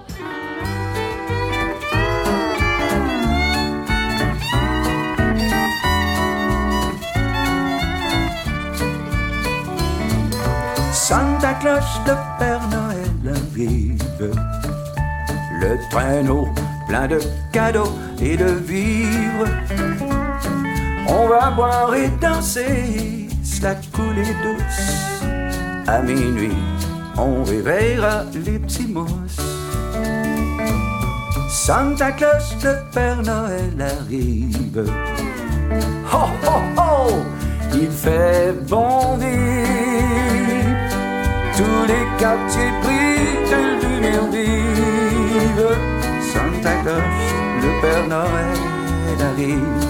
Santa Claus, le Père Noël arrive. Le traîneau plein de cadeaux et de vivres. On va boire et danser, la coulée douce. À minuit, on réveillera les petits mousses. Santa Claus, le Père Noël arrive. Ho, ho, ho! Il fait bon vivre. Tous les quartiers brillent de lumière vive. Santa Claus, le Père Noël arrive.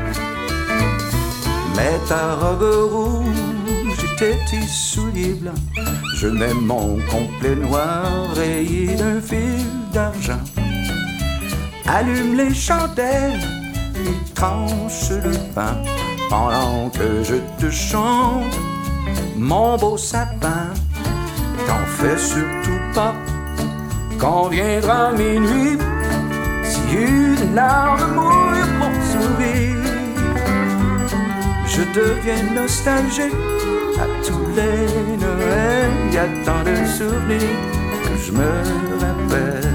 Mets ta robe rouge et tes souliers blancs. Je mets mon complet noir rayé d'un fil d'argent. Allume les chandelles et tranche le pain pendant que je te chante, mon beau sapin. T'en fais surtout pas quand viendra minuit, si une larme mouille pour sourire. je deviens nostalgique. À tous les Noëls, y a tant de souvenirs que je me rappelle.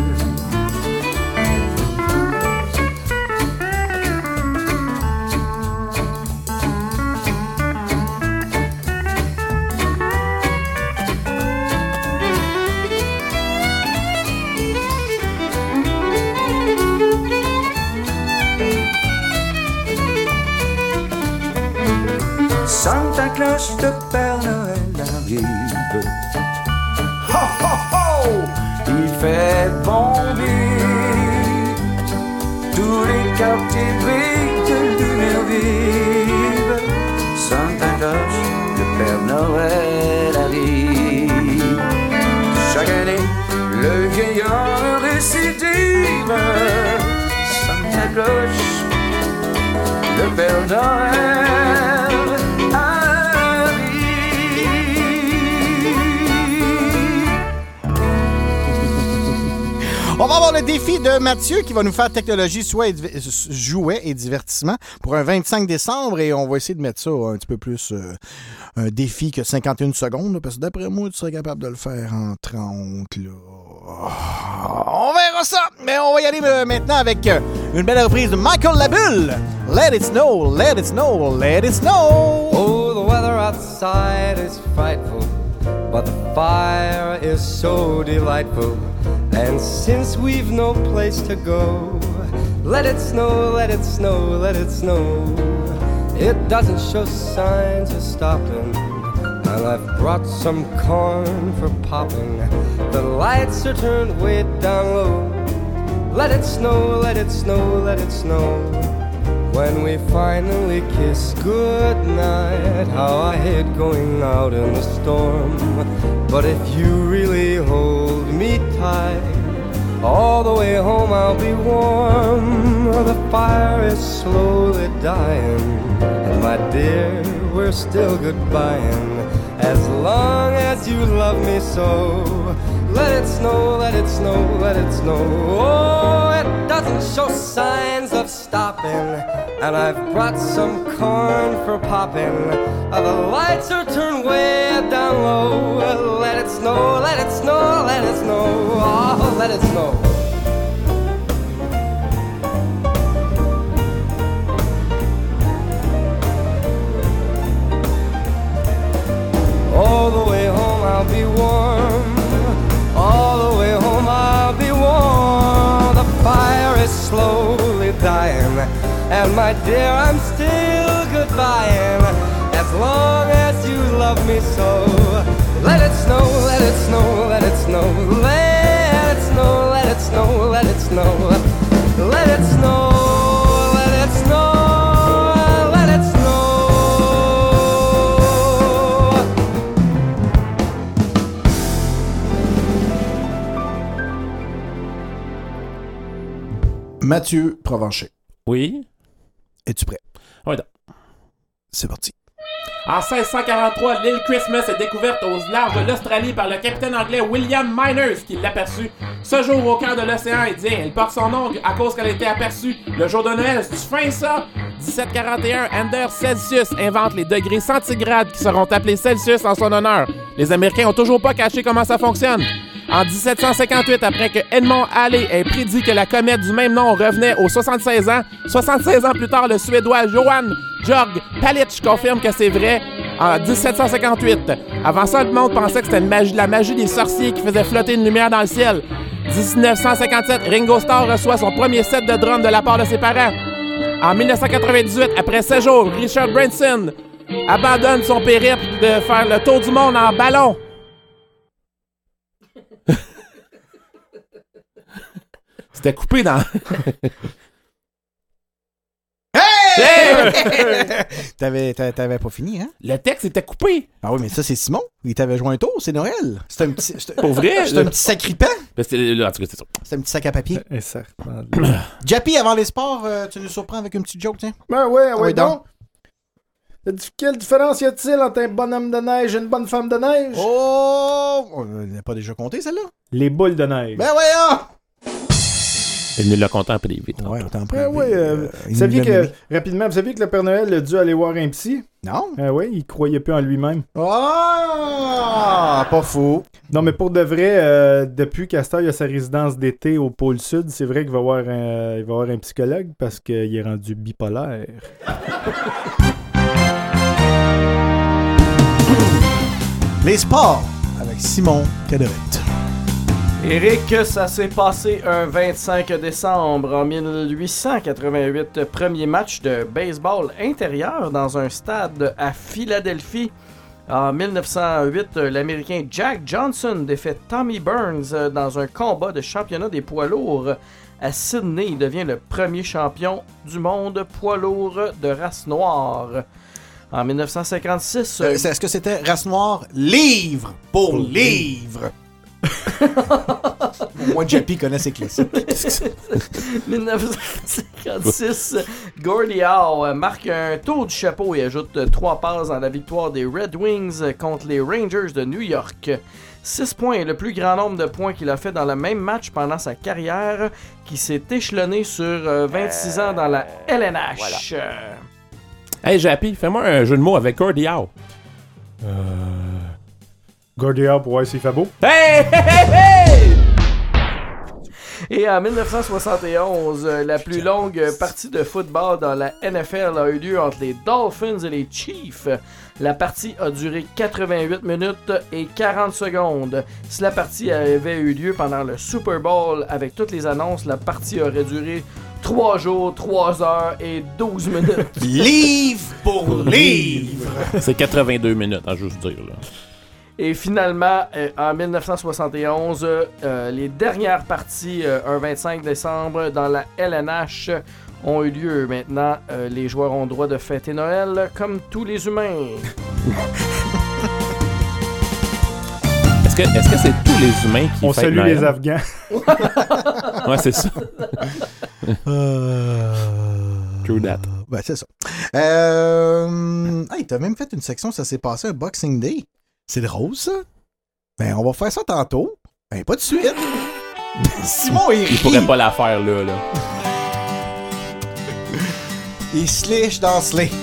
Santa Claus de Père Noël arrive. Ho ho ho! Il fait bon vivre. Tous les quartiers brillent de lumière vive. Santa Claus de Père Noël arrive. Chaque année, le vieillard récidive. Santa Claus, le Père Noël. On va avoir le défi de Mathieu qui va nous faire technologie, soit jouets et divertissement pour un vingt-cinq décembre et on va essayer de mettre ça un petit peu plus euh, un défi que cinquante et une secondes là, parce que d'après moi, tu serais capable de le faire en trente. Là. On verra ça, mais on va y aller euh, maintenant avec euh, une belle reprise de Michael Labulle. Let it snow, let it snow, let it snow. Oh, the weather outside is frightful, but the fire is so delightful. And since we've no place to go, let it snow, let it snow, let it snow. It doesn't show signs of stopping, and I've brought some corn for popping. The lights are turned way down low. Let it snow, let it snow, let it snow. When we finally kiss goodnight, how I hate going out in the storm. But if you really hold me tight, all the way home I'll be warm. The fire is slowly dying, and my dear, we're still goodbying. As long as you love me so, let it snow, let it snow, let it snow. Oh, it doesn't show signs of stopping, and I've brought some corn for popping. Uh, the lights are turned way down low. Let it snow, let it snow, let it snow. Oh, let it snow. All the way home I'll be warm. All the way home I'll be warm. The fire is slowly dying, and my dear, I'm still goodbying. As long as you love me so, let it snow, let it snow, let it snow. Let it snow, let it snow, let it snow. Let it snow, let it snow, let it snow. Mathieu Provencher. Oui. Es-tu prêt? Oui, donc. C'est parti. En seize cent quarante-trois, l'île Christmas est découverte aux larges de l'Australie par le capitaine anglais William Miners qui l'aperçut. Ce jour au cœur de l'océan Indien, elle porte son nom à cause qu'elle a été aperçue le jour de Noël. C'est fin ça? dix-sept quarante et un, Anders Celsius invente les degrés centigrades qui seront appelés Celsius en son honneur. Les Américains ont toujours pas caché comment ça fonctionne. En dix-sept cent cinquante-huit, après que Edmond Halley ait prédit que la comète du même nom revenait aux soixante-seize ans, soixante-seize ans plus tard, le Suédois Johan Jorg Palitzsch confirme que c'est vrai en dix-sept cent cinquante-huit. Avant ça, le monde pensait que c'était une magie, la magie des sorciers qui faisait flotter une lumière dans le ciel. dix-neuf cent cinquante-sept, Ringo Starr reçoit son premier set de drums de la part de ses parents. En dix-neuf cent quatre-vingt-dix-huit, après sept jours, Richard Branson abandonne son périple de faire le tour du monde en ballon. C'était coupé dans... Hey! t'avais, t'avais pas fini, hein? Le texte était coupé. Ah oui, mais ça, c'est Simon. Il t'avait joint tôt, c'est Noël. C'est un petit... C'est, pour vrai? C'est un petit sacripant. C'est, là, en tout cas, c'est ça. C'est un petit sac à papier. Et ça. Jappy, avant les sports, euh, tu nous surprends avec une petite joke, tiens? Ben ouais, ah, ouais, donc. Quelle différence y a-t-il entre un bonhomme de neige et une bonne femme de neige? Oh! On n'a pas déjà compté, celle-là? Les boules de neige. Ben voyons! Il nous l'a conté en privé. Ouais, on Ah ouais, euh, il vous saviez nous l'a que, nommé. rapidement, vous saviez que le Père Noël a dû aller voir un psy? Non. Ah ouais, il croyait plus en lui-même. Ah, pas fou. Non, mais pour de vrai, euh, depuis qu'Astor a sa résidence d'été au pôle Sud, c'est vrai qu'il va avoir un, il va avoir un psychologue parce qu'il est rendu bipolaire. Les sports avec Simon Cadorette. Éric, ça s'est passé un vingt-cinq décembre en mille huit cent quatre-vingt-huit, premier match de baseball intérieur dans un stade à Philadelphie. En mille neuf cent huit, l'Américain Jack Johnson défait Tommy Burns dans un combat de championnat des poids lourds à Sydney. Il devient le premier champion du monde poids lourd de race noire. En mille neuf cent cinquante-six... Euh, Est-ce que c'était race noire livre pour livre? Moi, J P connaît ses classiques. mille neuf cent cinquante-six, Gordie Howe marque un tour du chapeau et ajoute trois passes dans la victoire des Red Wings contre les Rangers de New York. six points est le plus grand nombre de points qu'il a fait dans le même match pendant sa carrière, qui s'est échelonné sur vingt-six ans dans la L N H. Voilà. Hey, Jappy, fais-moi un jeu de mots avec Gordie Howe. Euh... Gordie Howe pour Y C Fabo. Hey, hey, hey, hey! Et en mille neuf cent soixante et onze, la plus longue partie de football dans la N F L a eu lieu entre les Dolphins et les Chiefs. La partie a duré quatre-vingt-huit minutes et quarante secondes. Si la partie avait eu lieu pendant le Super Bowl avec toutes les annonces, la partie aurait duré trois jours, trois heures et douze minutes. Livre pour livre! C'est quatre-vingt-deux minutes, à juste dire, là. Et finalement, euh, en mille neuf cent soixante et onze, euh, les dernières parties, euh, un vingt-cinq décembre, dans la L N H, ont eu lieu. Maintenant, euh, les joueurs ont le droit de fêter Noël comme tous les humains. Est-ce que est-ce que c'est tous les humains qui On fêtent salue Noël? les Afghans. Ouais, c'est ça. Euh... True that. Ben, c'est ça. Euh... Hey, t'as même fait une section, ça s'est passé un Boxing Day. C'est drôle, ça? Ben, on va faire ça tantôt. Ben, pas de suite. Simon, il rit. Il pourrait pas la faire, là, là. Il sliche dans ce lait.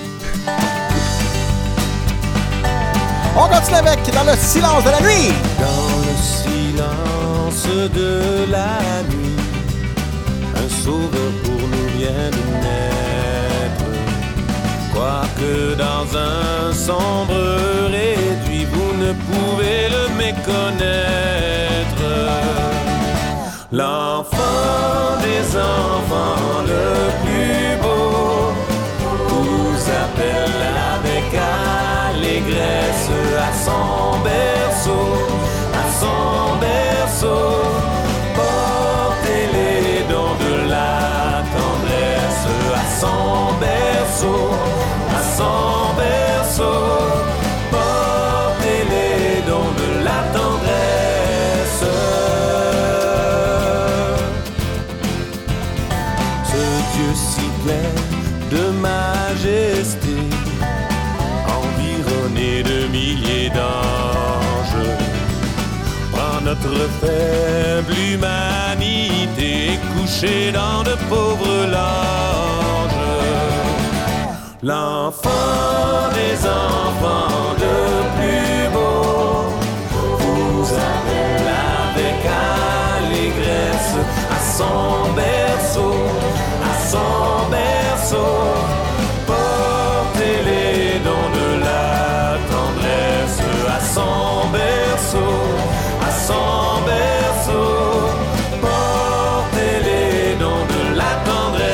On continue avec Dans le silence de la nuit. Dans le silence de la nuit, un sauveur pour nous vient de naître. Quoique dans un sombre réduit, vous ne pouvez le méconnaître. L'enfant des enfants, le plus beau, vous appelle avec allégresse à son berceau, à son berceau. Portez les dons de la tendresse à son berceau, à son berceau. Portez les dons de la tendresse. Ce Dieu si plein de majesté, environné de milliers d'anges, prend notre faible humanité, couché dans de pauvres langes. L'enfant des enfants, le plus beau, vous appelle avec allégresse à son berceau, à son berceau. Portez les dons de la tendresse à son berceau, à son berceau. Portez les dons de la tendresse.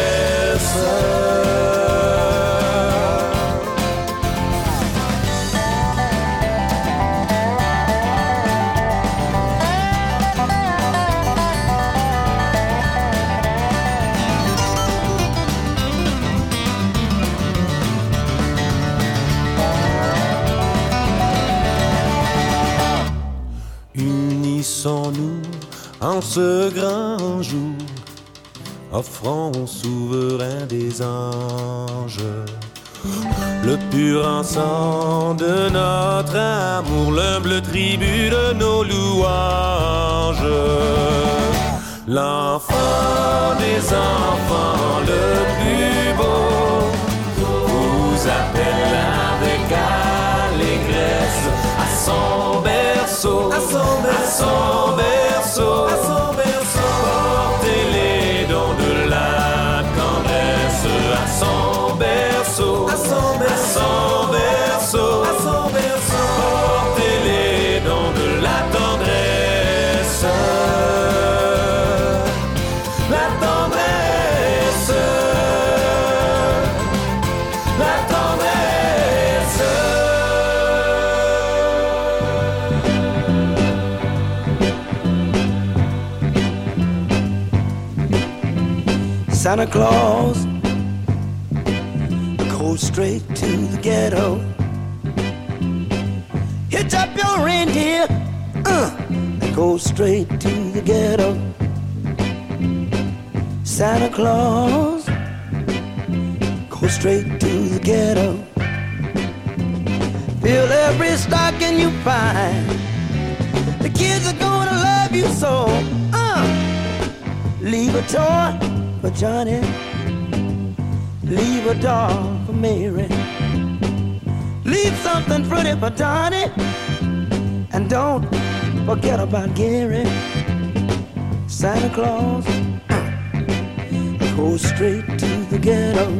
Unissons-nous en ce grand jour, offrons au souverain des anges le pur encens de notre amour, l'humble tribut de nos louanges. L'enfant les enfants le plus beau vous appelle avec allégresse à son berceau, à son berceau, à son berceau. Portez les dons de la tendresse à son berceau, à son berceau, à son berceau. Portez les dons de la tendresse, la tendresse, la tendresse. Santa Claus goes straight to the ghetto. Hitch up your reindeer, uh, and go straight to the ghetto. Santa Claus goes straight to the ghetto. Fill every stocking you find. The kids are gonna love you so. Uh, leave a toy for Johnny, leave a doll for Mary, leave something pretty for Donnie, and don't forget about Gary. Santa Claus goes straight to the ghetto.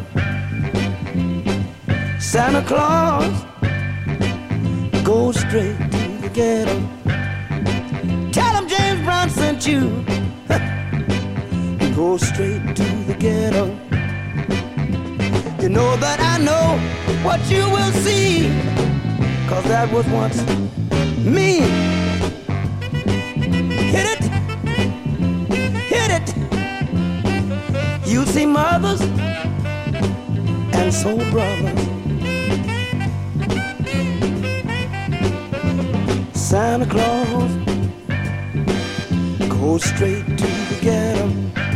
Santa Claus goes straight to the ghetto. Tell him James Brown sent you. Go straight to the ghetto. You know that I know what you will see, 'cause that was once me. Hit it, hit it. You see mothers and soul brothers. Santa Claus goes straight to the ghetto.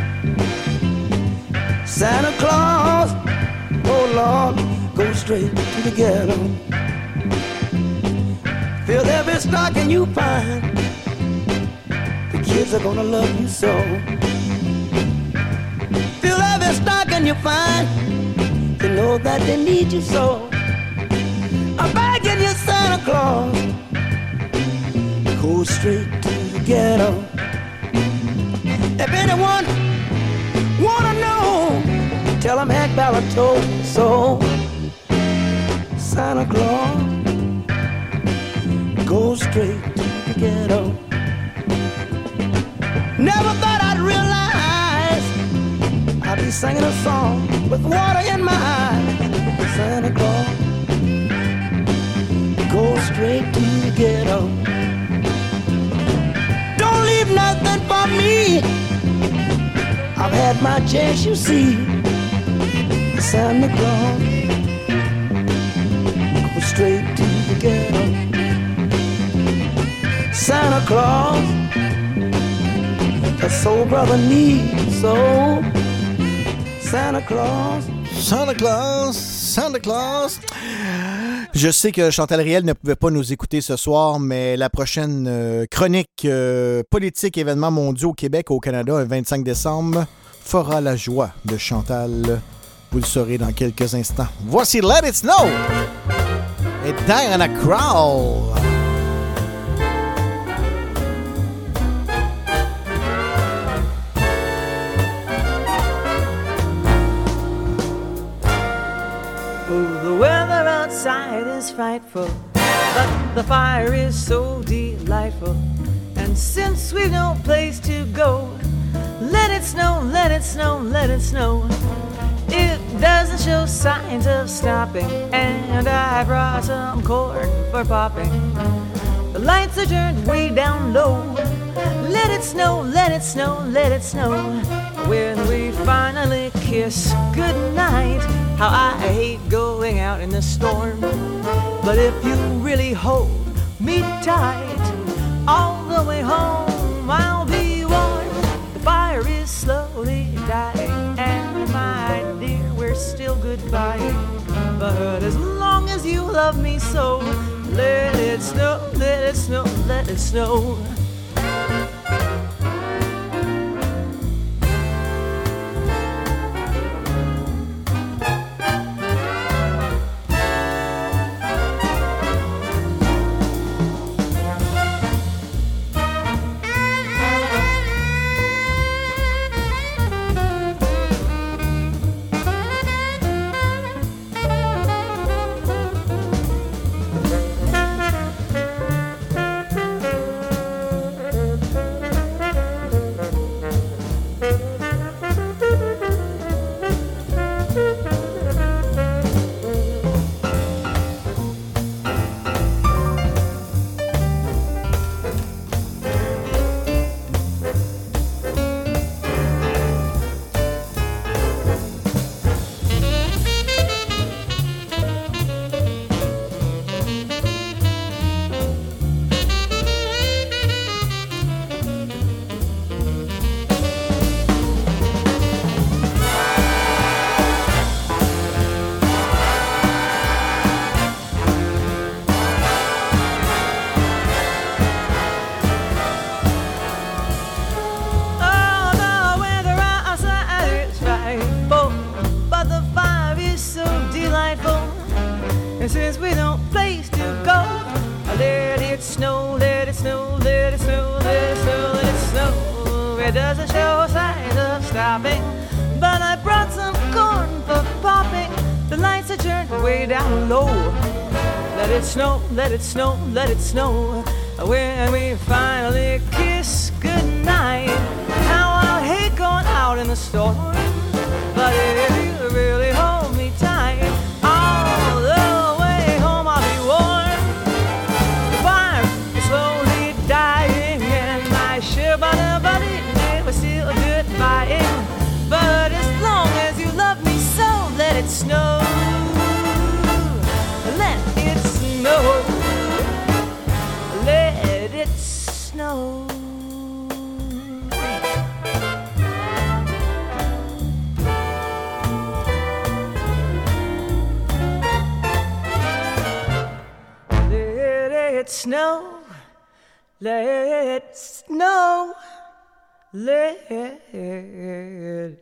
Santa Claus, oh Lord, go straight to the ghetto. Fill every stocking you find. The kids are gonna love you so. Fill every stocking you find. You know that they need you so. I'm begging you, Santa Claus, go straight to the ghetto. If anyone wanna know, tell him Hank Ballard told me so. Santa Claus goes straight to the ghetto. Never thought I'd realize I'd be singing a song with water in my eyes. Santa Claus goes straight to the ghetto. Don't leave nothing for me. I've had my chance, you see. Santa Claus goes straight to the ghetto. Santa Claus, a soul brother needs so. Santa Claus, Santa Claus, Santa Claus. Je sais que Chantal Riel ne pouvait pas nous écouter ce soir, mais la prochaine euh, chronique euh, politique événements mondiaux au Québec, au Canada, le vingt-cinq décembre, fera la joie de Chantal. Vous le saurez dans quelques instants. Voici Let It Snow et Diana Krall. The weather outside is frightful, but the fire is so delightful. And since we've no place to go, let it snow, let it snow, let it snow. It doesn't show signs of stopping, and I brought some corn for popping. The lights are turned way down low. Let it snow, let it snow, let it snow. When we finally kiss goodnight, how I hate going out in the storm. But if you really hold me tight, all the way home I'll be warm. The fire is slowly dying, and my dear, we're still goodbye. But as long as you love me so, let it snow, let it snow, let it snow. since we don't place to go. Let it snow, let it snow, let it snow, let it snow, let it snow. It doesn't show signs of stopping, but I brought some corn for popping. The lights are turned way down low. Let it snow, let it snow, let it snow. When we finally kiss goodnight. Now I hate going out in the storm, but if you really hold me tight, all the way home I'll be warm. The fire is slowly dying, and my ship on the body we're still goodbying. But as long as you love me so, let it snow. Let it snow. Let it snow. Let it snow. Let it snow. Let it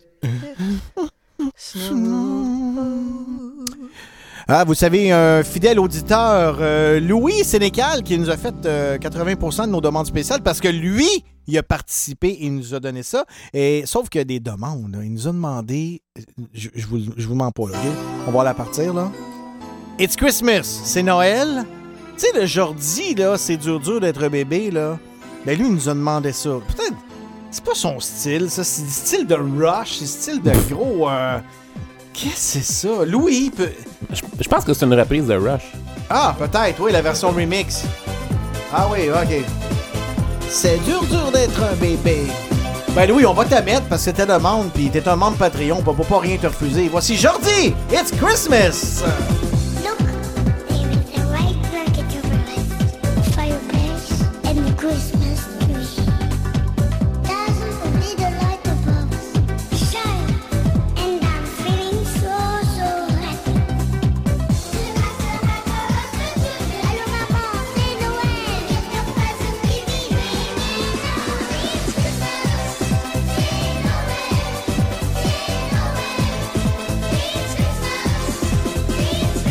snow. Ah, vous savez, un fidèle auditeur, euh, Louis Sénécal, qui nous a fait euh, quatre-vingts pour cent de nos demandes spéciales parce que lui, il a participé et il nous a donné ça. Et, sauf qu'il y a des demandes. Là. Il nous a demandé... Je, je, vous, je vous mens pas, là. Okay? On va la partir, là. It's Christmas, c'est Noël. Tu sais, le Jordi, là, c'est dur, dur d'être bébé, là. Ben lui, il nous a demandé ça. Peut-être... C'est pas son style, ça. C'est le style de Rush, c'est le style de gros... Euh... Qu'est-ce que c'est ça? Louis peut... Je, je pense que c'est une reprise de Rush. Ah, peut-être, oui, la version remix. Ah oui, OK. C'est dur, dur d'être un bébé. Ben Louis, on va te mettre parce que t'es de demande, puis t'es un membre Patreon, on peut pas rien te refuser. Voici Jordi! It's Christmas! Look, there is a white blanket over us, fireplace, and the Christmas tree. Dozens of little light above us shine, and I'm feeling so, so happy. Allô maman, c'est Noël, get your present, give me ringing now. It's Christmas, c'est Noël, c'est Noël. It's Christmas, it's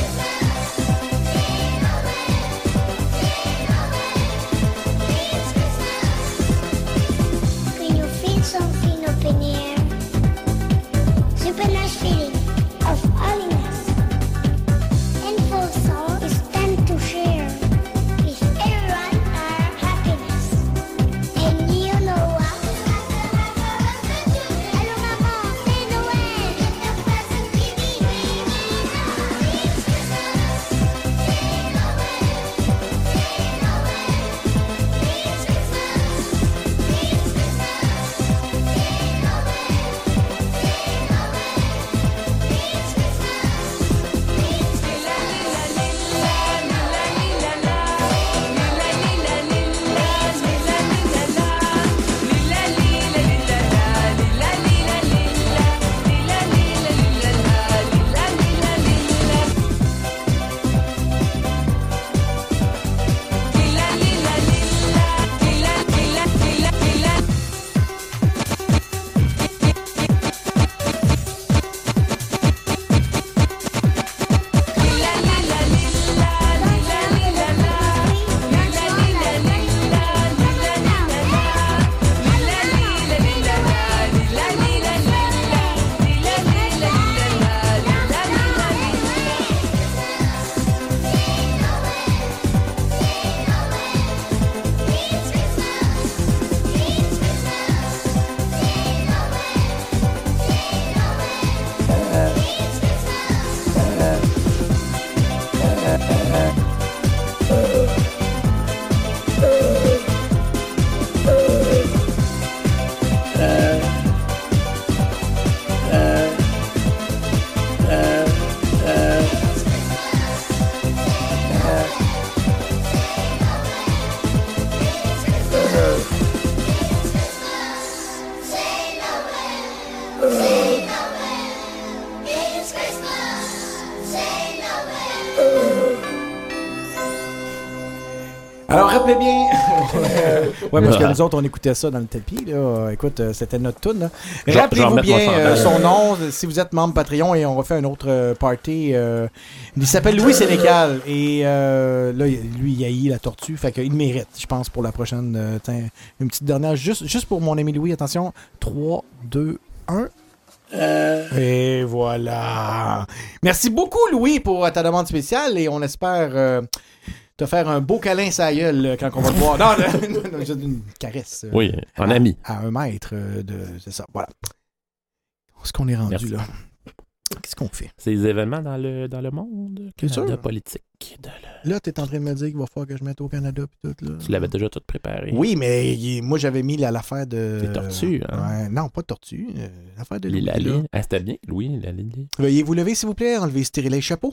Alors, rappelez bien. ouais, parce que nous autres, on écoutait ça dans le tapis. Là. Écoute, euh, c'était notre tune. Là. Je- je vais Rappelez-vous remettre bien mon euh, chandail. son nom, si vous êtes membre Patreon, et on refait un autre euh, party. euh, il s'appelle Louis Sénécal. Et euh, là, lui, il haït la tortue. Fait qu'il mérite, je pense, pour la prochaine. Euh, tiens, une petite dernière, juste, juste pour mon ami Louis. Attention. trois, deux, un. Et voilà. Merci beaucoup, Louis, pour ta demande spéciale. Et on espère euh, te faire un beau câlin sa gueule euh, quand on va te voir. Non, non, non, juste une caresse. euh, Oui, en à, ami. À un mètre euh, de. C'est ça. Voilà. Où est-ce qu'on est rendu, Merci. là? Qu'est-ce qu'on fait? C'est des événements dans le, dans le monde C'est sûr. de politique. De le- Là, t'es en train de me dire qu'il va falloir que je mette au Canada pis tout, là. Tu l'avais déjà tout préparé. Oui, mais il- moi, j'avais mis la- l'affaire de. Des tortues, hein? Ouais, non, pas de tortues. euh, l'affaire de Les Louis, là. Lalliers. Ah, c'était bien, Louis, les Lalliers. Veuillez vous lever, s'il vous plaît. Enlevez ce les chapeaux.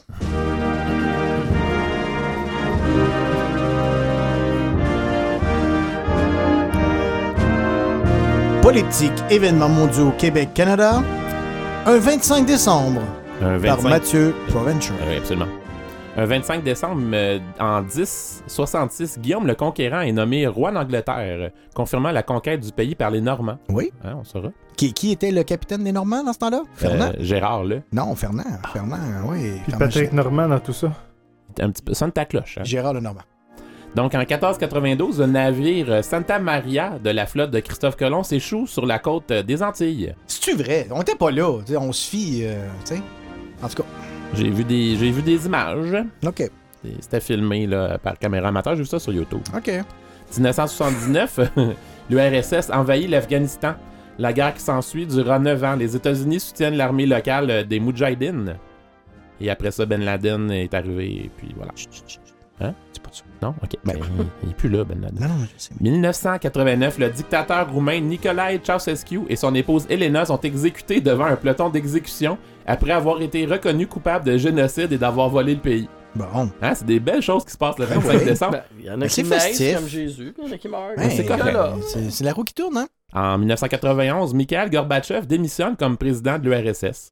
Politique, événements mondiaux Québec-Canada, un vingt-cinq décembre, Un par vingt-cinq Mathieu Provencher. Oui, absolument. Un vingt-cinq décembre, euh, en dix soixante-six, Guillaume le Conquérant est nommé roi d'Angleterre, confirmant la conquête du pays par les Normands. Oui. Hein, on saura. Qui, qui était le capitaine des Normands dans ce temps-là? Fernand? Euh, Gérard, là. Non, Fernand. Fernand, oui. Puis Fernand Patrick Normand dans tout ça. Un petit peu, sonne ta cloche. Hein? Gérard le Normand. Donc, en quatorze quatre-vingt-douze, le navire Santa Maria de la flotte de Christophe Colomb s'échoue sur la côte des Antilles. C'est-tu vrai? On était pas là. T'sais, on se fie, euh, tu sais. En tout cas. J'ai vu des, j'ai vu des images. OK. C'était filmé là, par caméra amateur. J'ai vu ça sur YouTube. OK. dix-neuf cent soixante-dix-neuf, l'U R S S envahit l'Afghanistan. La guerre qui s'ensuit durera neuf ans. Les États-Unis soutiennent l'armée locale euh, des Moudjahidines. Et après ça, Ben Laden est arrivé. Et puis voilà. Hein? C'est pas ça. Non? OK. Ben, il, il est plus là, Ben Laden. Non, non, je sais. dix-neuf cent quatre-vingt-neuf, le dictateur roumain Nicolae Ceausescu et son épouse Elena sont exécutés devant un peloton d'exécution après avoir été reconnus coupables de génocide et d'avoir volé le pays. Bon. Hein, c'est des belles choses qui se passent le vingt-cinq Ouais. décembre. Ben, il y en a Mais qui c'est naissent festif. comme Jésus, puis il y en a qui meurent. Ouais, c'est correct. Là. C'est c'est la roue qui tourne, hein? En dix-neuf cent quatre-vingt-onze, Mikhail Gorbatchev démissionne comme président de l'U R S S.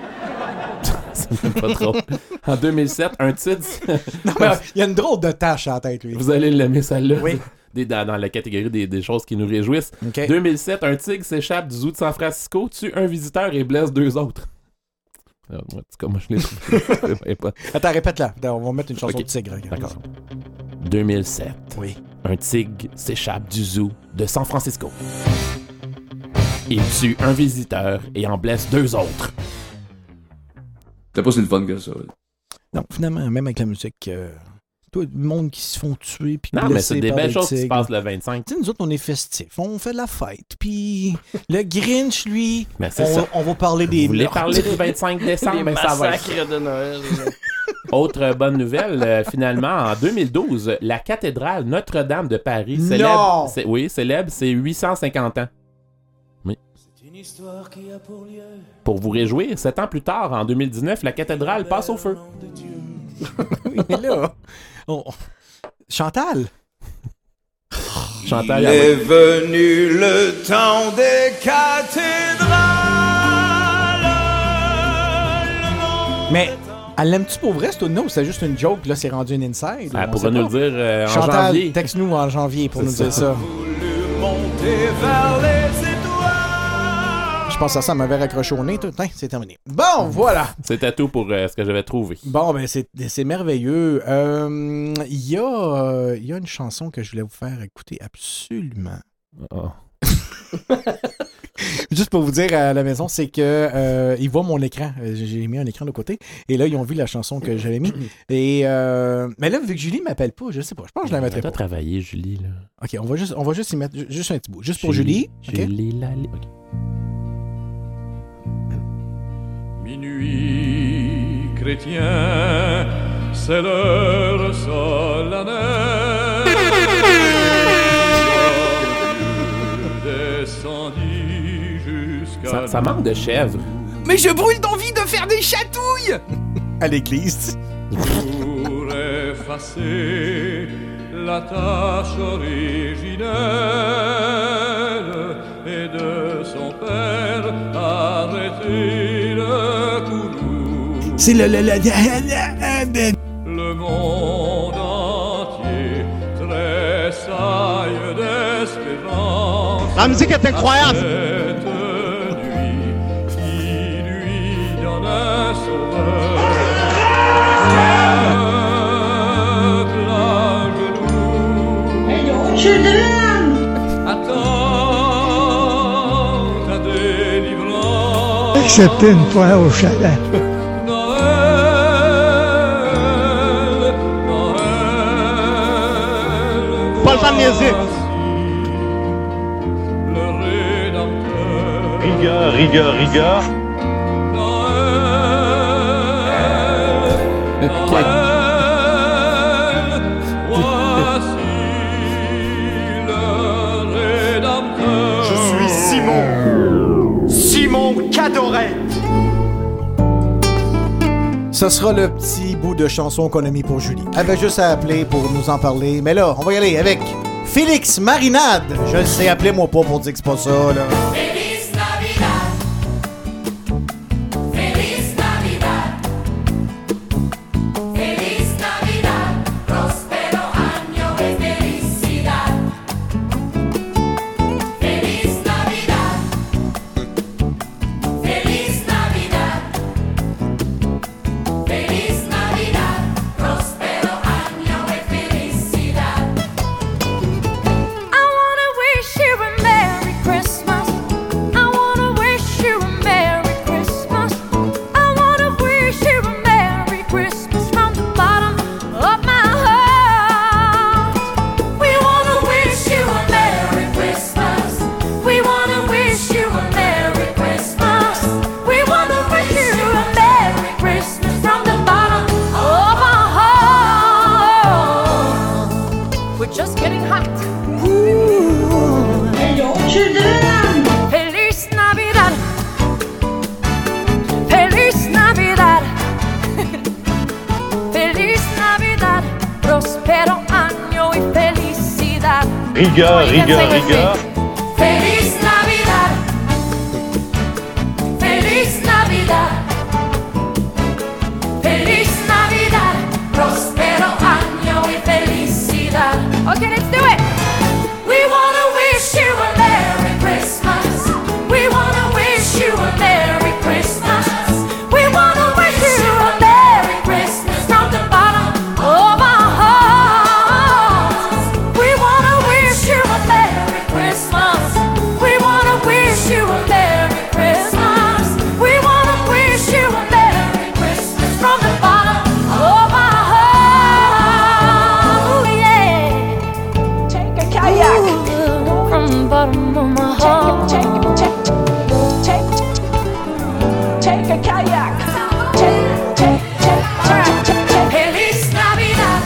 C'est même pas trop. En deux mille sept, un titre... Non, mais il y a une drôle de tâche en tête, lui. Vous allez l'aimer, celle-là. Oui. Des, dans, dans la catégorie des, des choses qui nous réjouissent. OK. deux mille sept, un tigre s'échappe du zoo de San Francisco, tue un visiteur et blesse deux autres. Alors, moi, en tout cas, moi, je l'ai trouvé. pas. Attends, répète-la. Attends, on va mettre une chanson Ok. de tigre. ok. D'accord. deux mille sept. Oui. Un tigre s'échappe du zoo de San Francisco. Il tue un visiteur et en blesse deux autres. T'as pas si le fun que ça. Non, finalement, même avec la musique, euh, tout le monde qui se font tuer puis Non, mais blessés c'est des par belles choses qui se tigres. passent le vingt-cinq. Tu sais, nous autres, on est festifs. On fait de la fête. Puis le Grinch, lui, Mais c'est on, ça. on va parler des Vous voulez meurtres. parler du vingt-cinq décembre? Les Ben, ça va être massacres de Noël. Autre bonne nouvelle, euh, finalement, en deux mille douze, la cathédrale Notre-Dame de Paris Non! célèbre, c'est- oui, célèbre ses huit cent cinquante ans. Oui. Pour vous réjouir, sept ans plus tard, en deux mille dix-neuf, la cathédrale passe au feu. Oui, mais là, on- Chantal. Chantal, Il ah est oui. venu le temps des cathédrales. Mais elle l'aime-tu pour vrai, cette ou c'est juste une joke? Là, c'est rendu une inside. Elle on pourra sait nous pas. le dire euh, en Chantal, janvier. texte-nous en janvier pour C'est nous ça. dire ça. Monter vers les étoiles. Je pense à ça, elle m'avait raccroché au nez. Tout. Hein, c'est terminé. Bon, voilà. C'était tout pour euh, ce que j'avais trouvé. Bon, ben, c'est, c'est merveilleux. Euh, Il y, a, euh, il y a une chanson que je voulais vous faire écouter absolument. Oh. Juste pour vous dire à la maison, c'est que euh, ils voient mon écran. Euh, J'ai mis un écran de côté. Et là, ils ont vu la chanson que j'avais mis. Et euh, mais là, vu que Julie m'appelle pas, je sais pas. Je pense que je la mettrai T'as pas. travaillé, Julie, là. Ok, on va juste, on va juste y mettre ju- juste un petit bout. Juste pour Julie. ok? Julie Lallier. Ok. Minuit chrétien, c'est l'heure solennelle. Descendit jusqu'à Ça, ça manque de chèvre. Mais je brûle d'envie de faire des chatouilles à l'église. pour effacer la tâche originelle et de son père arrêter le courroux. C'est le, le, le, Le monde entier très La musique est incroyable. Cette nuit qui lui donne un sauveur. Je demande. Attends ta délivrance. Accepter une fois au chalet. Pas le temps de niaiser. Rigueur, rigueur, rigueur. Je suis Simon. Simon Cadoret. Ce sera le petit bout de chanson qu'on a mis pour Julie. Elle avait juste à appeler pour nous en parler. Mais là, on va y aller avec Félix Marinade. Je le sais, appelez-moi pas pour dire que c'est pas ça, là. Feliz Navidad. Feliz Navidad. Feliz Navidad. Próspero año de felicidad. Feliz Navidad. Feliz Navidad. Feliz Navidad. Próspero año de felicidad. I wanna wish you a Merry Christmas. I wanna wish you a Merry Christmas. I wanna wish you a Merry Christmas from the bottom of my heart. We wanna wish you a Merry Christmas. We wanna wish you a Merry Christmas. We wanna wish you a Merry Christmas from the bottom of our heart. We're just getting hot. Feliz Navidad. Feliz Navidad. Feliz Navidad. Prospero año y felicidad. Rigueur, You can rigueur, sing with me. rigueur. Feliz Navidad. Feliz Navidad. Feliz Navidad. Prospero año y felicidad. Okay, let's do it. We wanna wish you a Merry Christmas. We wanna wish you a Merry Christmas. We wanna wish you a Merry Christmas from the bottom of our hearts. We wanna wish you a Merry Christmas. We wanna wish you a Merry Christmas. We wanna wish you a Merry Christmas from the bottom of our hearts. Ooh, yeah. Take a kayak. From the bottom of my heart. Take, take, take, take, take a kayak. Take, take, take, take, take, take. Feliz Navidad.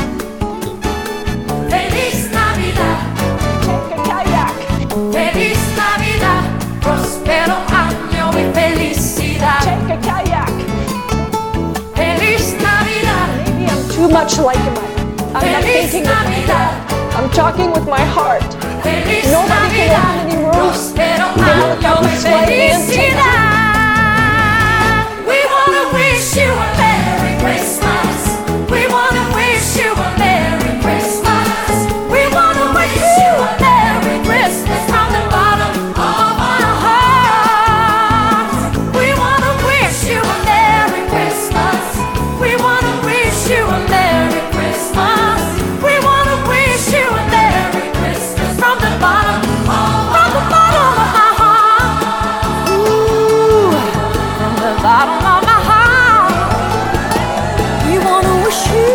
Feliz Navidad. Take a kayak. Feliz Navidad. Prospero año y felicidad. Take a kayak. Feliz Navidad. Maybe I'm too much like him. I'm not Feliz thinking with my Navidad. head. I'm talking with my heart. Feliz Nobody can Navidad. open any rooms. Prospero They año won't come y explain the answer. felicidad. We wanna wish you a Merry Christmas. We wanna wish you a Merry Christmas. We wanna wish you a Merry Christmas from the bottom of our hearts. We wanna wish you a Merry Christmas. We wanna wish you a Merry Christmas. We wanna wish you a Merry Christmas from the bottom of from the bottom of my heart. Ooh, from the bottom of my heart. We wanna wish you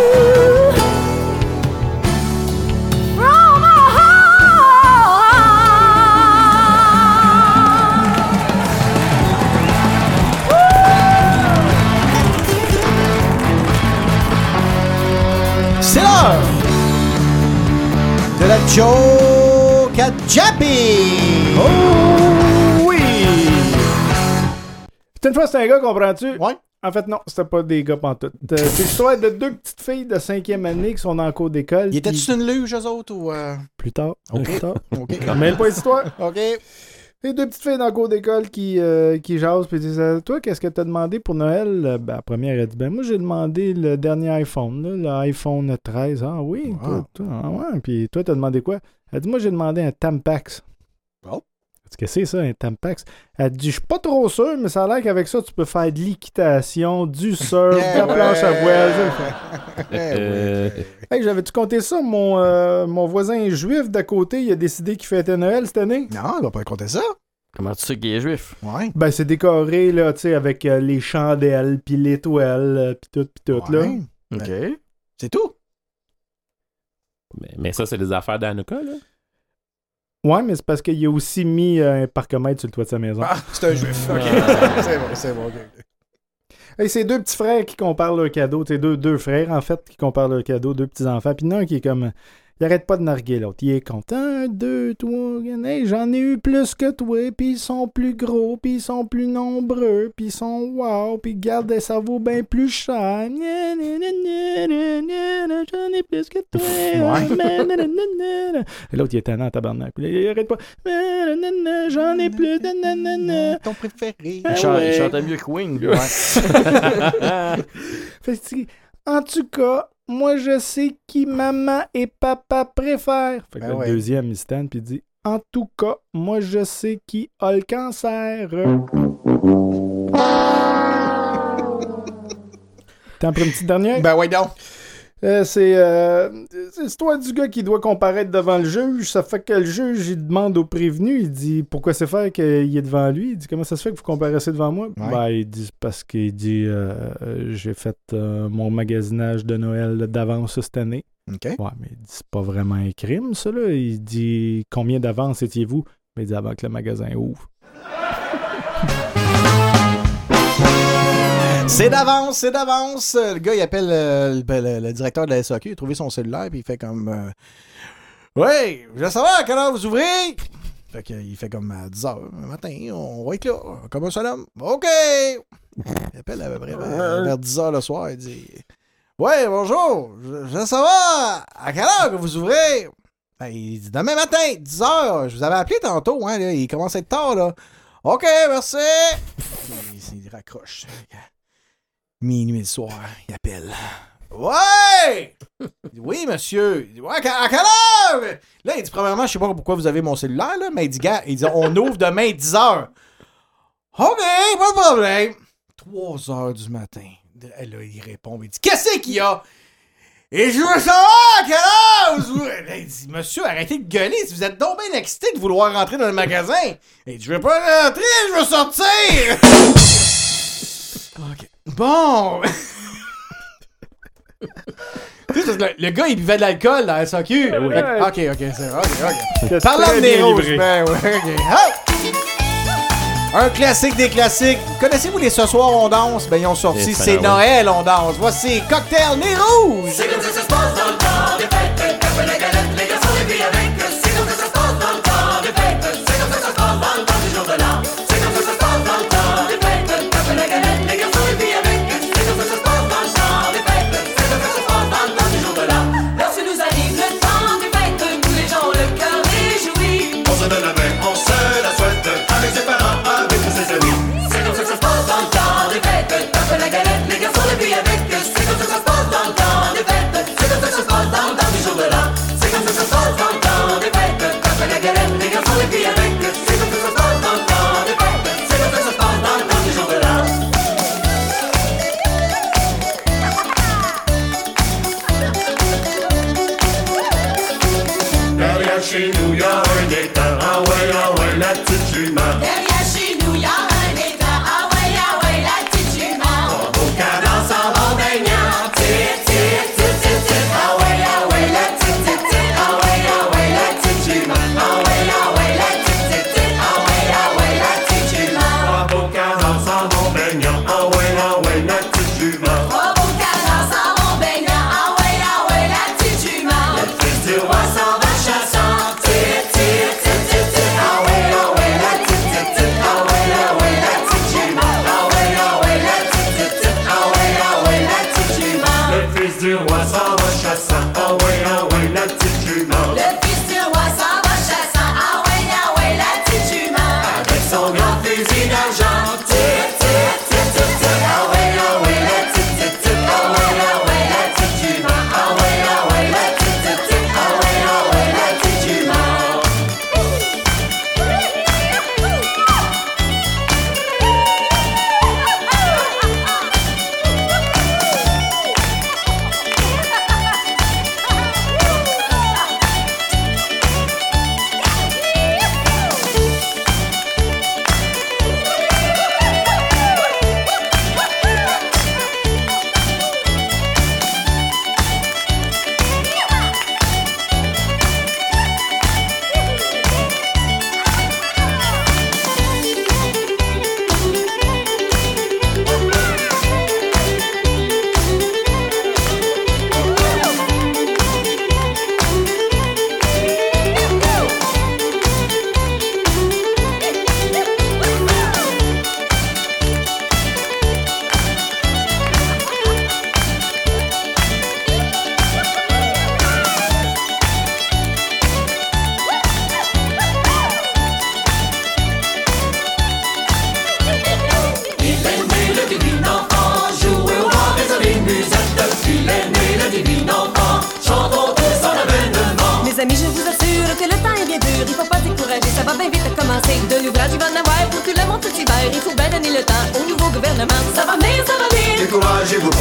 from our C'est l'heure de la joke à Jappy. Oh oui! C'était une fois, c'était un gars, comprends-tu? Ouais. En fait, non, c'était pas des gars pantoute. Euh, C'est l'histoire de deux petites filles de cinquième année qui sont dans le cours d'école. Il était-tu puis- une luge, eux autres, ou... euh? Plus tard. Ok. Plus tard. Ok. Mêle pas l'histoire. OK. Les deux petites filles dans le cours d'école qui, euh, qui jasent puis disent euh, toi, qu'est-ce que t'as demandé pour Noël? Euh, Ben, la première, elle dit ben, moi, j'ai demandé le dernier iPhone, là, l'iPhone treize. Ah oui, Wow. toi, toi, ah ouais. Puis toi, t'as demandé quoi? Elle dit moi, j'ai demandé un Tampax. Oh. Est-ce que c'est ça, un Tampax? Elle dit, je suis pas trop sûr, mais ça a l'air qu'avec ça, tu peux faire de l'équitation, du surf, de la Ouais. planche à voile. Euh, Hey, j'avais-tu compté ça? Mon, euh, mon voisin juif d'à côté, il a décidé qu'il fêtait Noël cette année. Non, il va pas compter ça. Comment tu sais qu'il est juif? Ouais. Ben, c'est décoré, là, tu sais, avec euh, les chandelles, puis l'étoile, euh, puis tout, puis tout, là. Ouais. OK. C'est tout. mais, mais ça, c'est des affaires d'Hanukkah, là. Ouais, mais c'est parce qu'il a aussi mis euh, un parcomètre sur le toit de sa maison. Ah, c'est un juif. OK. Ah. c'est bon, c'est bon. OK. Hey, c'est deux petits frères qui comparent leurs cadeaux. Tu sais, deux, deux frères, en fait, qui comparent leurs cadeaux, deux petits-enfants. Puis il y en a un qui est comme... Il arrête pas de narguer l'autre. Il est content. Un, deux, trois... Hey, j'en ai eu plus que toi. Puis ils sont plus gros. Puis ils sont plus nombreux. Puis ils sont wow. Puis regarde, ça vaut bien plus cher. Gna, gna, gna, gna, gna, gna, gna, j'en ai plus que toi. Ouais. Gna, gna, gna, gna, gna. Et l'autre, il est tannant, tabarnak. Puis là, il arrête pas. Gna, gna, gna, j'en ai plus. Gna, gna, gna, gna. Ton préféré. Il, Ah chante- ouais. il chantait mieux que Wing, lui. Ouais. Fait que, en tout cas, moi, je sais qui maman et papa préfèrent. Fait que Ben le ouais. deuxième, il stand puis il dit, en tout cas, moi, je sais qui a le cancer. T'en prends une petite dernière? Ben ouais, donc. Euh, c'est euh, c'est l'histoire du gars qui doit comparaître devant le juge. Ça fait que le juge, il demande au prévenu, il dit pourquoi c'est faire qu'il est devant lui. Il dit comment ça se fait que vous comparaissez devant moi? Ouais. Ben, il dit parce qu'il dit euh, euh, j'ai fait euh, mon magasinage de Noël d'avance cette année. OK. Ouais, mais il dit c'est pas vraiment un crime, ça, là. Il dit combien d'avance étiez-vous? Mais il dit avant que le magasin ouvre. C'est d'avance, c'est d'avance. Le gars, il appelle euh, le, le- le directeur de la S A Q, il a trouvé son cellulaire, puis il fait comme... Euh, oui, je veux savoir à quelle heure vous ouvrez? Fait qu'il fait comme à dix heures le matin, on va être là, comme un seul homme. OK! Il appelle à peu près vers, vers dix heures le soir, il dit... Ouais, bonjour, je, je veux savoir à quelle heure que vous ouvrez? Ben, il dit demain matin, dix heures, je vous avais appelé tantôt, hein, là, il commence à être tard, là. OK, merci! Il, il raccroche. Minuit le soir, il appelle. Ouais! Il dit, oui, monsieur. Il dit, ouais, à quelle heure? Là, il dit, premièrement, je sais pas pourquoi vous avez mon cellulaire, là, mais il dit, gars, il dit, on ouvre demain dix heures. OK, pas de problème. trois heures du matin. Là, il répond, il dit, qu'est-ce qu'il y a? Et je veux savoir à quelle heure vous ouvrez. Là, il dit, monsieur, arrêtez de gueuler. Si vous êtes donc bien excité de vouloir rentrer dans le magasin. Il dit, je veux pas rentrer, je veux sortir. OK. Bon. Tu sais, parce que le, le gars, il buvait de l'alcool dans la S A Q. Oui. Fait que- OK, OK, c'est vrai. OK, OK. C'est Parlant très de nez bien rouge. livré. Ben ouais, OK. Oh! Un classique des classiques. Connaissez-vous les Ce soir on danse? Ben, ils ont sorti Les C'est phénomènes. Noël on danse. Voici Cocktail Nez rouge. C'est comme ça que ça se passe dans le temps des fêtes. Café, la galette, les garçons, les filles avec. C'est comme ça que ça se passe dans le temps des fêtes. C'est comme ça que ça se passe dans le temps du jour de l'an. C'est comme ça que ça se passe dans le temps des fêtes. Café, la galette, les garçons, les filles avec. C'est comme ça que ça se passe dans le temps des fêtes. C'est comme ça que ça se passe dans le temps du jour de l'an. Lorsque nous arrive le temps des fêtes, tous les gens ont le cœur réjoui. On se donne la main, on se la souhaite. Avec ses parents, avec tous ses amis. C'est comme ça que ça se passe dans le temps des fêtes. Café, la galette, les garçons, les filles avec. C'est comme ça que ça se passe dans le temps des fêtes. C'est comme ça que ça se passe dans le temps du jour de l'an. C'est comme ça que ça se passe dans le temps des fêtes. Café, la galette, les garçons, les filles avec. C'est comme ça que ça se passe dans le temps des fêtes. C'est comme ça que ça se passe dans le temps du jour de l'an. Derrière chez nous, y'a un étang. Ah ouais, ah ouais, la petite jument. Derrière chez nous, y'a un étang. Ah ouais, ah ouais, la petite jument. Au cadence en bon baignant. Tit, tit, tit, tit, tit. Ah ouais, ah ouais, la petite, tit, tit. Ah ouais, ah ouais, la petite jument. Ah ouais, ah ouais, la petite, tit, tit. Ah ouais, ah ouais, la petite jument. Au cadence en bon baignant. Ah ouais, ah ouais, la petite jument. Au cadence en bon baignant. Ah ouais, ah ouais, la petite jument. Le fils du roi s'en va chassant. Tit, tit, tit, tit, tit. Ah ouais, ah ouais, la petite, tit, tit. Ah ouais, ah ouais, la petite jument. Ah ouais, ah ouais, la petite, tit, tit. Ah ouais, ah ouais, la petite jument. Le fils du roi s'en va chassant. Ah ouais, ah ouais, la petite jument. Le fils du roi s'en va chassant. Ah ouais, ah ouais, la petite jument. Avec son grand fusil d'argent. Tit, tit, tit, tit, tit. Ah ouais, ah ouais, la petite, tit, tit. Ah ouais, ah ouais, la petite jument. Ah ouais, ah ouais, la petite, tit, tit. Ah ouais, ah ouais, la petite jument.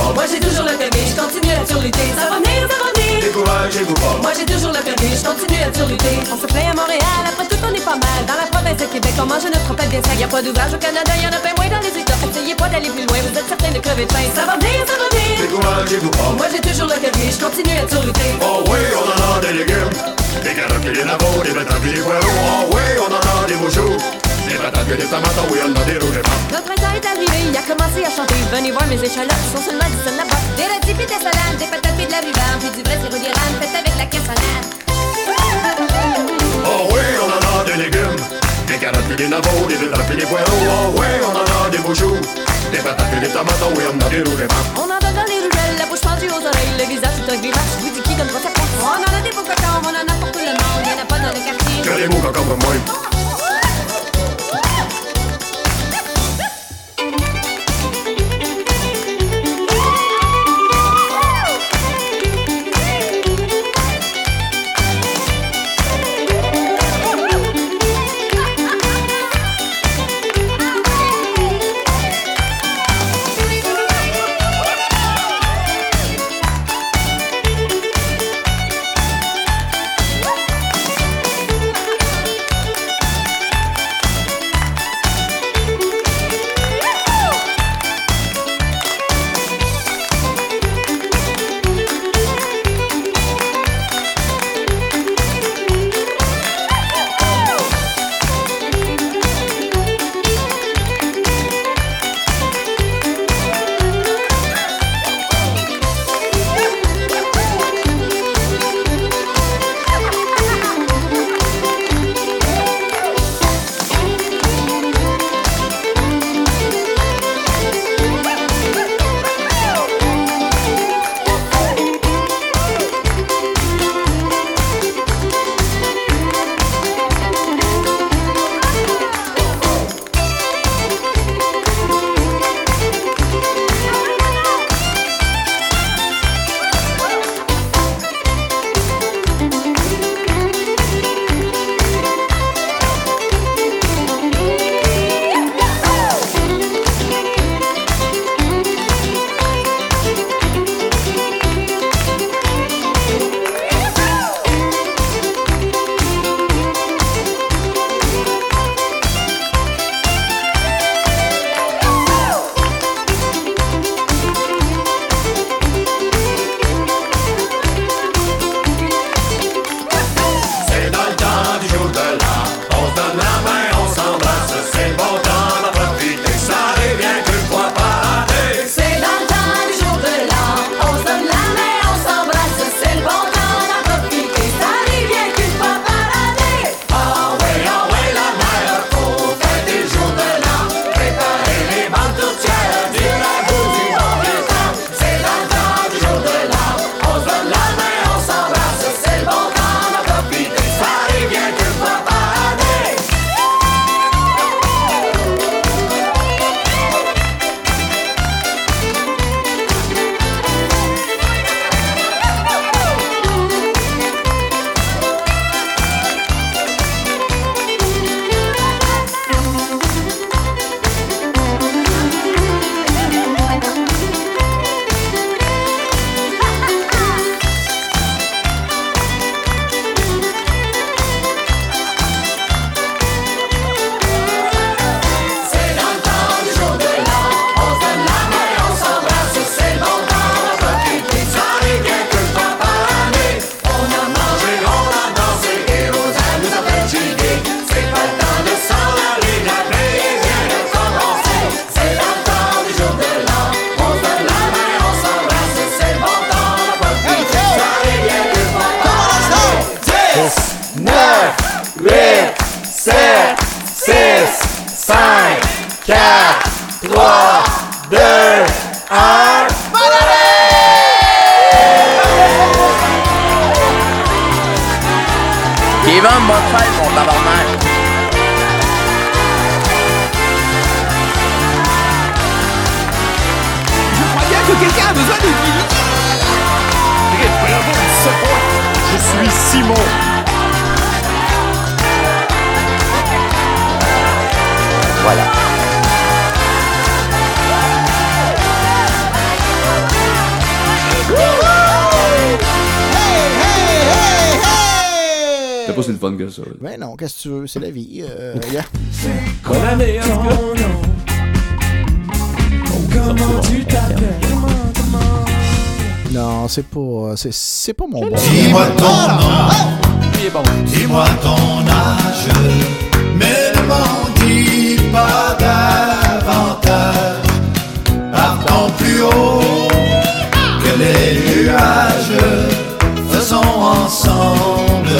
Moi j'ai toujours le permis, je continue à surlutter. Ça va venir, ça va venir. Découragez-vous pas. Moi j'ai toujours le permis, je continue à surlutter. On se plaint à Montréal, après tout on est pas mal. Dans la province de Québec, on mange notre trompette bien sec. Y'a pas d'ouvrage au Canada, y'en a pas moins dans les États. Essayez pas d'aller plus loin, vous êtes certains de crever de faim. Ça va venir, ça va venir. Découragez-vous pas. Moi j'ai toujours le permis, je continue à surlutter. Oh oui, on en a des légumes. Des carottes et des navaux, des betteraves et des poireaux. Oh oui, on en a des beaux choux. Des patates et des tomates, oui, on en a des rouges et blancs. Le printemps est arrivé, il a commencé à chanter. Venez voir mes échalotes, sont seulement dix cents là-bas. Des radis pis des salades, des patates et de la rhubarbe. Puis du vrai sirop d'érable, fait avec la cassonade. Oh oui, on en a des légumes. Des carottes et des navaux, des betteraves et des poireaux. Oh oui, on en a des beaux choux. Des patates et des tomates, oui, on en a des rouges et blancs. On en donne dans les ruelles, la bouche pendue aux oreilles, le visage tout un grimace. Je vous dis qui donne pas sa place. On en a des beaux cocons, on en a pour tout le monde. Y'en a pas dans le quartier. Que des mots comme moi. trois, deux, un. Kevin, bonne fête, mon tabarnak. Je crois bien que quelqu'un a besoin de vie. Bravo, dix-sept points. Je suis Simon. Voilà. pas si le fun que ça. Ben non, qu'est-ce que tu veux? C'est la vie. Euh, yeah. Bonne année, en tout cas. Comment tu t'appelles? Non, c'est pas, c'est, c'est pas mon bon. Dis-moi ton nom, Il est bon. dis-moi ton âge, mais ne m'en dis pas davantage. Partons plus haut que les nuages, faisons ensemble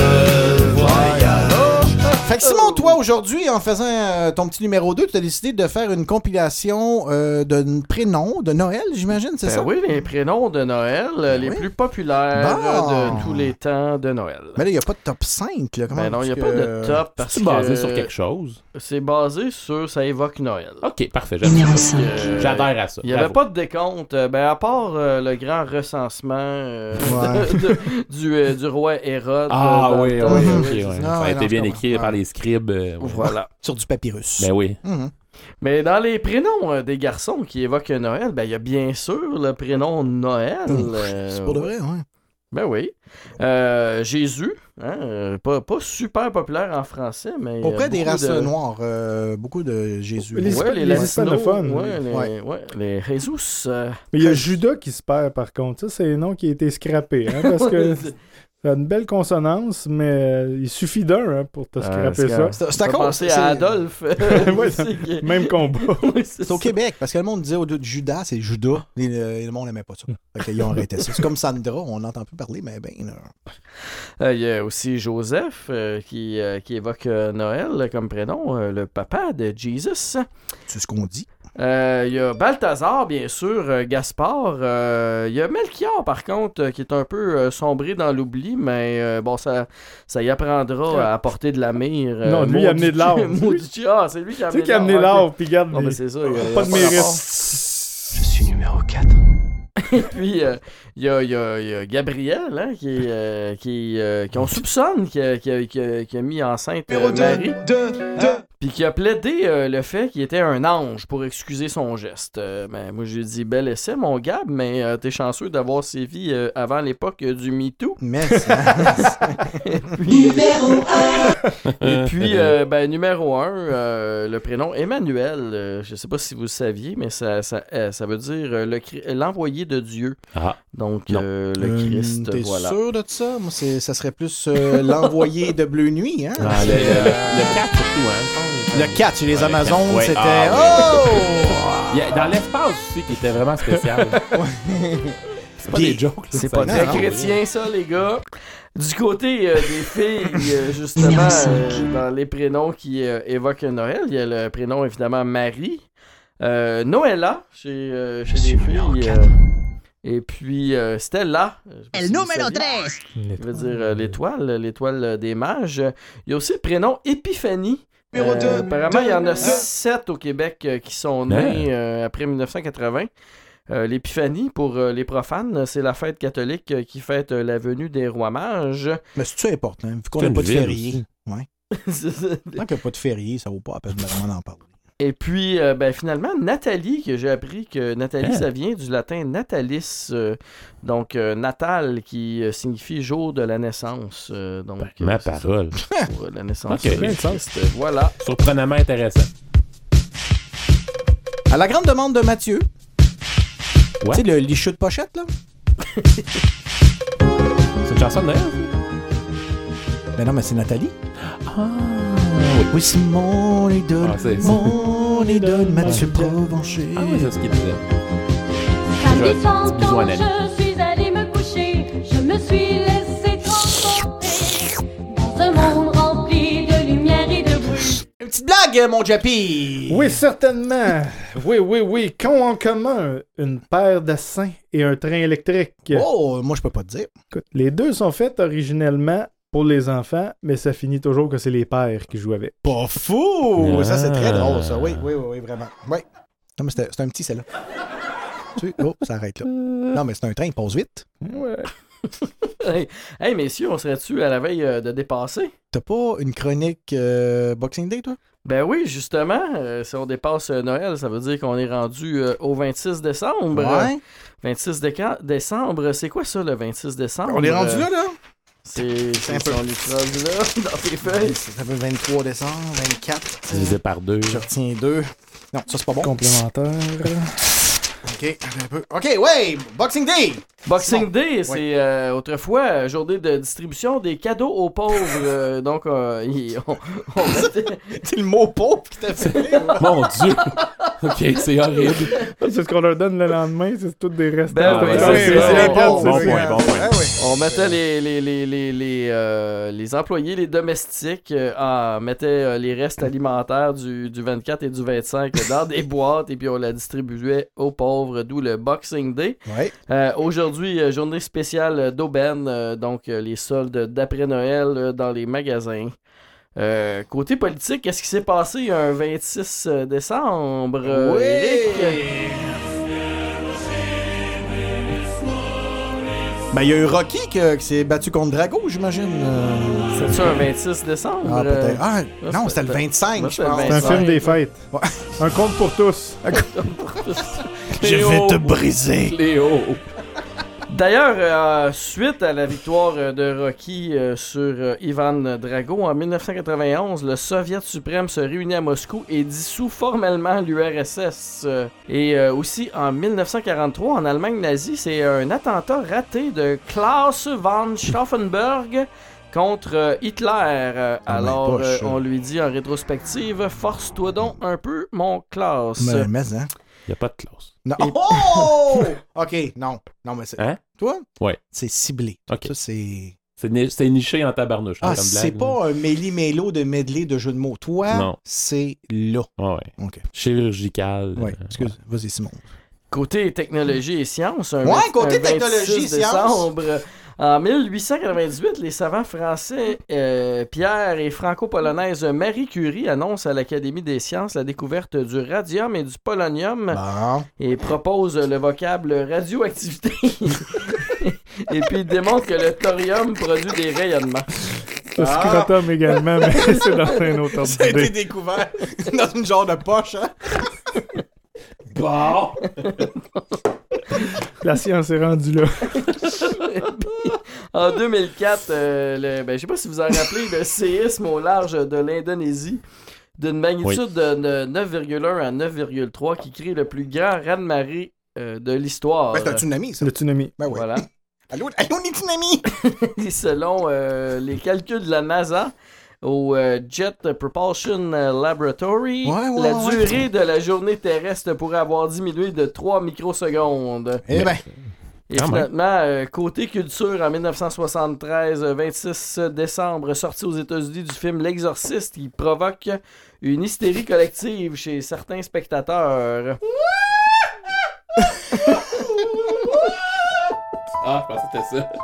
ce voyage. Fait que Simon, toi, aujourd'hui, en faisant euh, ton petit numéro deux, tu as décidé de faire une compilation euh, de prénoms de Noël, j'imagine, c'est Ben ça? oui, les prénoms de Noël, euh, les oui. plus populaires Bon. de tous les temps de Noël. Mais là, il n'y a pas de top cinq. Là. Comment Ben non, il n'y a que- pas de top parce C'est que... basé sur quelque chose. C'est basé sur... Ça évoque Noël. Ok, parfait. J'aime ça. Euh, J'adhère à ça. Il n'y avait Bravo. pas de décompte, euh, ben à part euh, le grand recensement euh, Ouais. de- de- du, euh, du roi Hérode. Ah euh, dans oui, le oui, temps. ok, Oui, ouais. c'est Ça ça. Ah, a ouais, été non, bien je écrit comprends. par les scribes. euh, ouais. Voilà. Sur du papyrus. Ben oui. Mhm. Mais dans les prénoms euh, des garçons qui évoquent Noël, ben il y a bien sûr le prénom Noël. euh, C'est pour de vrai, ouais. Ben oui. Euh, Jésus, hein, euh, pas, pas super populaire en français, mais... Auprès euh, des beaucoup races de- noires, euh, beaucoup de Jésus. Les- Ouais, les, les latinos, hispanophones. ouais, les, Ouais. ouais, les Jesus. euh, Mais il y a Judas qui se perd, par contre. Ça, c'est un nom qui a été scrappé. Hein, parce que ça a une belle consonance, mais euh, il suffit d'un hein, pour te Ah, scraper c'est ça. grave. C'est, c'est à Faut cause- penser c'est- à Adolphe. Ouais, aussi, qui est- Même combat. Oui, c'est C'est au ça. Québec, parce que le monde disait au de Judas, c'est Judas. Et le, et le monde n'aimait pas ça. Fait qu'ils ont arrêté ça. C'est comme Sandra, on n'entend plus parler, mais ben. là. Euh, Il y a aussi Joseph euh, qui, euh, qui évoque euh, Noël comme prénom, euh, le papa de Jesus. C'est ce qu'on dit. Euh, Il y a Balthazar, bien sûr, euh, Gaspard. Euh, Il y a Melchior, par contre, euh, qui est un peu euh, sombré dans l'oubli, mais euh, bon, ça, ça y apprendra à apporter de la mire. euh, Non, lui, il a amené de l'or. Maudit- Ah, c'est lui qui a Tu amené sais qui a amené de l'or, ok. puis garde. Non, mais c'est ça. il y a- il y a Pas de pas mérite. rapport. Je suis numéro quatre. Et puis, euh, il y, a, il y a- il y a Gabriel, hein, qui, est, euh, qui, euh, qu'on soupçonne qui a, qui a- qui a- qui a mis enceinte euh, Marie. Puis qui a plaidé euh, le fait qu'il était un ange pour excuser son geste. Euh, ben, moi, j'ai dit, bel essai, mon Gab, mais euh, t'es chanceux d'avoir sévi euh, avant l'époque euh, du MeToo. Mais Et puis, Et puis euh, ben, numéro un, euh, le prénom Emmanuel. Euh, je sais pas si vous le saviez, mais ça, ça, euh, ça veut dire euh, le Chri- l'envoyé de Dieu. Ah. Donc, Non. euh, le Euh, Christ, T'es voilà. sûr de ça? Moi, c'est, ça serait plus euh, l'envoyé de Bleu Nuit, hein? Ah, le, le, le quatre surtout, hein. Le quatre chez les Ouais, le Amazones, quatre. Ouais, c'était... ah, oui, oh! Il y a- dans l'espace aussi, qui était vraiment spécial. C'est pas Puis- des jokes. là, C'est ça- pas Non, très non, chrétien, ça, les gars. Du côté euh, des filles, euh, justement, euh, dans les prénoms qui euh, évoquent Noël, il y a le prénom, évidemment, Marie. Euh, Noëlla, chez, euh, chez les filles. euh, et puis euh, Stella. je sais pas El si vous número saviez. tres. Ça veut dire euh, l'étoile, l'étoile des mages. Il y a aussi le prénom Épiphanie. Numéro Euh, deux, apparemment, il y en a deux, sept au Québec euh, qui sont nés euh, après dix-neuf cent quatre-vingts. Euh, L'épiphanie, pour euh, les profanes, c'est la fête catholique euh, qui fête euh, la venue des rois mages. Mais c'est-tu important? Vu qu'on C'est n'a une pas de ville férié. aussi. Ouais. C'est ça. Tant qu'il n'y a pas de férié, ça vaut pas la peine vraiment d'en parler. Et puis, euh, ben, finalement, Nathalie, que j'ai appris que Nathalie, Ah. ça vient du latin natalis, euh, donc euh, natal, qui euh, signifie jour de la naissance. euh, donc, Ben, euh, ma c'est ça, parole. pour euh, la naissance Ok. du Christ. Euh, Voilà. Surprenamment intéressant. À la grande demande de Mathieu, Ouais. tu sais, le licheux de pochette, là? C'est une chanson de Noël? Ben non, mais c'est Nathalie. Ah, oui, c'est mon idole, Ah, c'est- mon idole, Mathieu Provencher. Ah oui, c'est ce qu'il disait. Samedi Je- soir, bisous à quand Nathalie. je suis allée me coucher, je me suis laissé transporter dans un monde rempli de lumière et de bruit. Une petite blague, mon Jappy! Oui, certainement. Oui, oui, oui. Qu'ont en commun une paire de seins et un train électrique? Oh, moi, je peux pas te dire. Écoute, les deux sont faits originellement pour les enfants, mais ça finit toujours que c'est les pères qui jouent avec. Pas fou! Ça, c'est très Ah. drôle, ça. Oui, oui, oui, oui, vraiment. Oui. Non, mais c'était c'est un petit, celle-là. Tu sais, oh, ça arrête là. Non, mais c'est un train, il passe vite. Ouais. hey, hey, messieurs, on serait-tu à la veille euh, de dépasser? T'as pas une chronique euh, Boxing Day, toi? Ben oui, justement, euh, si on dépasse euh, Noël, ça veut dire qu'on est rendu euh, au vingt-six décembre. Ouais. vingt-six déca- décembre, c'est quoi ça, le vingt-six décembre? On est rendu Euh, là, là? C'est C'est un peu- on est rendu là, dans tes feuilles. Ça fait vingt-trois décembre, vingt-quatre. Divisé par deux. Je retiens deux. Non, ça c'est pas bon. Complémentaire. OK, un peu. OK, ouais! Boxing Day! Boxing Bon. Day, Ouais. c'est euh, autrefois euh, journée de distribution des cadeaux aux pauvres. euh, donc, euh, il- on, on mettait... C'est le mot pauvre qui t'a fait. Mon Dieu! Ok, c'est horrible. C'est ce qu'on leur donne le lendemain, c'est tout des restants. Ben de oui, temps. c'est C'est ça. les Bon, quatre, bon c'est point, ça. bon point. Ah oui. On mettait les, les, les, les, les, euh, les employés, les domestiques, euh, ah, mettaient euh, les restes alimentaires du, du vingt-quatre et du vingt-cinq dans des boîtes et puis on la distribuait aux pauvres, d'où le Boxing Day. Ouais. Euh, Aujourd'hui, euh, journée spéciale d'aubaine, euh, donc euh, les soldes d'après Noël euh, dans les magasins. Euh, côté politique, qu'est-ce qui s'est passé un vingt-six décembre? euh, Oui! Eric? Ben, il y a eu Rocky que- qui s'est battu contre Drago, j'imagine. Euh, C'est ça un vingt-six décembre? Ah, peut-être. Ah, Euh, non, ça, c'était le vingt-cinq, moi, je c'était le pense. C'est un vingt-cinq. film des fêtes. Ouais. Un conte pour tous. Je vais te briser. Léo! D'ailleurs, euh, suite à la victoire euh, de Rocky euh, sur euh, Ivan Drago en mille neuf cent quatre-vingt-onze, le Soviet suprême se réunit à Moscou et dissout formellement l'U R S S. Euh, et euh, aussi en mille neuf cent quarante-trois, en Allemagne nazie, c'est un attentat raté de Klaus von Stauffenberg contre euh, Hitler. Euh, Ah, ben, alors, poche, euh, ça. on lui dit en rétrospective, force-toi donc un peu, mon Klaus. Mais, mais, hein? Il n'y a pas de clause. Non. Oh! OK, non. Non, mais c'est. Hein? Toi? Ouais. C'est ciblé. OK. Ça, c'est. C'est ni- c'est niché en tabarnouche. hein, Ah, comme c'est blague, pas un méli-mélo de medley de jeux de mots. Toi, Non. c'est là. là. Ouais, ouais. OK. Chirurgical. Ouais, euh, excuse. Vas-y, Simon. Côté technologie et sciences, un, Ouais, vingt- côté un vingt-six technologie et sciences. décembre, en mille huit cent quatre-vingt-dix-huit, les savants français euh, Pierre et franco-polonaise Marie Curie annoncent à l'Académie des sciences la découverte du radium et du polonium Bon. et proposent le vocable radioactivité. Et puis ils démontrent que le thorium produit des rayonnements. Le scrotum également, mais c'est dans un autre ordre Ça a été d'idée. découvert dans une genre de poche, hein? Bon! La science est rendue là. En deux mille quatre, euh, le, ben, je sais pas si vous en rappelez, le séisme au large de l'Indonésie d'une magnitude de de neuf virgule un à neuf virgule trois qui crée le plus grand raz-de-marée euh, de l'histoire. Ben, c'est un tsunami, ça. Le tsunami. Ben oui. Voilà. Allô, allô, les tsunamis! Et selon euh, les calculs de la NASA, au euh, Jet Propulsion Laboratory, Ouais, ouais, la ouais. durée de la journée terrestre pourrait avoir diminué de trois microsecondes. Eh ben, Et Quand finalement, euh, côté culture, en mille neuf cent soixante-treize, euh, vingt-six décembre, sorti aux États-Unis du film L'Exorciste, qui provoque une hystérie collective chez certains spectateurs. Ah, je pensais que c'était ça.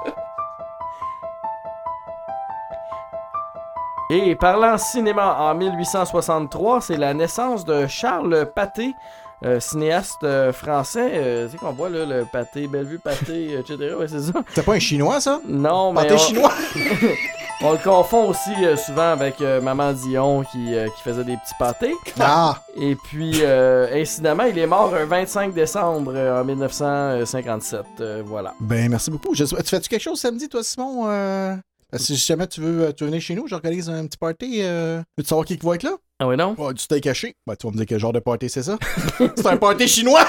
Et parlant cinéma, en mille huit cent soixante-trois, c'est la naissance de Charles Pathé, euh, cinéaste euh, français. Euh, tu sais qu'on voit là, le Pathé, Bellevue Pathé, et cetera. Ouais, c'est ça. c'est pas un chinois, ça? Non, mais Pâté on, chinois? on le confond aussi euh, souvent avec euh, Maman Dion qui, euh, qui faisait des petits pâtés. Ah! Et puis, euh, incidemment, il est mort un vingt-cinq décembre euh, en mille neuf cent cinquante-sept. Euh, voilà. Ben, merci beaucoup. Je sais pas, tu fais-tu quelque chose samedi, toi, Simon? Euh... Si jamais tu veux, tu veux venir chez nous, j'organise un petit party. Euh... Veux-tu savoir qui qui va être là? Ah oui, non? Oh, du steak haché. Ben, tu vas me dire quel genre de party c'est ça? C'est un party chinois!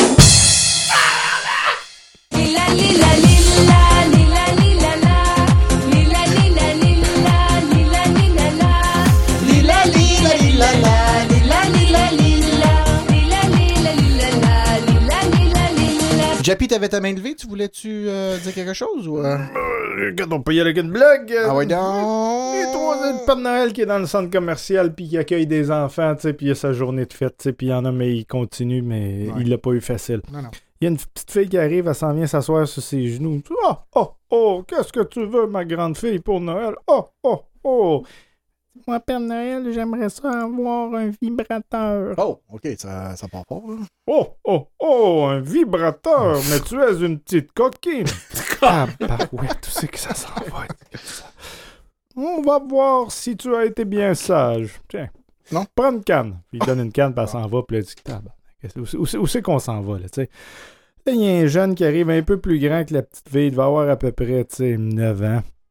Lila lila lila lila lila la lila lila lila lila lila la lila lila lila la lila lila lila lila lila lila la lila lila lila. Jappy, t'avais ta main levée, tu voulais-tu euh, dire quelque chose ou. Euh... Regarde, on peut y aller avec une blague. Ah ouais, donc. Les trois le Père Noël qui est dans le centre commercial puis qui accueille des enfants, tu sais, puis il y a sa journée de fête, tu sais, puis il y en a, mais il continue, mais Ouais. il l'a pas eu facile. Non, non. Il y a une petite fille qui arrive, elle s'en vient s'asseoir sur ses genoux. Oh, oh, oh, qu'est-ce que tu veux, ma grande fille, pour Noël? Oh, oh, oh. Moi, Père Noël, j'aimerais ça avoir un vibrateur. Oh, ok, ça, ça part fort, là. Oh, oh, oh, un vibrateur, mais tu es une petite coquine. Ah, bah ouais, tu sais que ça s'en va être comme ça. On va voir si tu as été bien sage. Tiens, non, prends une canne. Puis il donne une canne, puis elle s'en va, puis elle dit, tabarnak, où, où, où c'est qu'on s'en va, là, tu sais? Là, il y a un jeune qui arrive un peu plus grand que la petite fille, il va avoir à peu près, tu sais, neuf ans.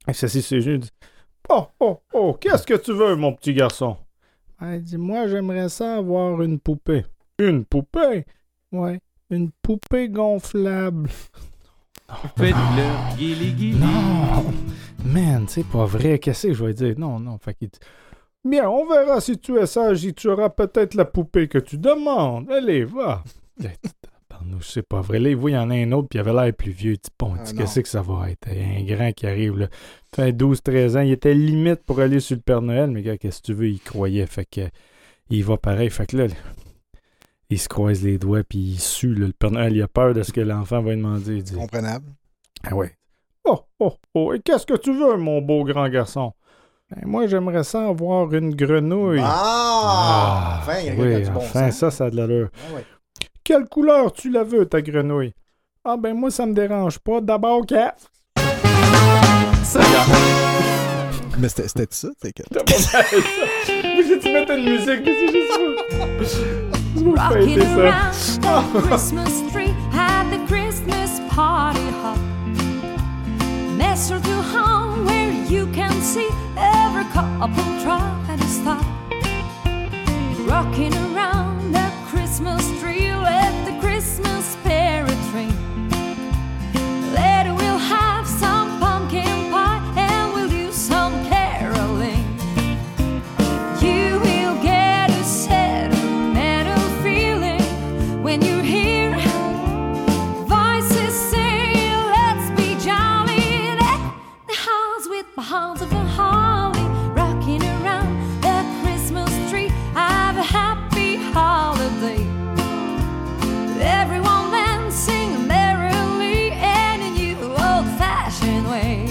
Elle s'assit sur ses genoux, elle dit Oh, oh, oh, qu'est-ce que tu veux, mon petit garçon? Elle dit Moi, j'aimerais ça avoir une poupée. Une poupée? Ouais, une poupée gonflable. Faites-le, guili guili. Non, man, c'est pas vrai. Qu'est-ce que je vais dire? Non, non. Fait qu'il dit Bien, on verra si tu es sage et tu auras peut-être la poupée que tu demandes. Allez, va. Pardon, je sais pas vrai. Là, il voit, il y en a un autre, puis il avait l'air plus vieux. Il dit Bon, Ah, dis, non. qu'est-ce que ça va être? Il y a un grand qui arrive, là. Fait douze treize ans. Il était limite pour aller sur le Père Noël, mais gars, qu'est-ce que tu veux? Il croyait. Fait que il va pareil. Fait que là, il se croise les doigts, puis il sue. Là. Le Père Noël, il a peur de ce que l'enfant va lui demander. Il dit Comprenable. Ah ouais. Oh, oh, oh, et qu'est-ce que tu veux, mon beau grand garçon? Ben, moi, j'aimerais ça avoir une grenouille. Ah! Enfin, il y a quelqu'un oui, du bon enfin, sens. ça, ça a de l'allure. Ah ouais. Quelle couleur tu la veux, ta grenouille? Ah ben, moi, ça me dérange pas. D'abord, qu'elle... Ça, Mais c'était c'était ça, c'est que. T'as pas fait ça. Mais j'ai-tu mettre une musique, mais c'est juste ça. Je vais Rocking fêter around ça. the Christmas tree at the Christmas party hop. Mistletoe hung where you can see every couple try to stop. Rocking around the Christmas tree, let the Christmas spirit ring. Later we'll have some pumpkin pie and we'll do some caroling. You will get a sentimental feeling when you hear voices say, let's be jolly. Deck the house with behind of a holly, rocking around the Christmas tree. Have a happy holiday. Everyone then sing merrily and in you old-fashioned way.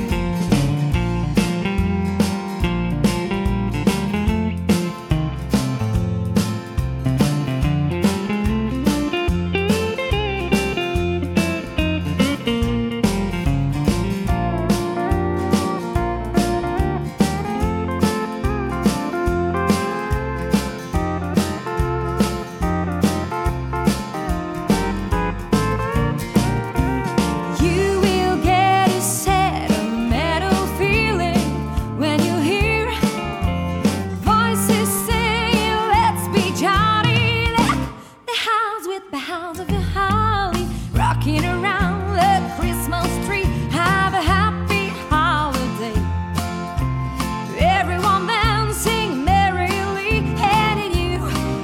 You will get a sentimental feeling when you hear voices saying, let's be jolly. Deck the house with the hounds of the holly, rocking around the Christmas tree. Have a happy holiday. Everyone then sing merrily and in you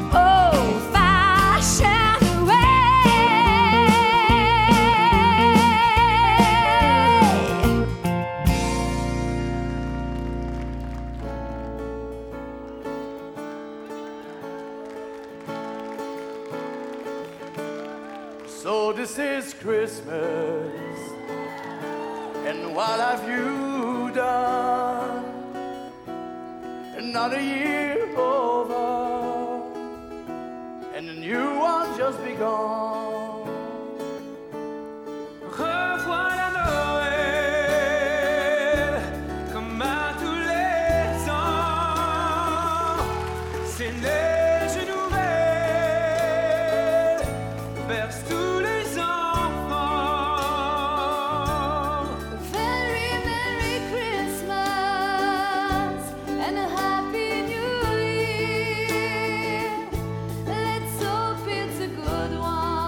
old-fashioned way. So this is Christmas, and what have you done? Another year over, and a new one just begun. Revoilà Noël, comme à tous les ans. Ces neiges nouvelles bercent tous les enfants. Very Merry Christmas and a Happy New Year. Let's hope it's a good one.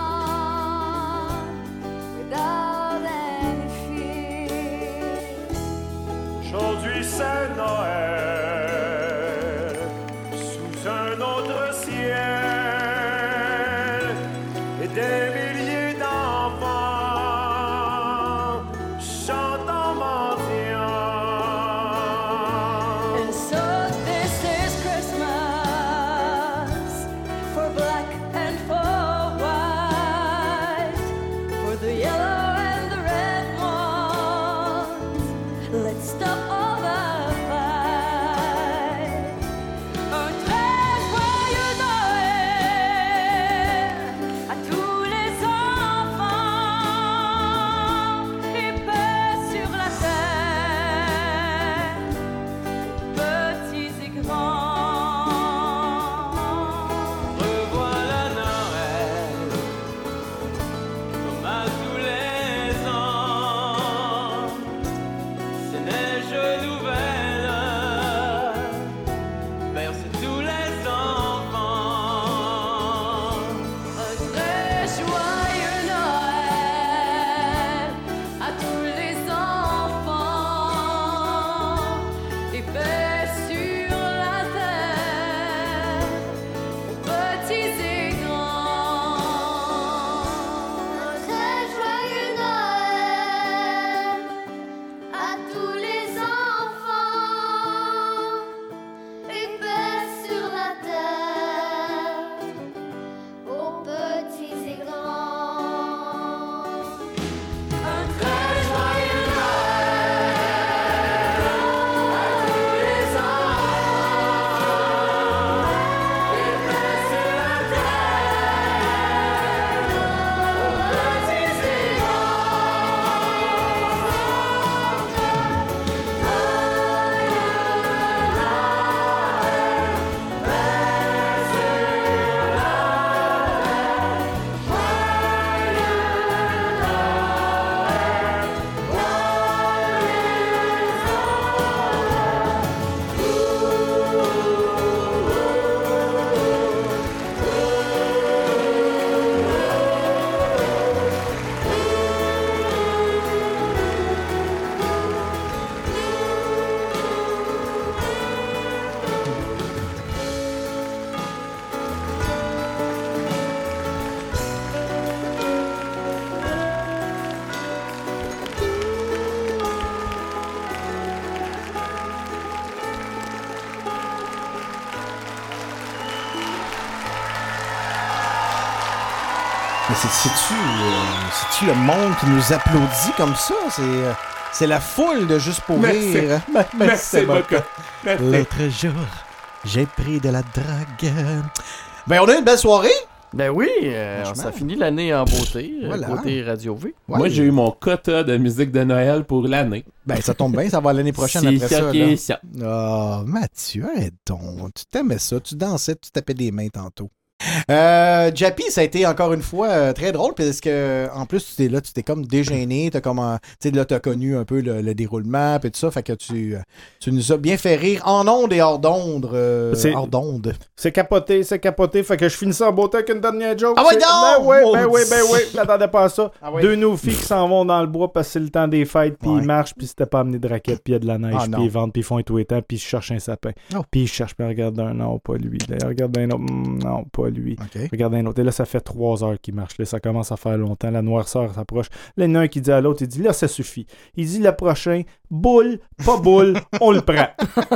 Mais c'est, c'est-tu, euh, c'est-tu le monde qui nous applaudit comme ça? C'est, euh, c'est la foule de Juste pour Merci. rire. Merci, Merci beaucoup. Merci. L'autre jour, j'ai pris de la drague. Ben, on a eu une belle soirée. Ben oui, euh, ça finit l'année en beauté, euh, Voilà. côté Radio V. Ouais. Moi, j'ai eu mon quota de musique de Noël pour l'année. Ben, ça tombe bien, ça va l'année prochaine C'est après ça ça. qui là. est ça. Ah, Mathieu, arrête donc. Tu t'aimais ça, tu dansais, tu tapais des mains tantôt. Euh, Jappy, ça a été encore une fois euh, très drôle parce que en plus tu t'es là, tu t'es comme dégêné, t'as comme euh, tu sais là t'as connu un peu le, le déroulement et tout ça, fait que tu euh, tu nous as bien fait rire en ondes et hors d'onde, euh, C'est- hors d'onde. C'est capoté, c'est capoté. Fait que je finis ça en beauté avec une dernière joke. Ah ouais, C'est- donc! Ben oui, ben Maudit. oui, ben oui. Je m'attendais pas à ça. Ah ouais. Deux de nos filles qui s'en vont dans le bois parce que c'est le temps des fêtes, puis Ouais. ils marchent, puis c'était pas amené de raquettes, puis il y a de la neige, Ah puis non. ils vendent, puis ils font tout et temps, puis ils cherchent un sapin. Oh. Puis ils cherchent, puis ils regardent un, non, pas lui. Là, ils regardent un autre, hmm, non, pas lui. OK. Regarde un autre. Et là, ça fait trois heures qu'ils marchent. Là, ça commence à faire longtemps. La noirceur s'approche. Là, il y en a un qui dit à l'autre, il dit, là, ça suffit. Il dit, le prochain, boule, pas boule, on le prend.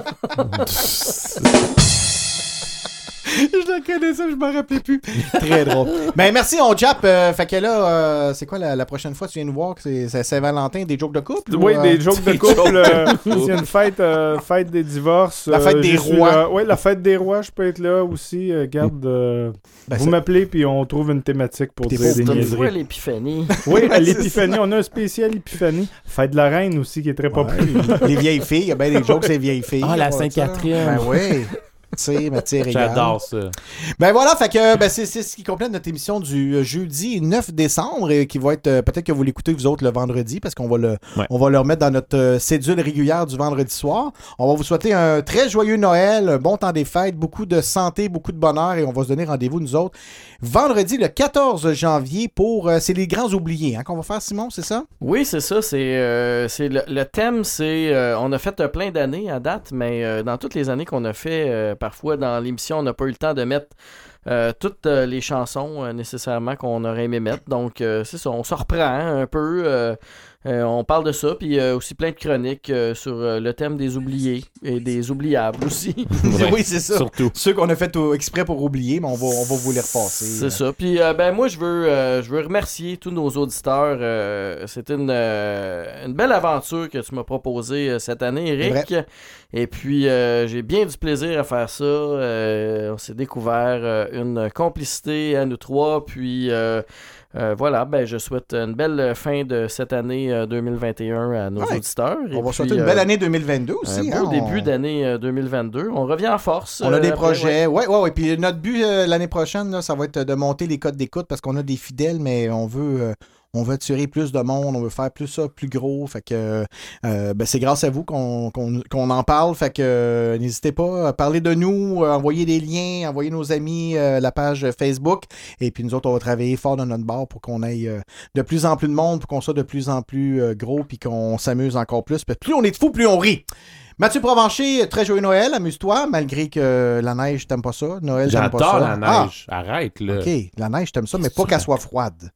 Je la connais ça, je m'en rappelais plus. Très drôle. Ben merci, on jappe. Euh, fait que là, euh, c'est quoi la, la prochaine fois tu viens nous voir que c'est, c'est Saint-Valentin, des jokes de couple? Oui, ou, euh, des jokes de couple. euh, Il y a une fête, euh, fête des divorces. La fête euh, des je suis rois. là. Oui, la fête des rois, je peux être là aussi. Euh, garde, euh, Ben, vous ça- m'appelez, puis on trouve une thématique pour T'es dire beau, des Une fois niaiseries. l'épiphanie. Oui, à c'est l'épiphanie, on a un spécial épiphanie. Fête de la reine aussi, qui est très populaire. Ouais, les vieilles filles, il y a bien des jokes, c'est les vieilles filles. Ah, la on va dire ça. Sainte-Catherine. Ben oui. Tu sais, matière égale. J'adore ça. Ben voilà, fait que ben, c'est, c'est ce qui complète notre émission du euh, jeudi neuf décembre et qui va être, euh, peut-être que vous l'écoutez vous autres le vendredi parce qu'on va le, Ouais. on va le remettre dans notre euh, cédule régulière du vendredi soir. On va vous souhaiter un très joyeux Noël, un bon temps des fêtes, beaucoup de santé, beaucoup de bonheur et on va se donner rendez-vous nous autres vendredi le quatorze janvier pour, euh, c'est les grands oubliés hein, qu'on va faire Simon, c'est ça? Oui, c'est ça. C'est, euh, c'est le, le thème, c'est... euh, on a fait euh, plein d'années à date, mais euh, dans toutes les années qu'on a fait, euh, parfois dans l'émission, on n'a pas eu le temps de mettre euh, toutes euh, les chansons euh, nécessairement qu'on aurait aimé mettre. Donc, euh, c'est ça. On se reprend un peu. euh, euh, on parle de ça. Puis euh, aussi plein de chroniques euh, sur euh, le thème des oubliés et des oubliables aussi. Ouais, Oui, c'est ça. Surtout. Ceux qu'on a fait au- exprès pour oublier, mais on va, on va vous les repasser. C'est ça. Puis, euh, ben, moi, je veux, euh, je veux remercier tous nos auditeurs. Euh, C'était une, euh, une belle aventure que tu m'as proposée euh, cette année, Eric. Et puis, euh, j'ai bien du plaisir à faire ça. Euh, on s'est découvert euh, une complicité à nous trois. Puis, euh, euh, voilà, ben, je souhaite une belle fin de cette année euh, deux mille vingt et un à nos Ouais. auditeurs. Et On va puis, souhaiter une euh, belle année deux mille vingt-deux aussi. Un hein, beau on- début d'année euh, deux mille vingt-deux. On revient en force. On a euh, des après, projets. ouais. Ouais, ouais, ouais. Puis notre but euh, l'année prochaine, là, ça va être de monter les codes d'écoute parce qu'on a des fidèles, mais on veut, euh, on veut attirer plus de monde, on veut faire plus ça, plus gros. Fait que euh, ben, c'est grâce à vous qu'on, qu'on, qu'on en parle. Fait que euh, n'hésitez pas à parler de nous, euh, envoyer des liens, envoyer nos amis euh, la page Facebook. Et puis nous autres, on va travailler fort dans notre bar pour qu'on aille euh, de plus en plus de monde, pour qu'on soit de plus en plus euh, gros, puis qu'on s'amuse encore plus. Puis plus on est de fous, plus on rit. Mathieu Provencher, très joyeux Noël, amuse-toi, malgré que la neige, t'aimes pas ça. Noël, j'aime pas ça. J'adore la neige. Arrête, là. Ah, OK, la neige, t'aimes ça, mais pas qu'elle soit froide.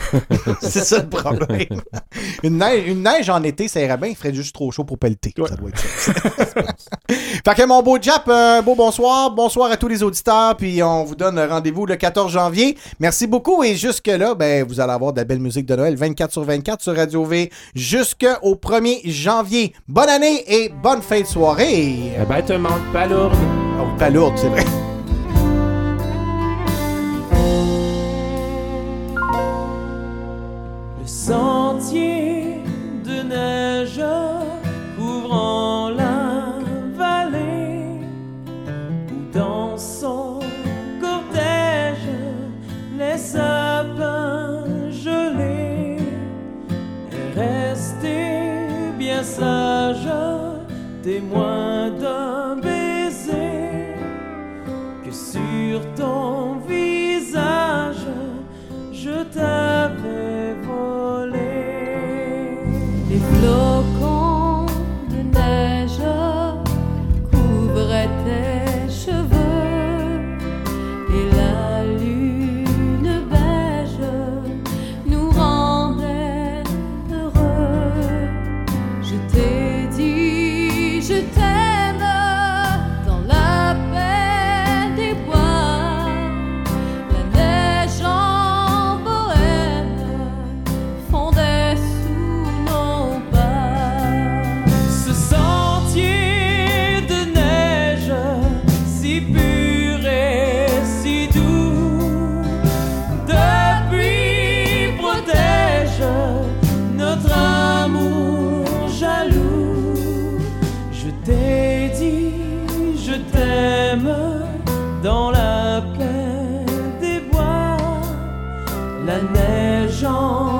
C'est ça le problème. Une neige, une neige en été, ça irait bien, il ferait juste trop chaud pour pelleter. Ça doit être ça. Fait que mon beau Jap, un beau bonsoir. Bonsoir à tous les auditeurs, puis on vous donne rendez-vous le quatorze janvier. Merci beaucoup et jusque-là, ben, vous allez avoir de la belle musique de Noël vingt-quatre sur vingt-quatre sur Radio V jusqu'au premier janvier. Bonne année et bonne fin de soirée. Eh ben, te manque pas lourde. Oh, pas lourde, c'est vrai. Le sentier de neige couvrant la vallée où dans son cortège les sapins gelés est resté bien sage, témoin d'un baiser que sur ton visage je t'avais volé. Les flocons de neige couvraient tes cheveux et la lune beige nous rendait heureux. Je t'ai dit je t'aime dans la paix des bois dans la plaine des bois, la neige en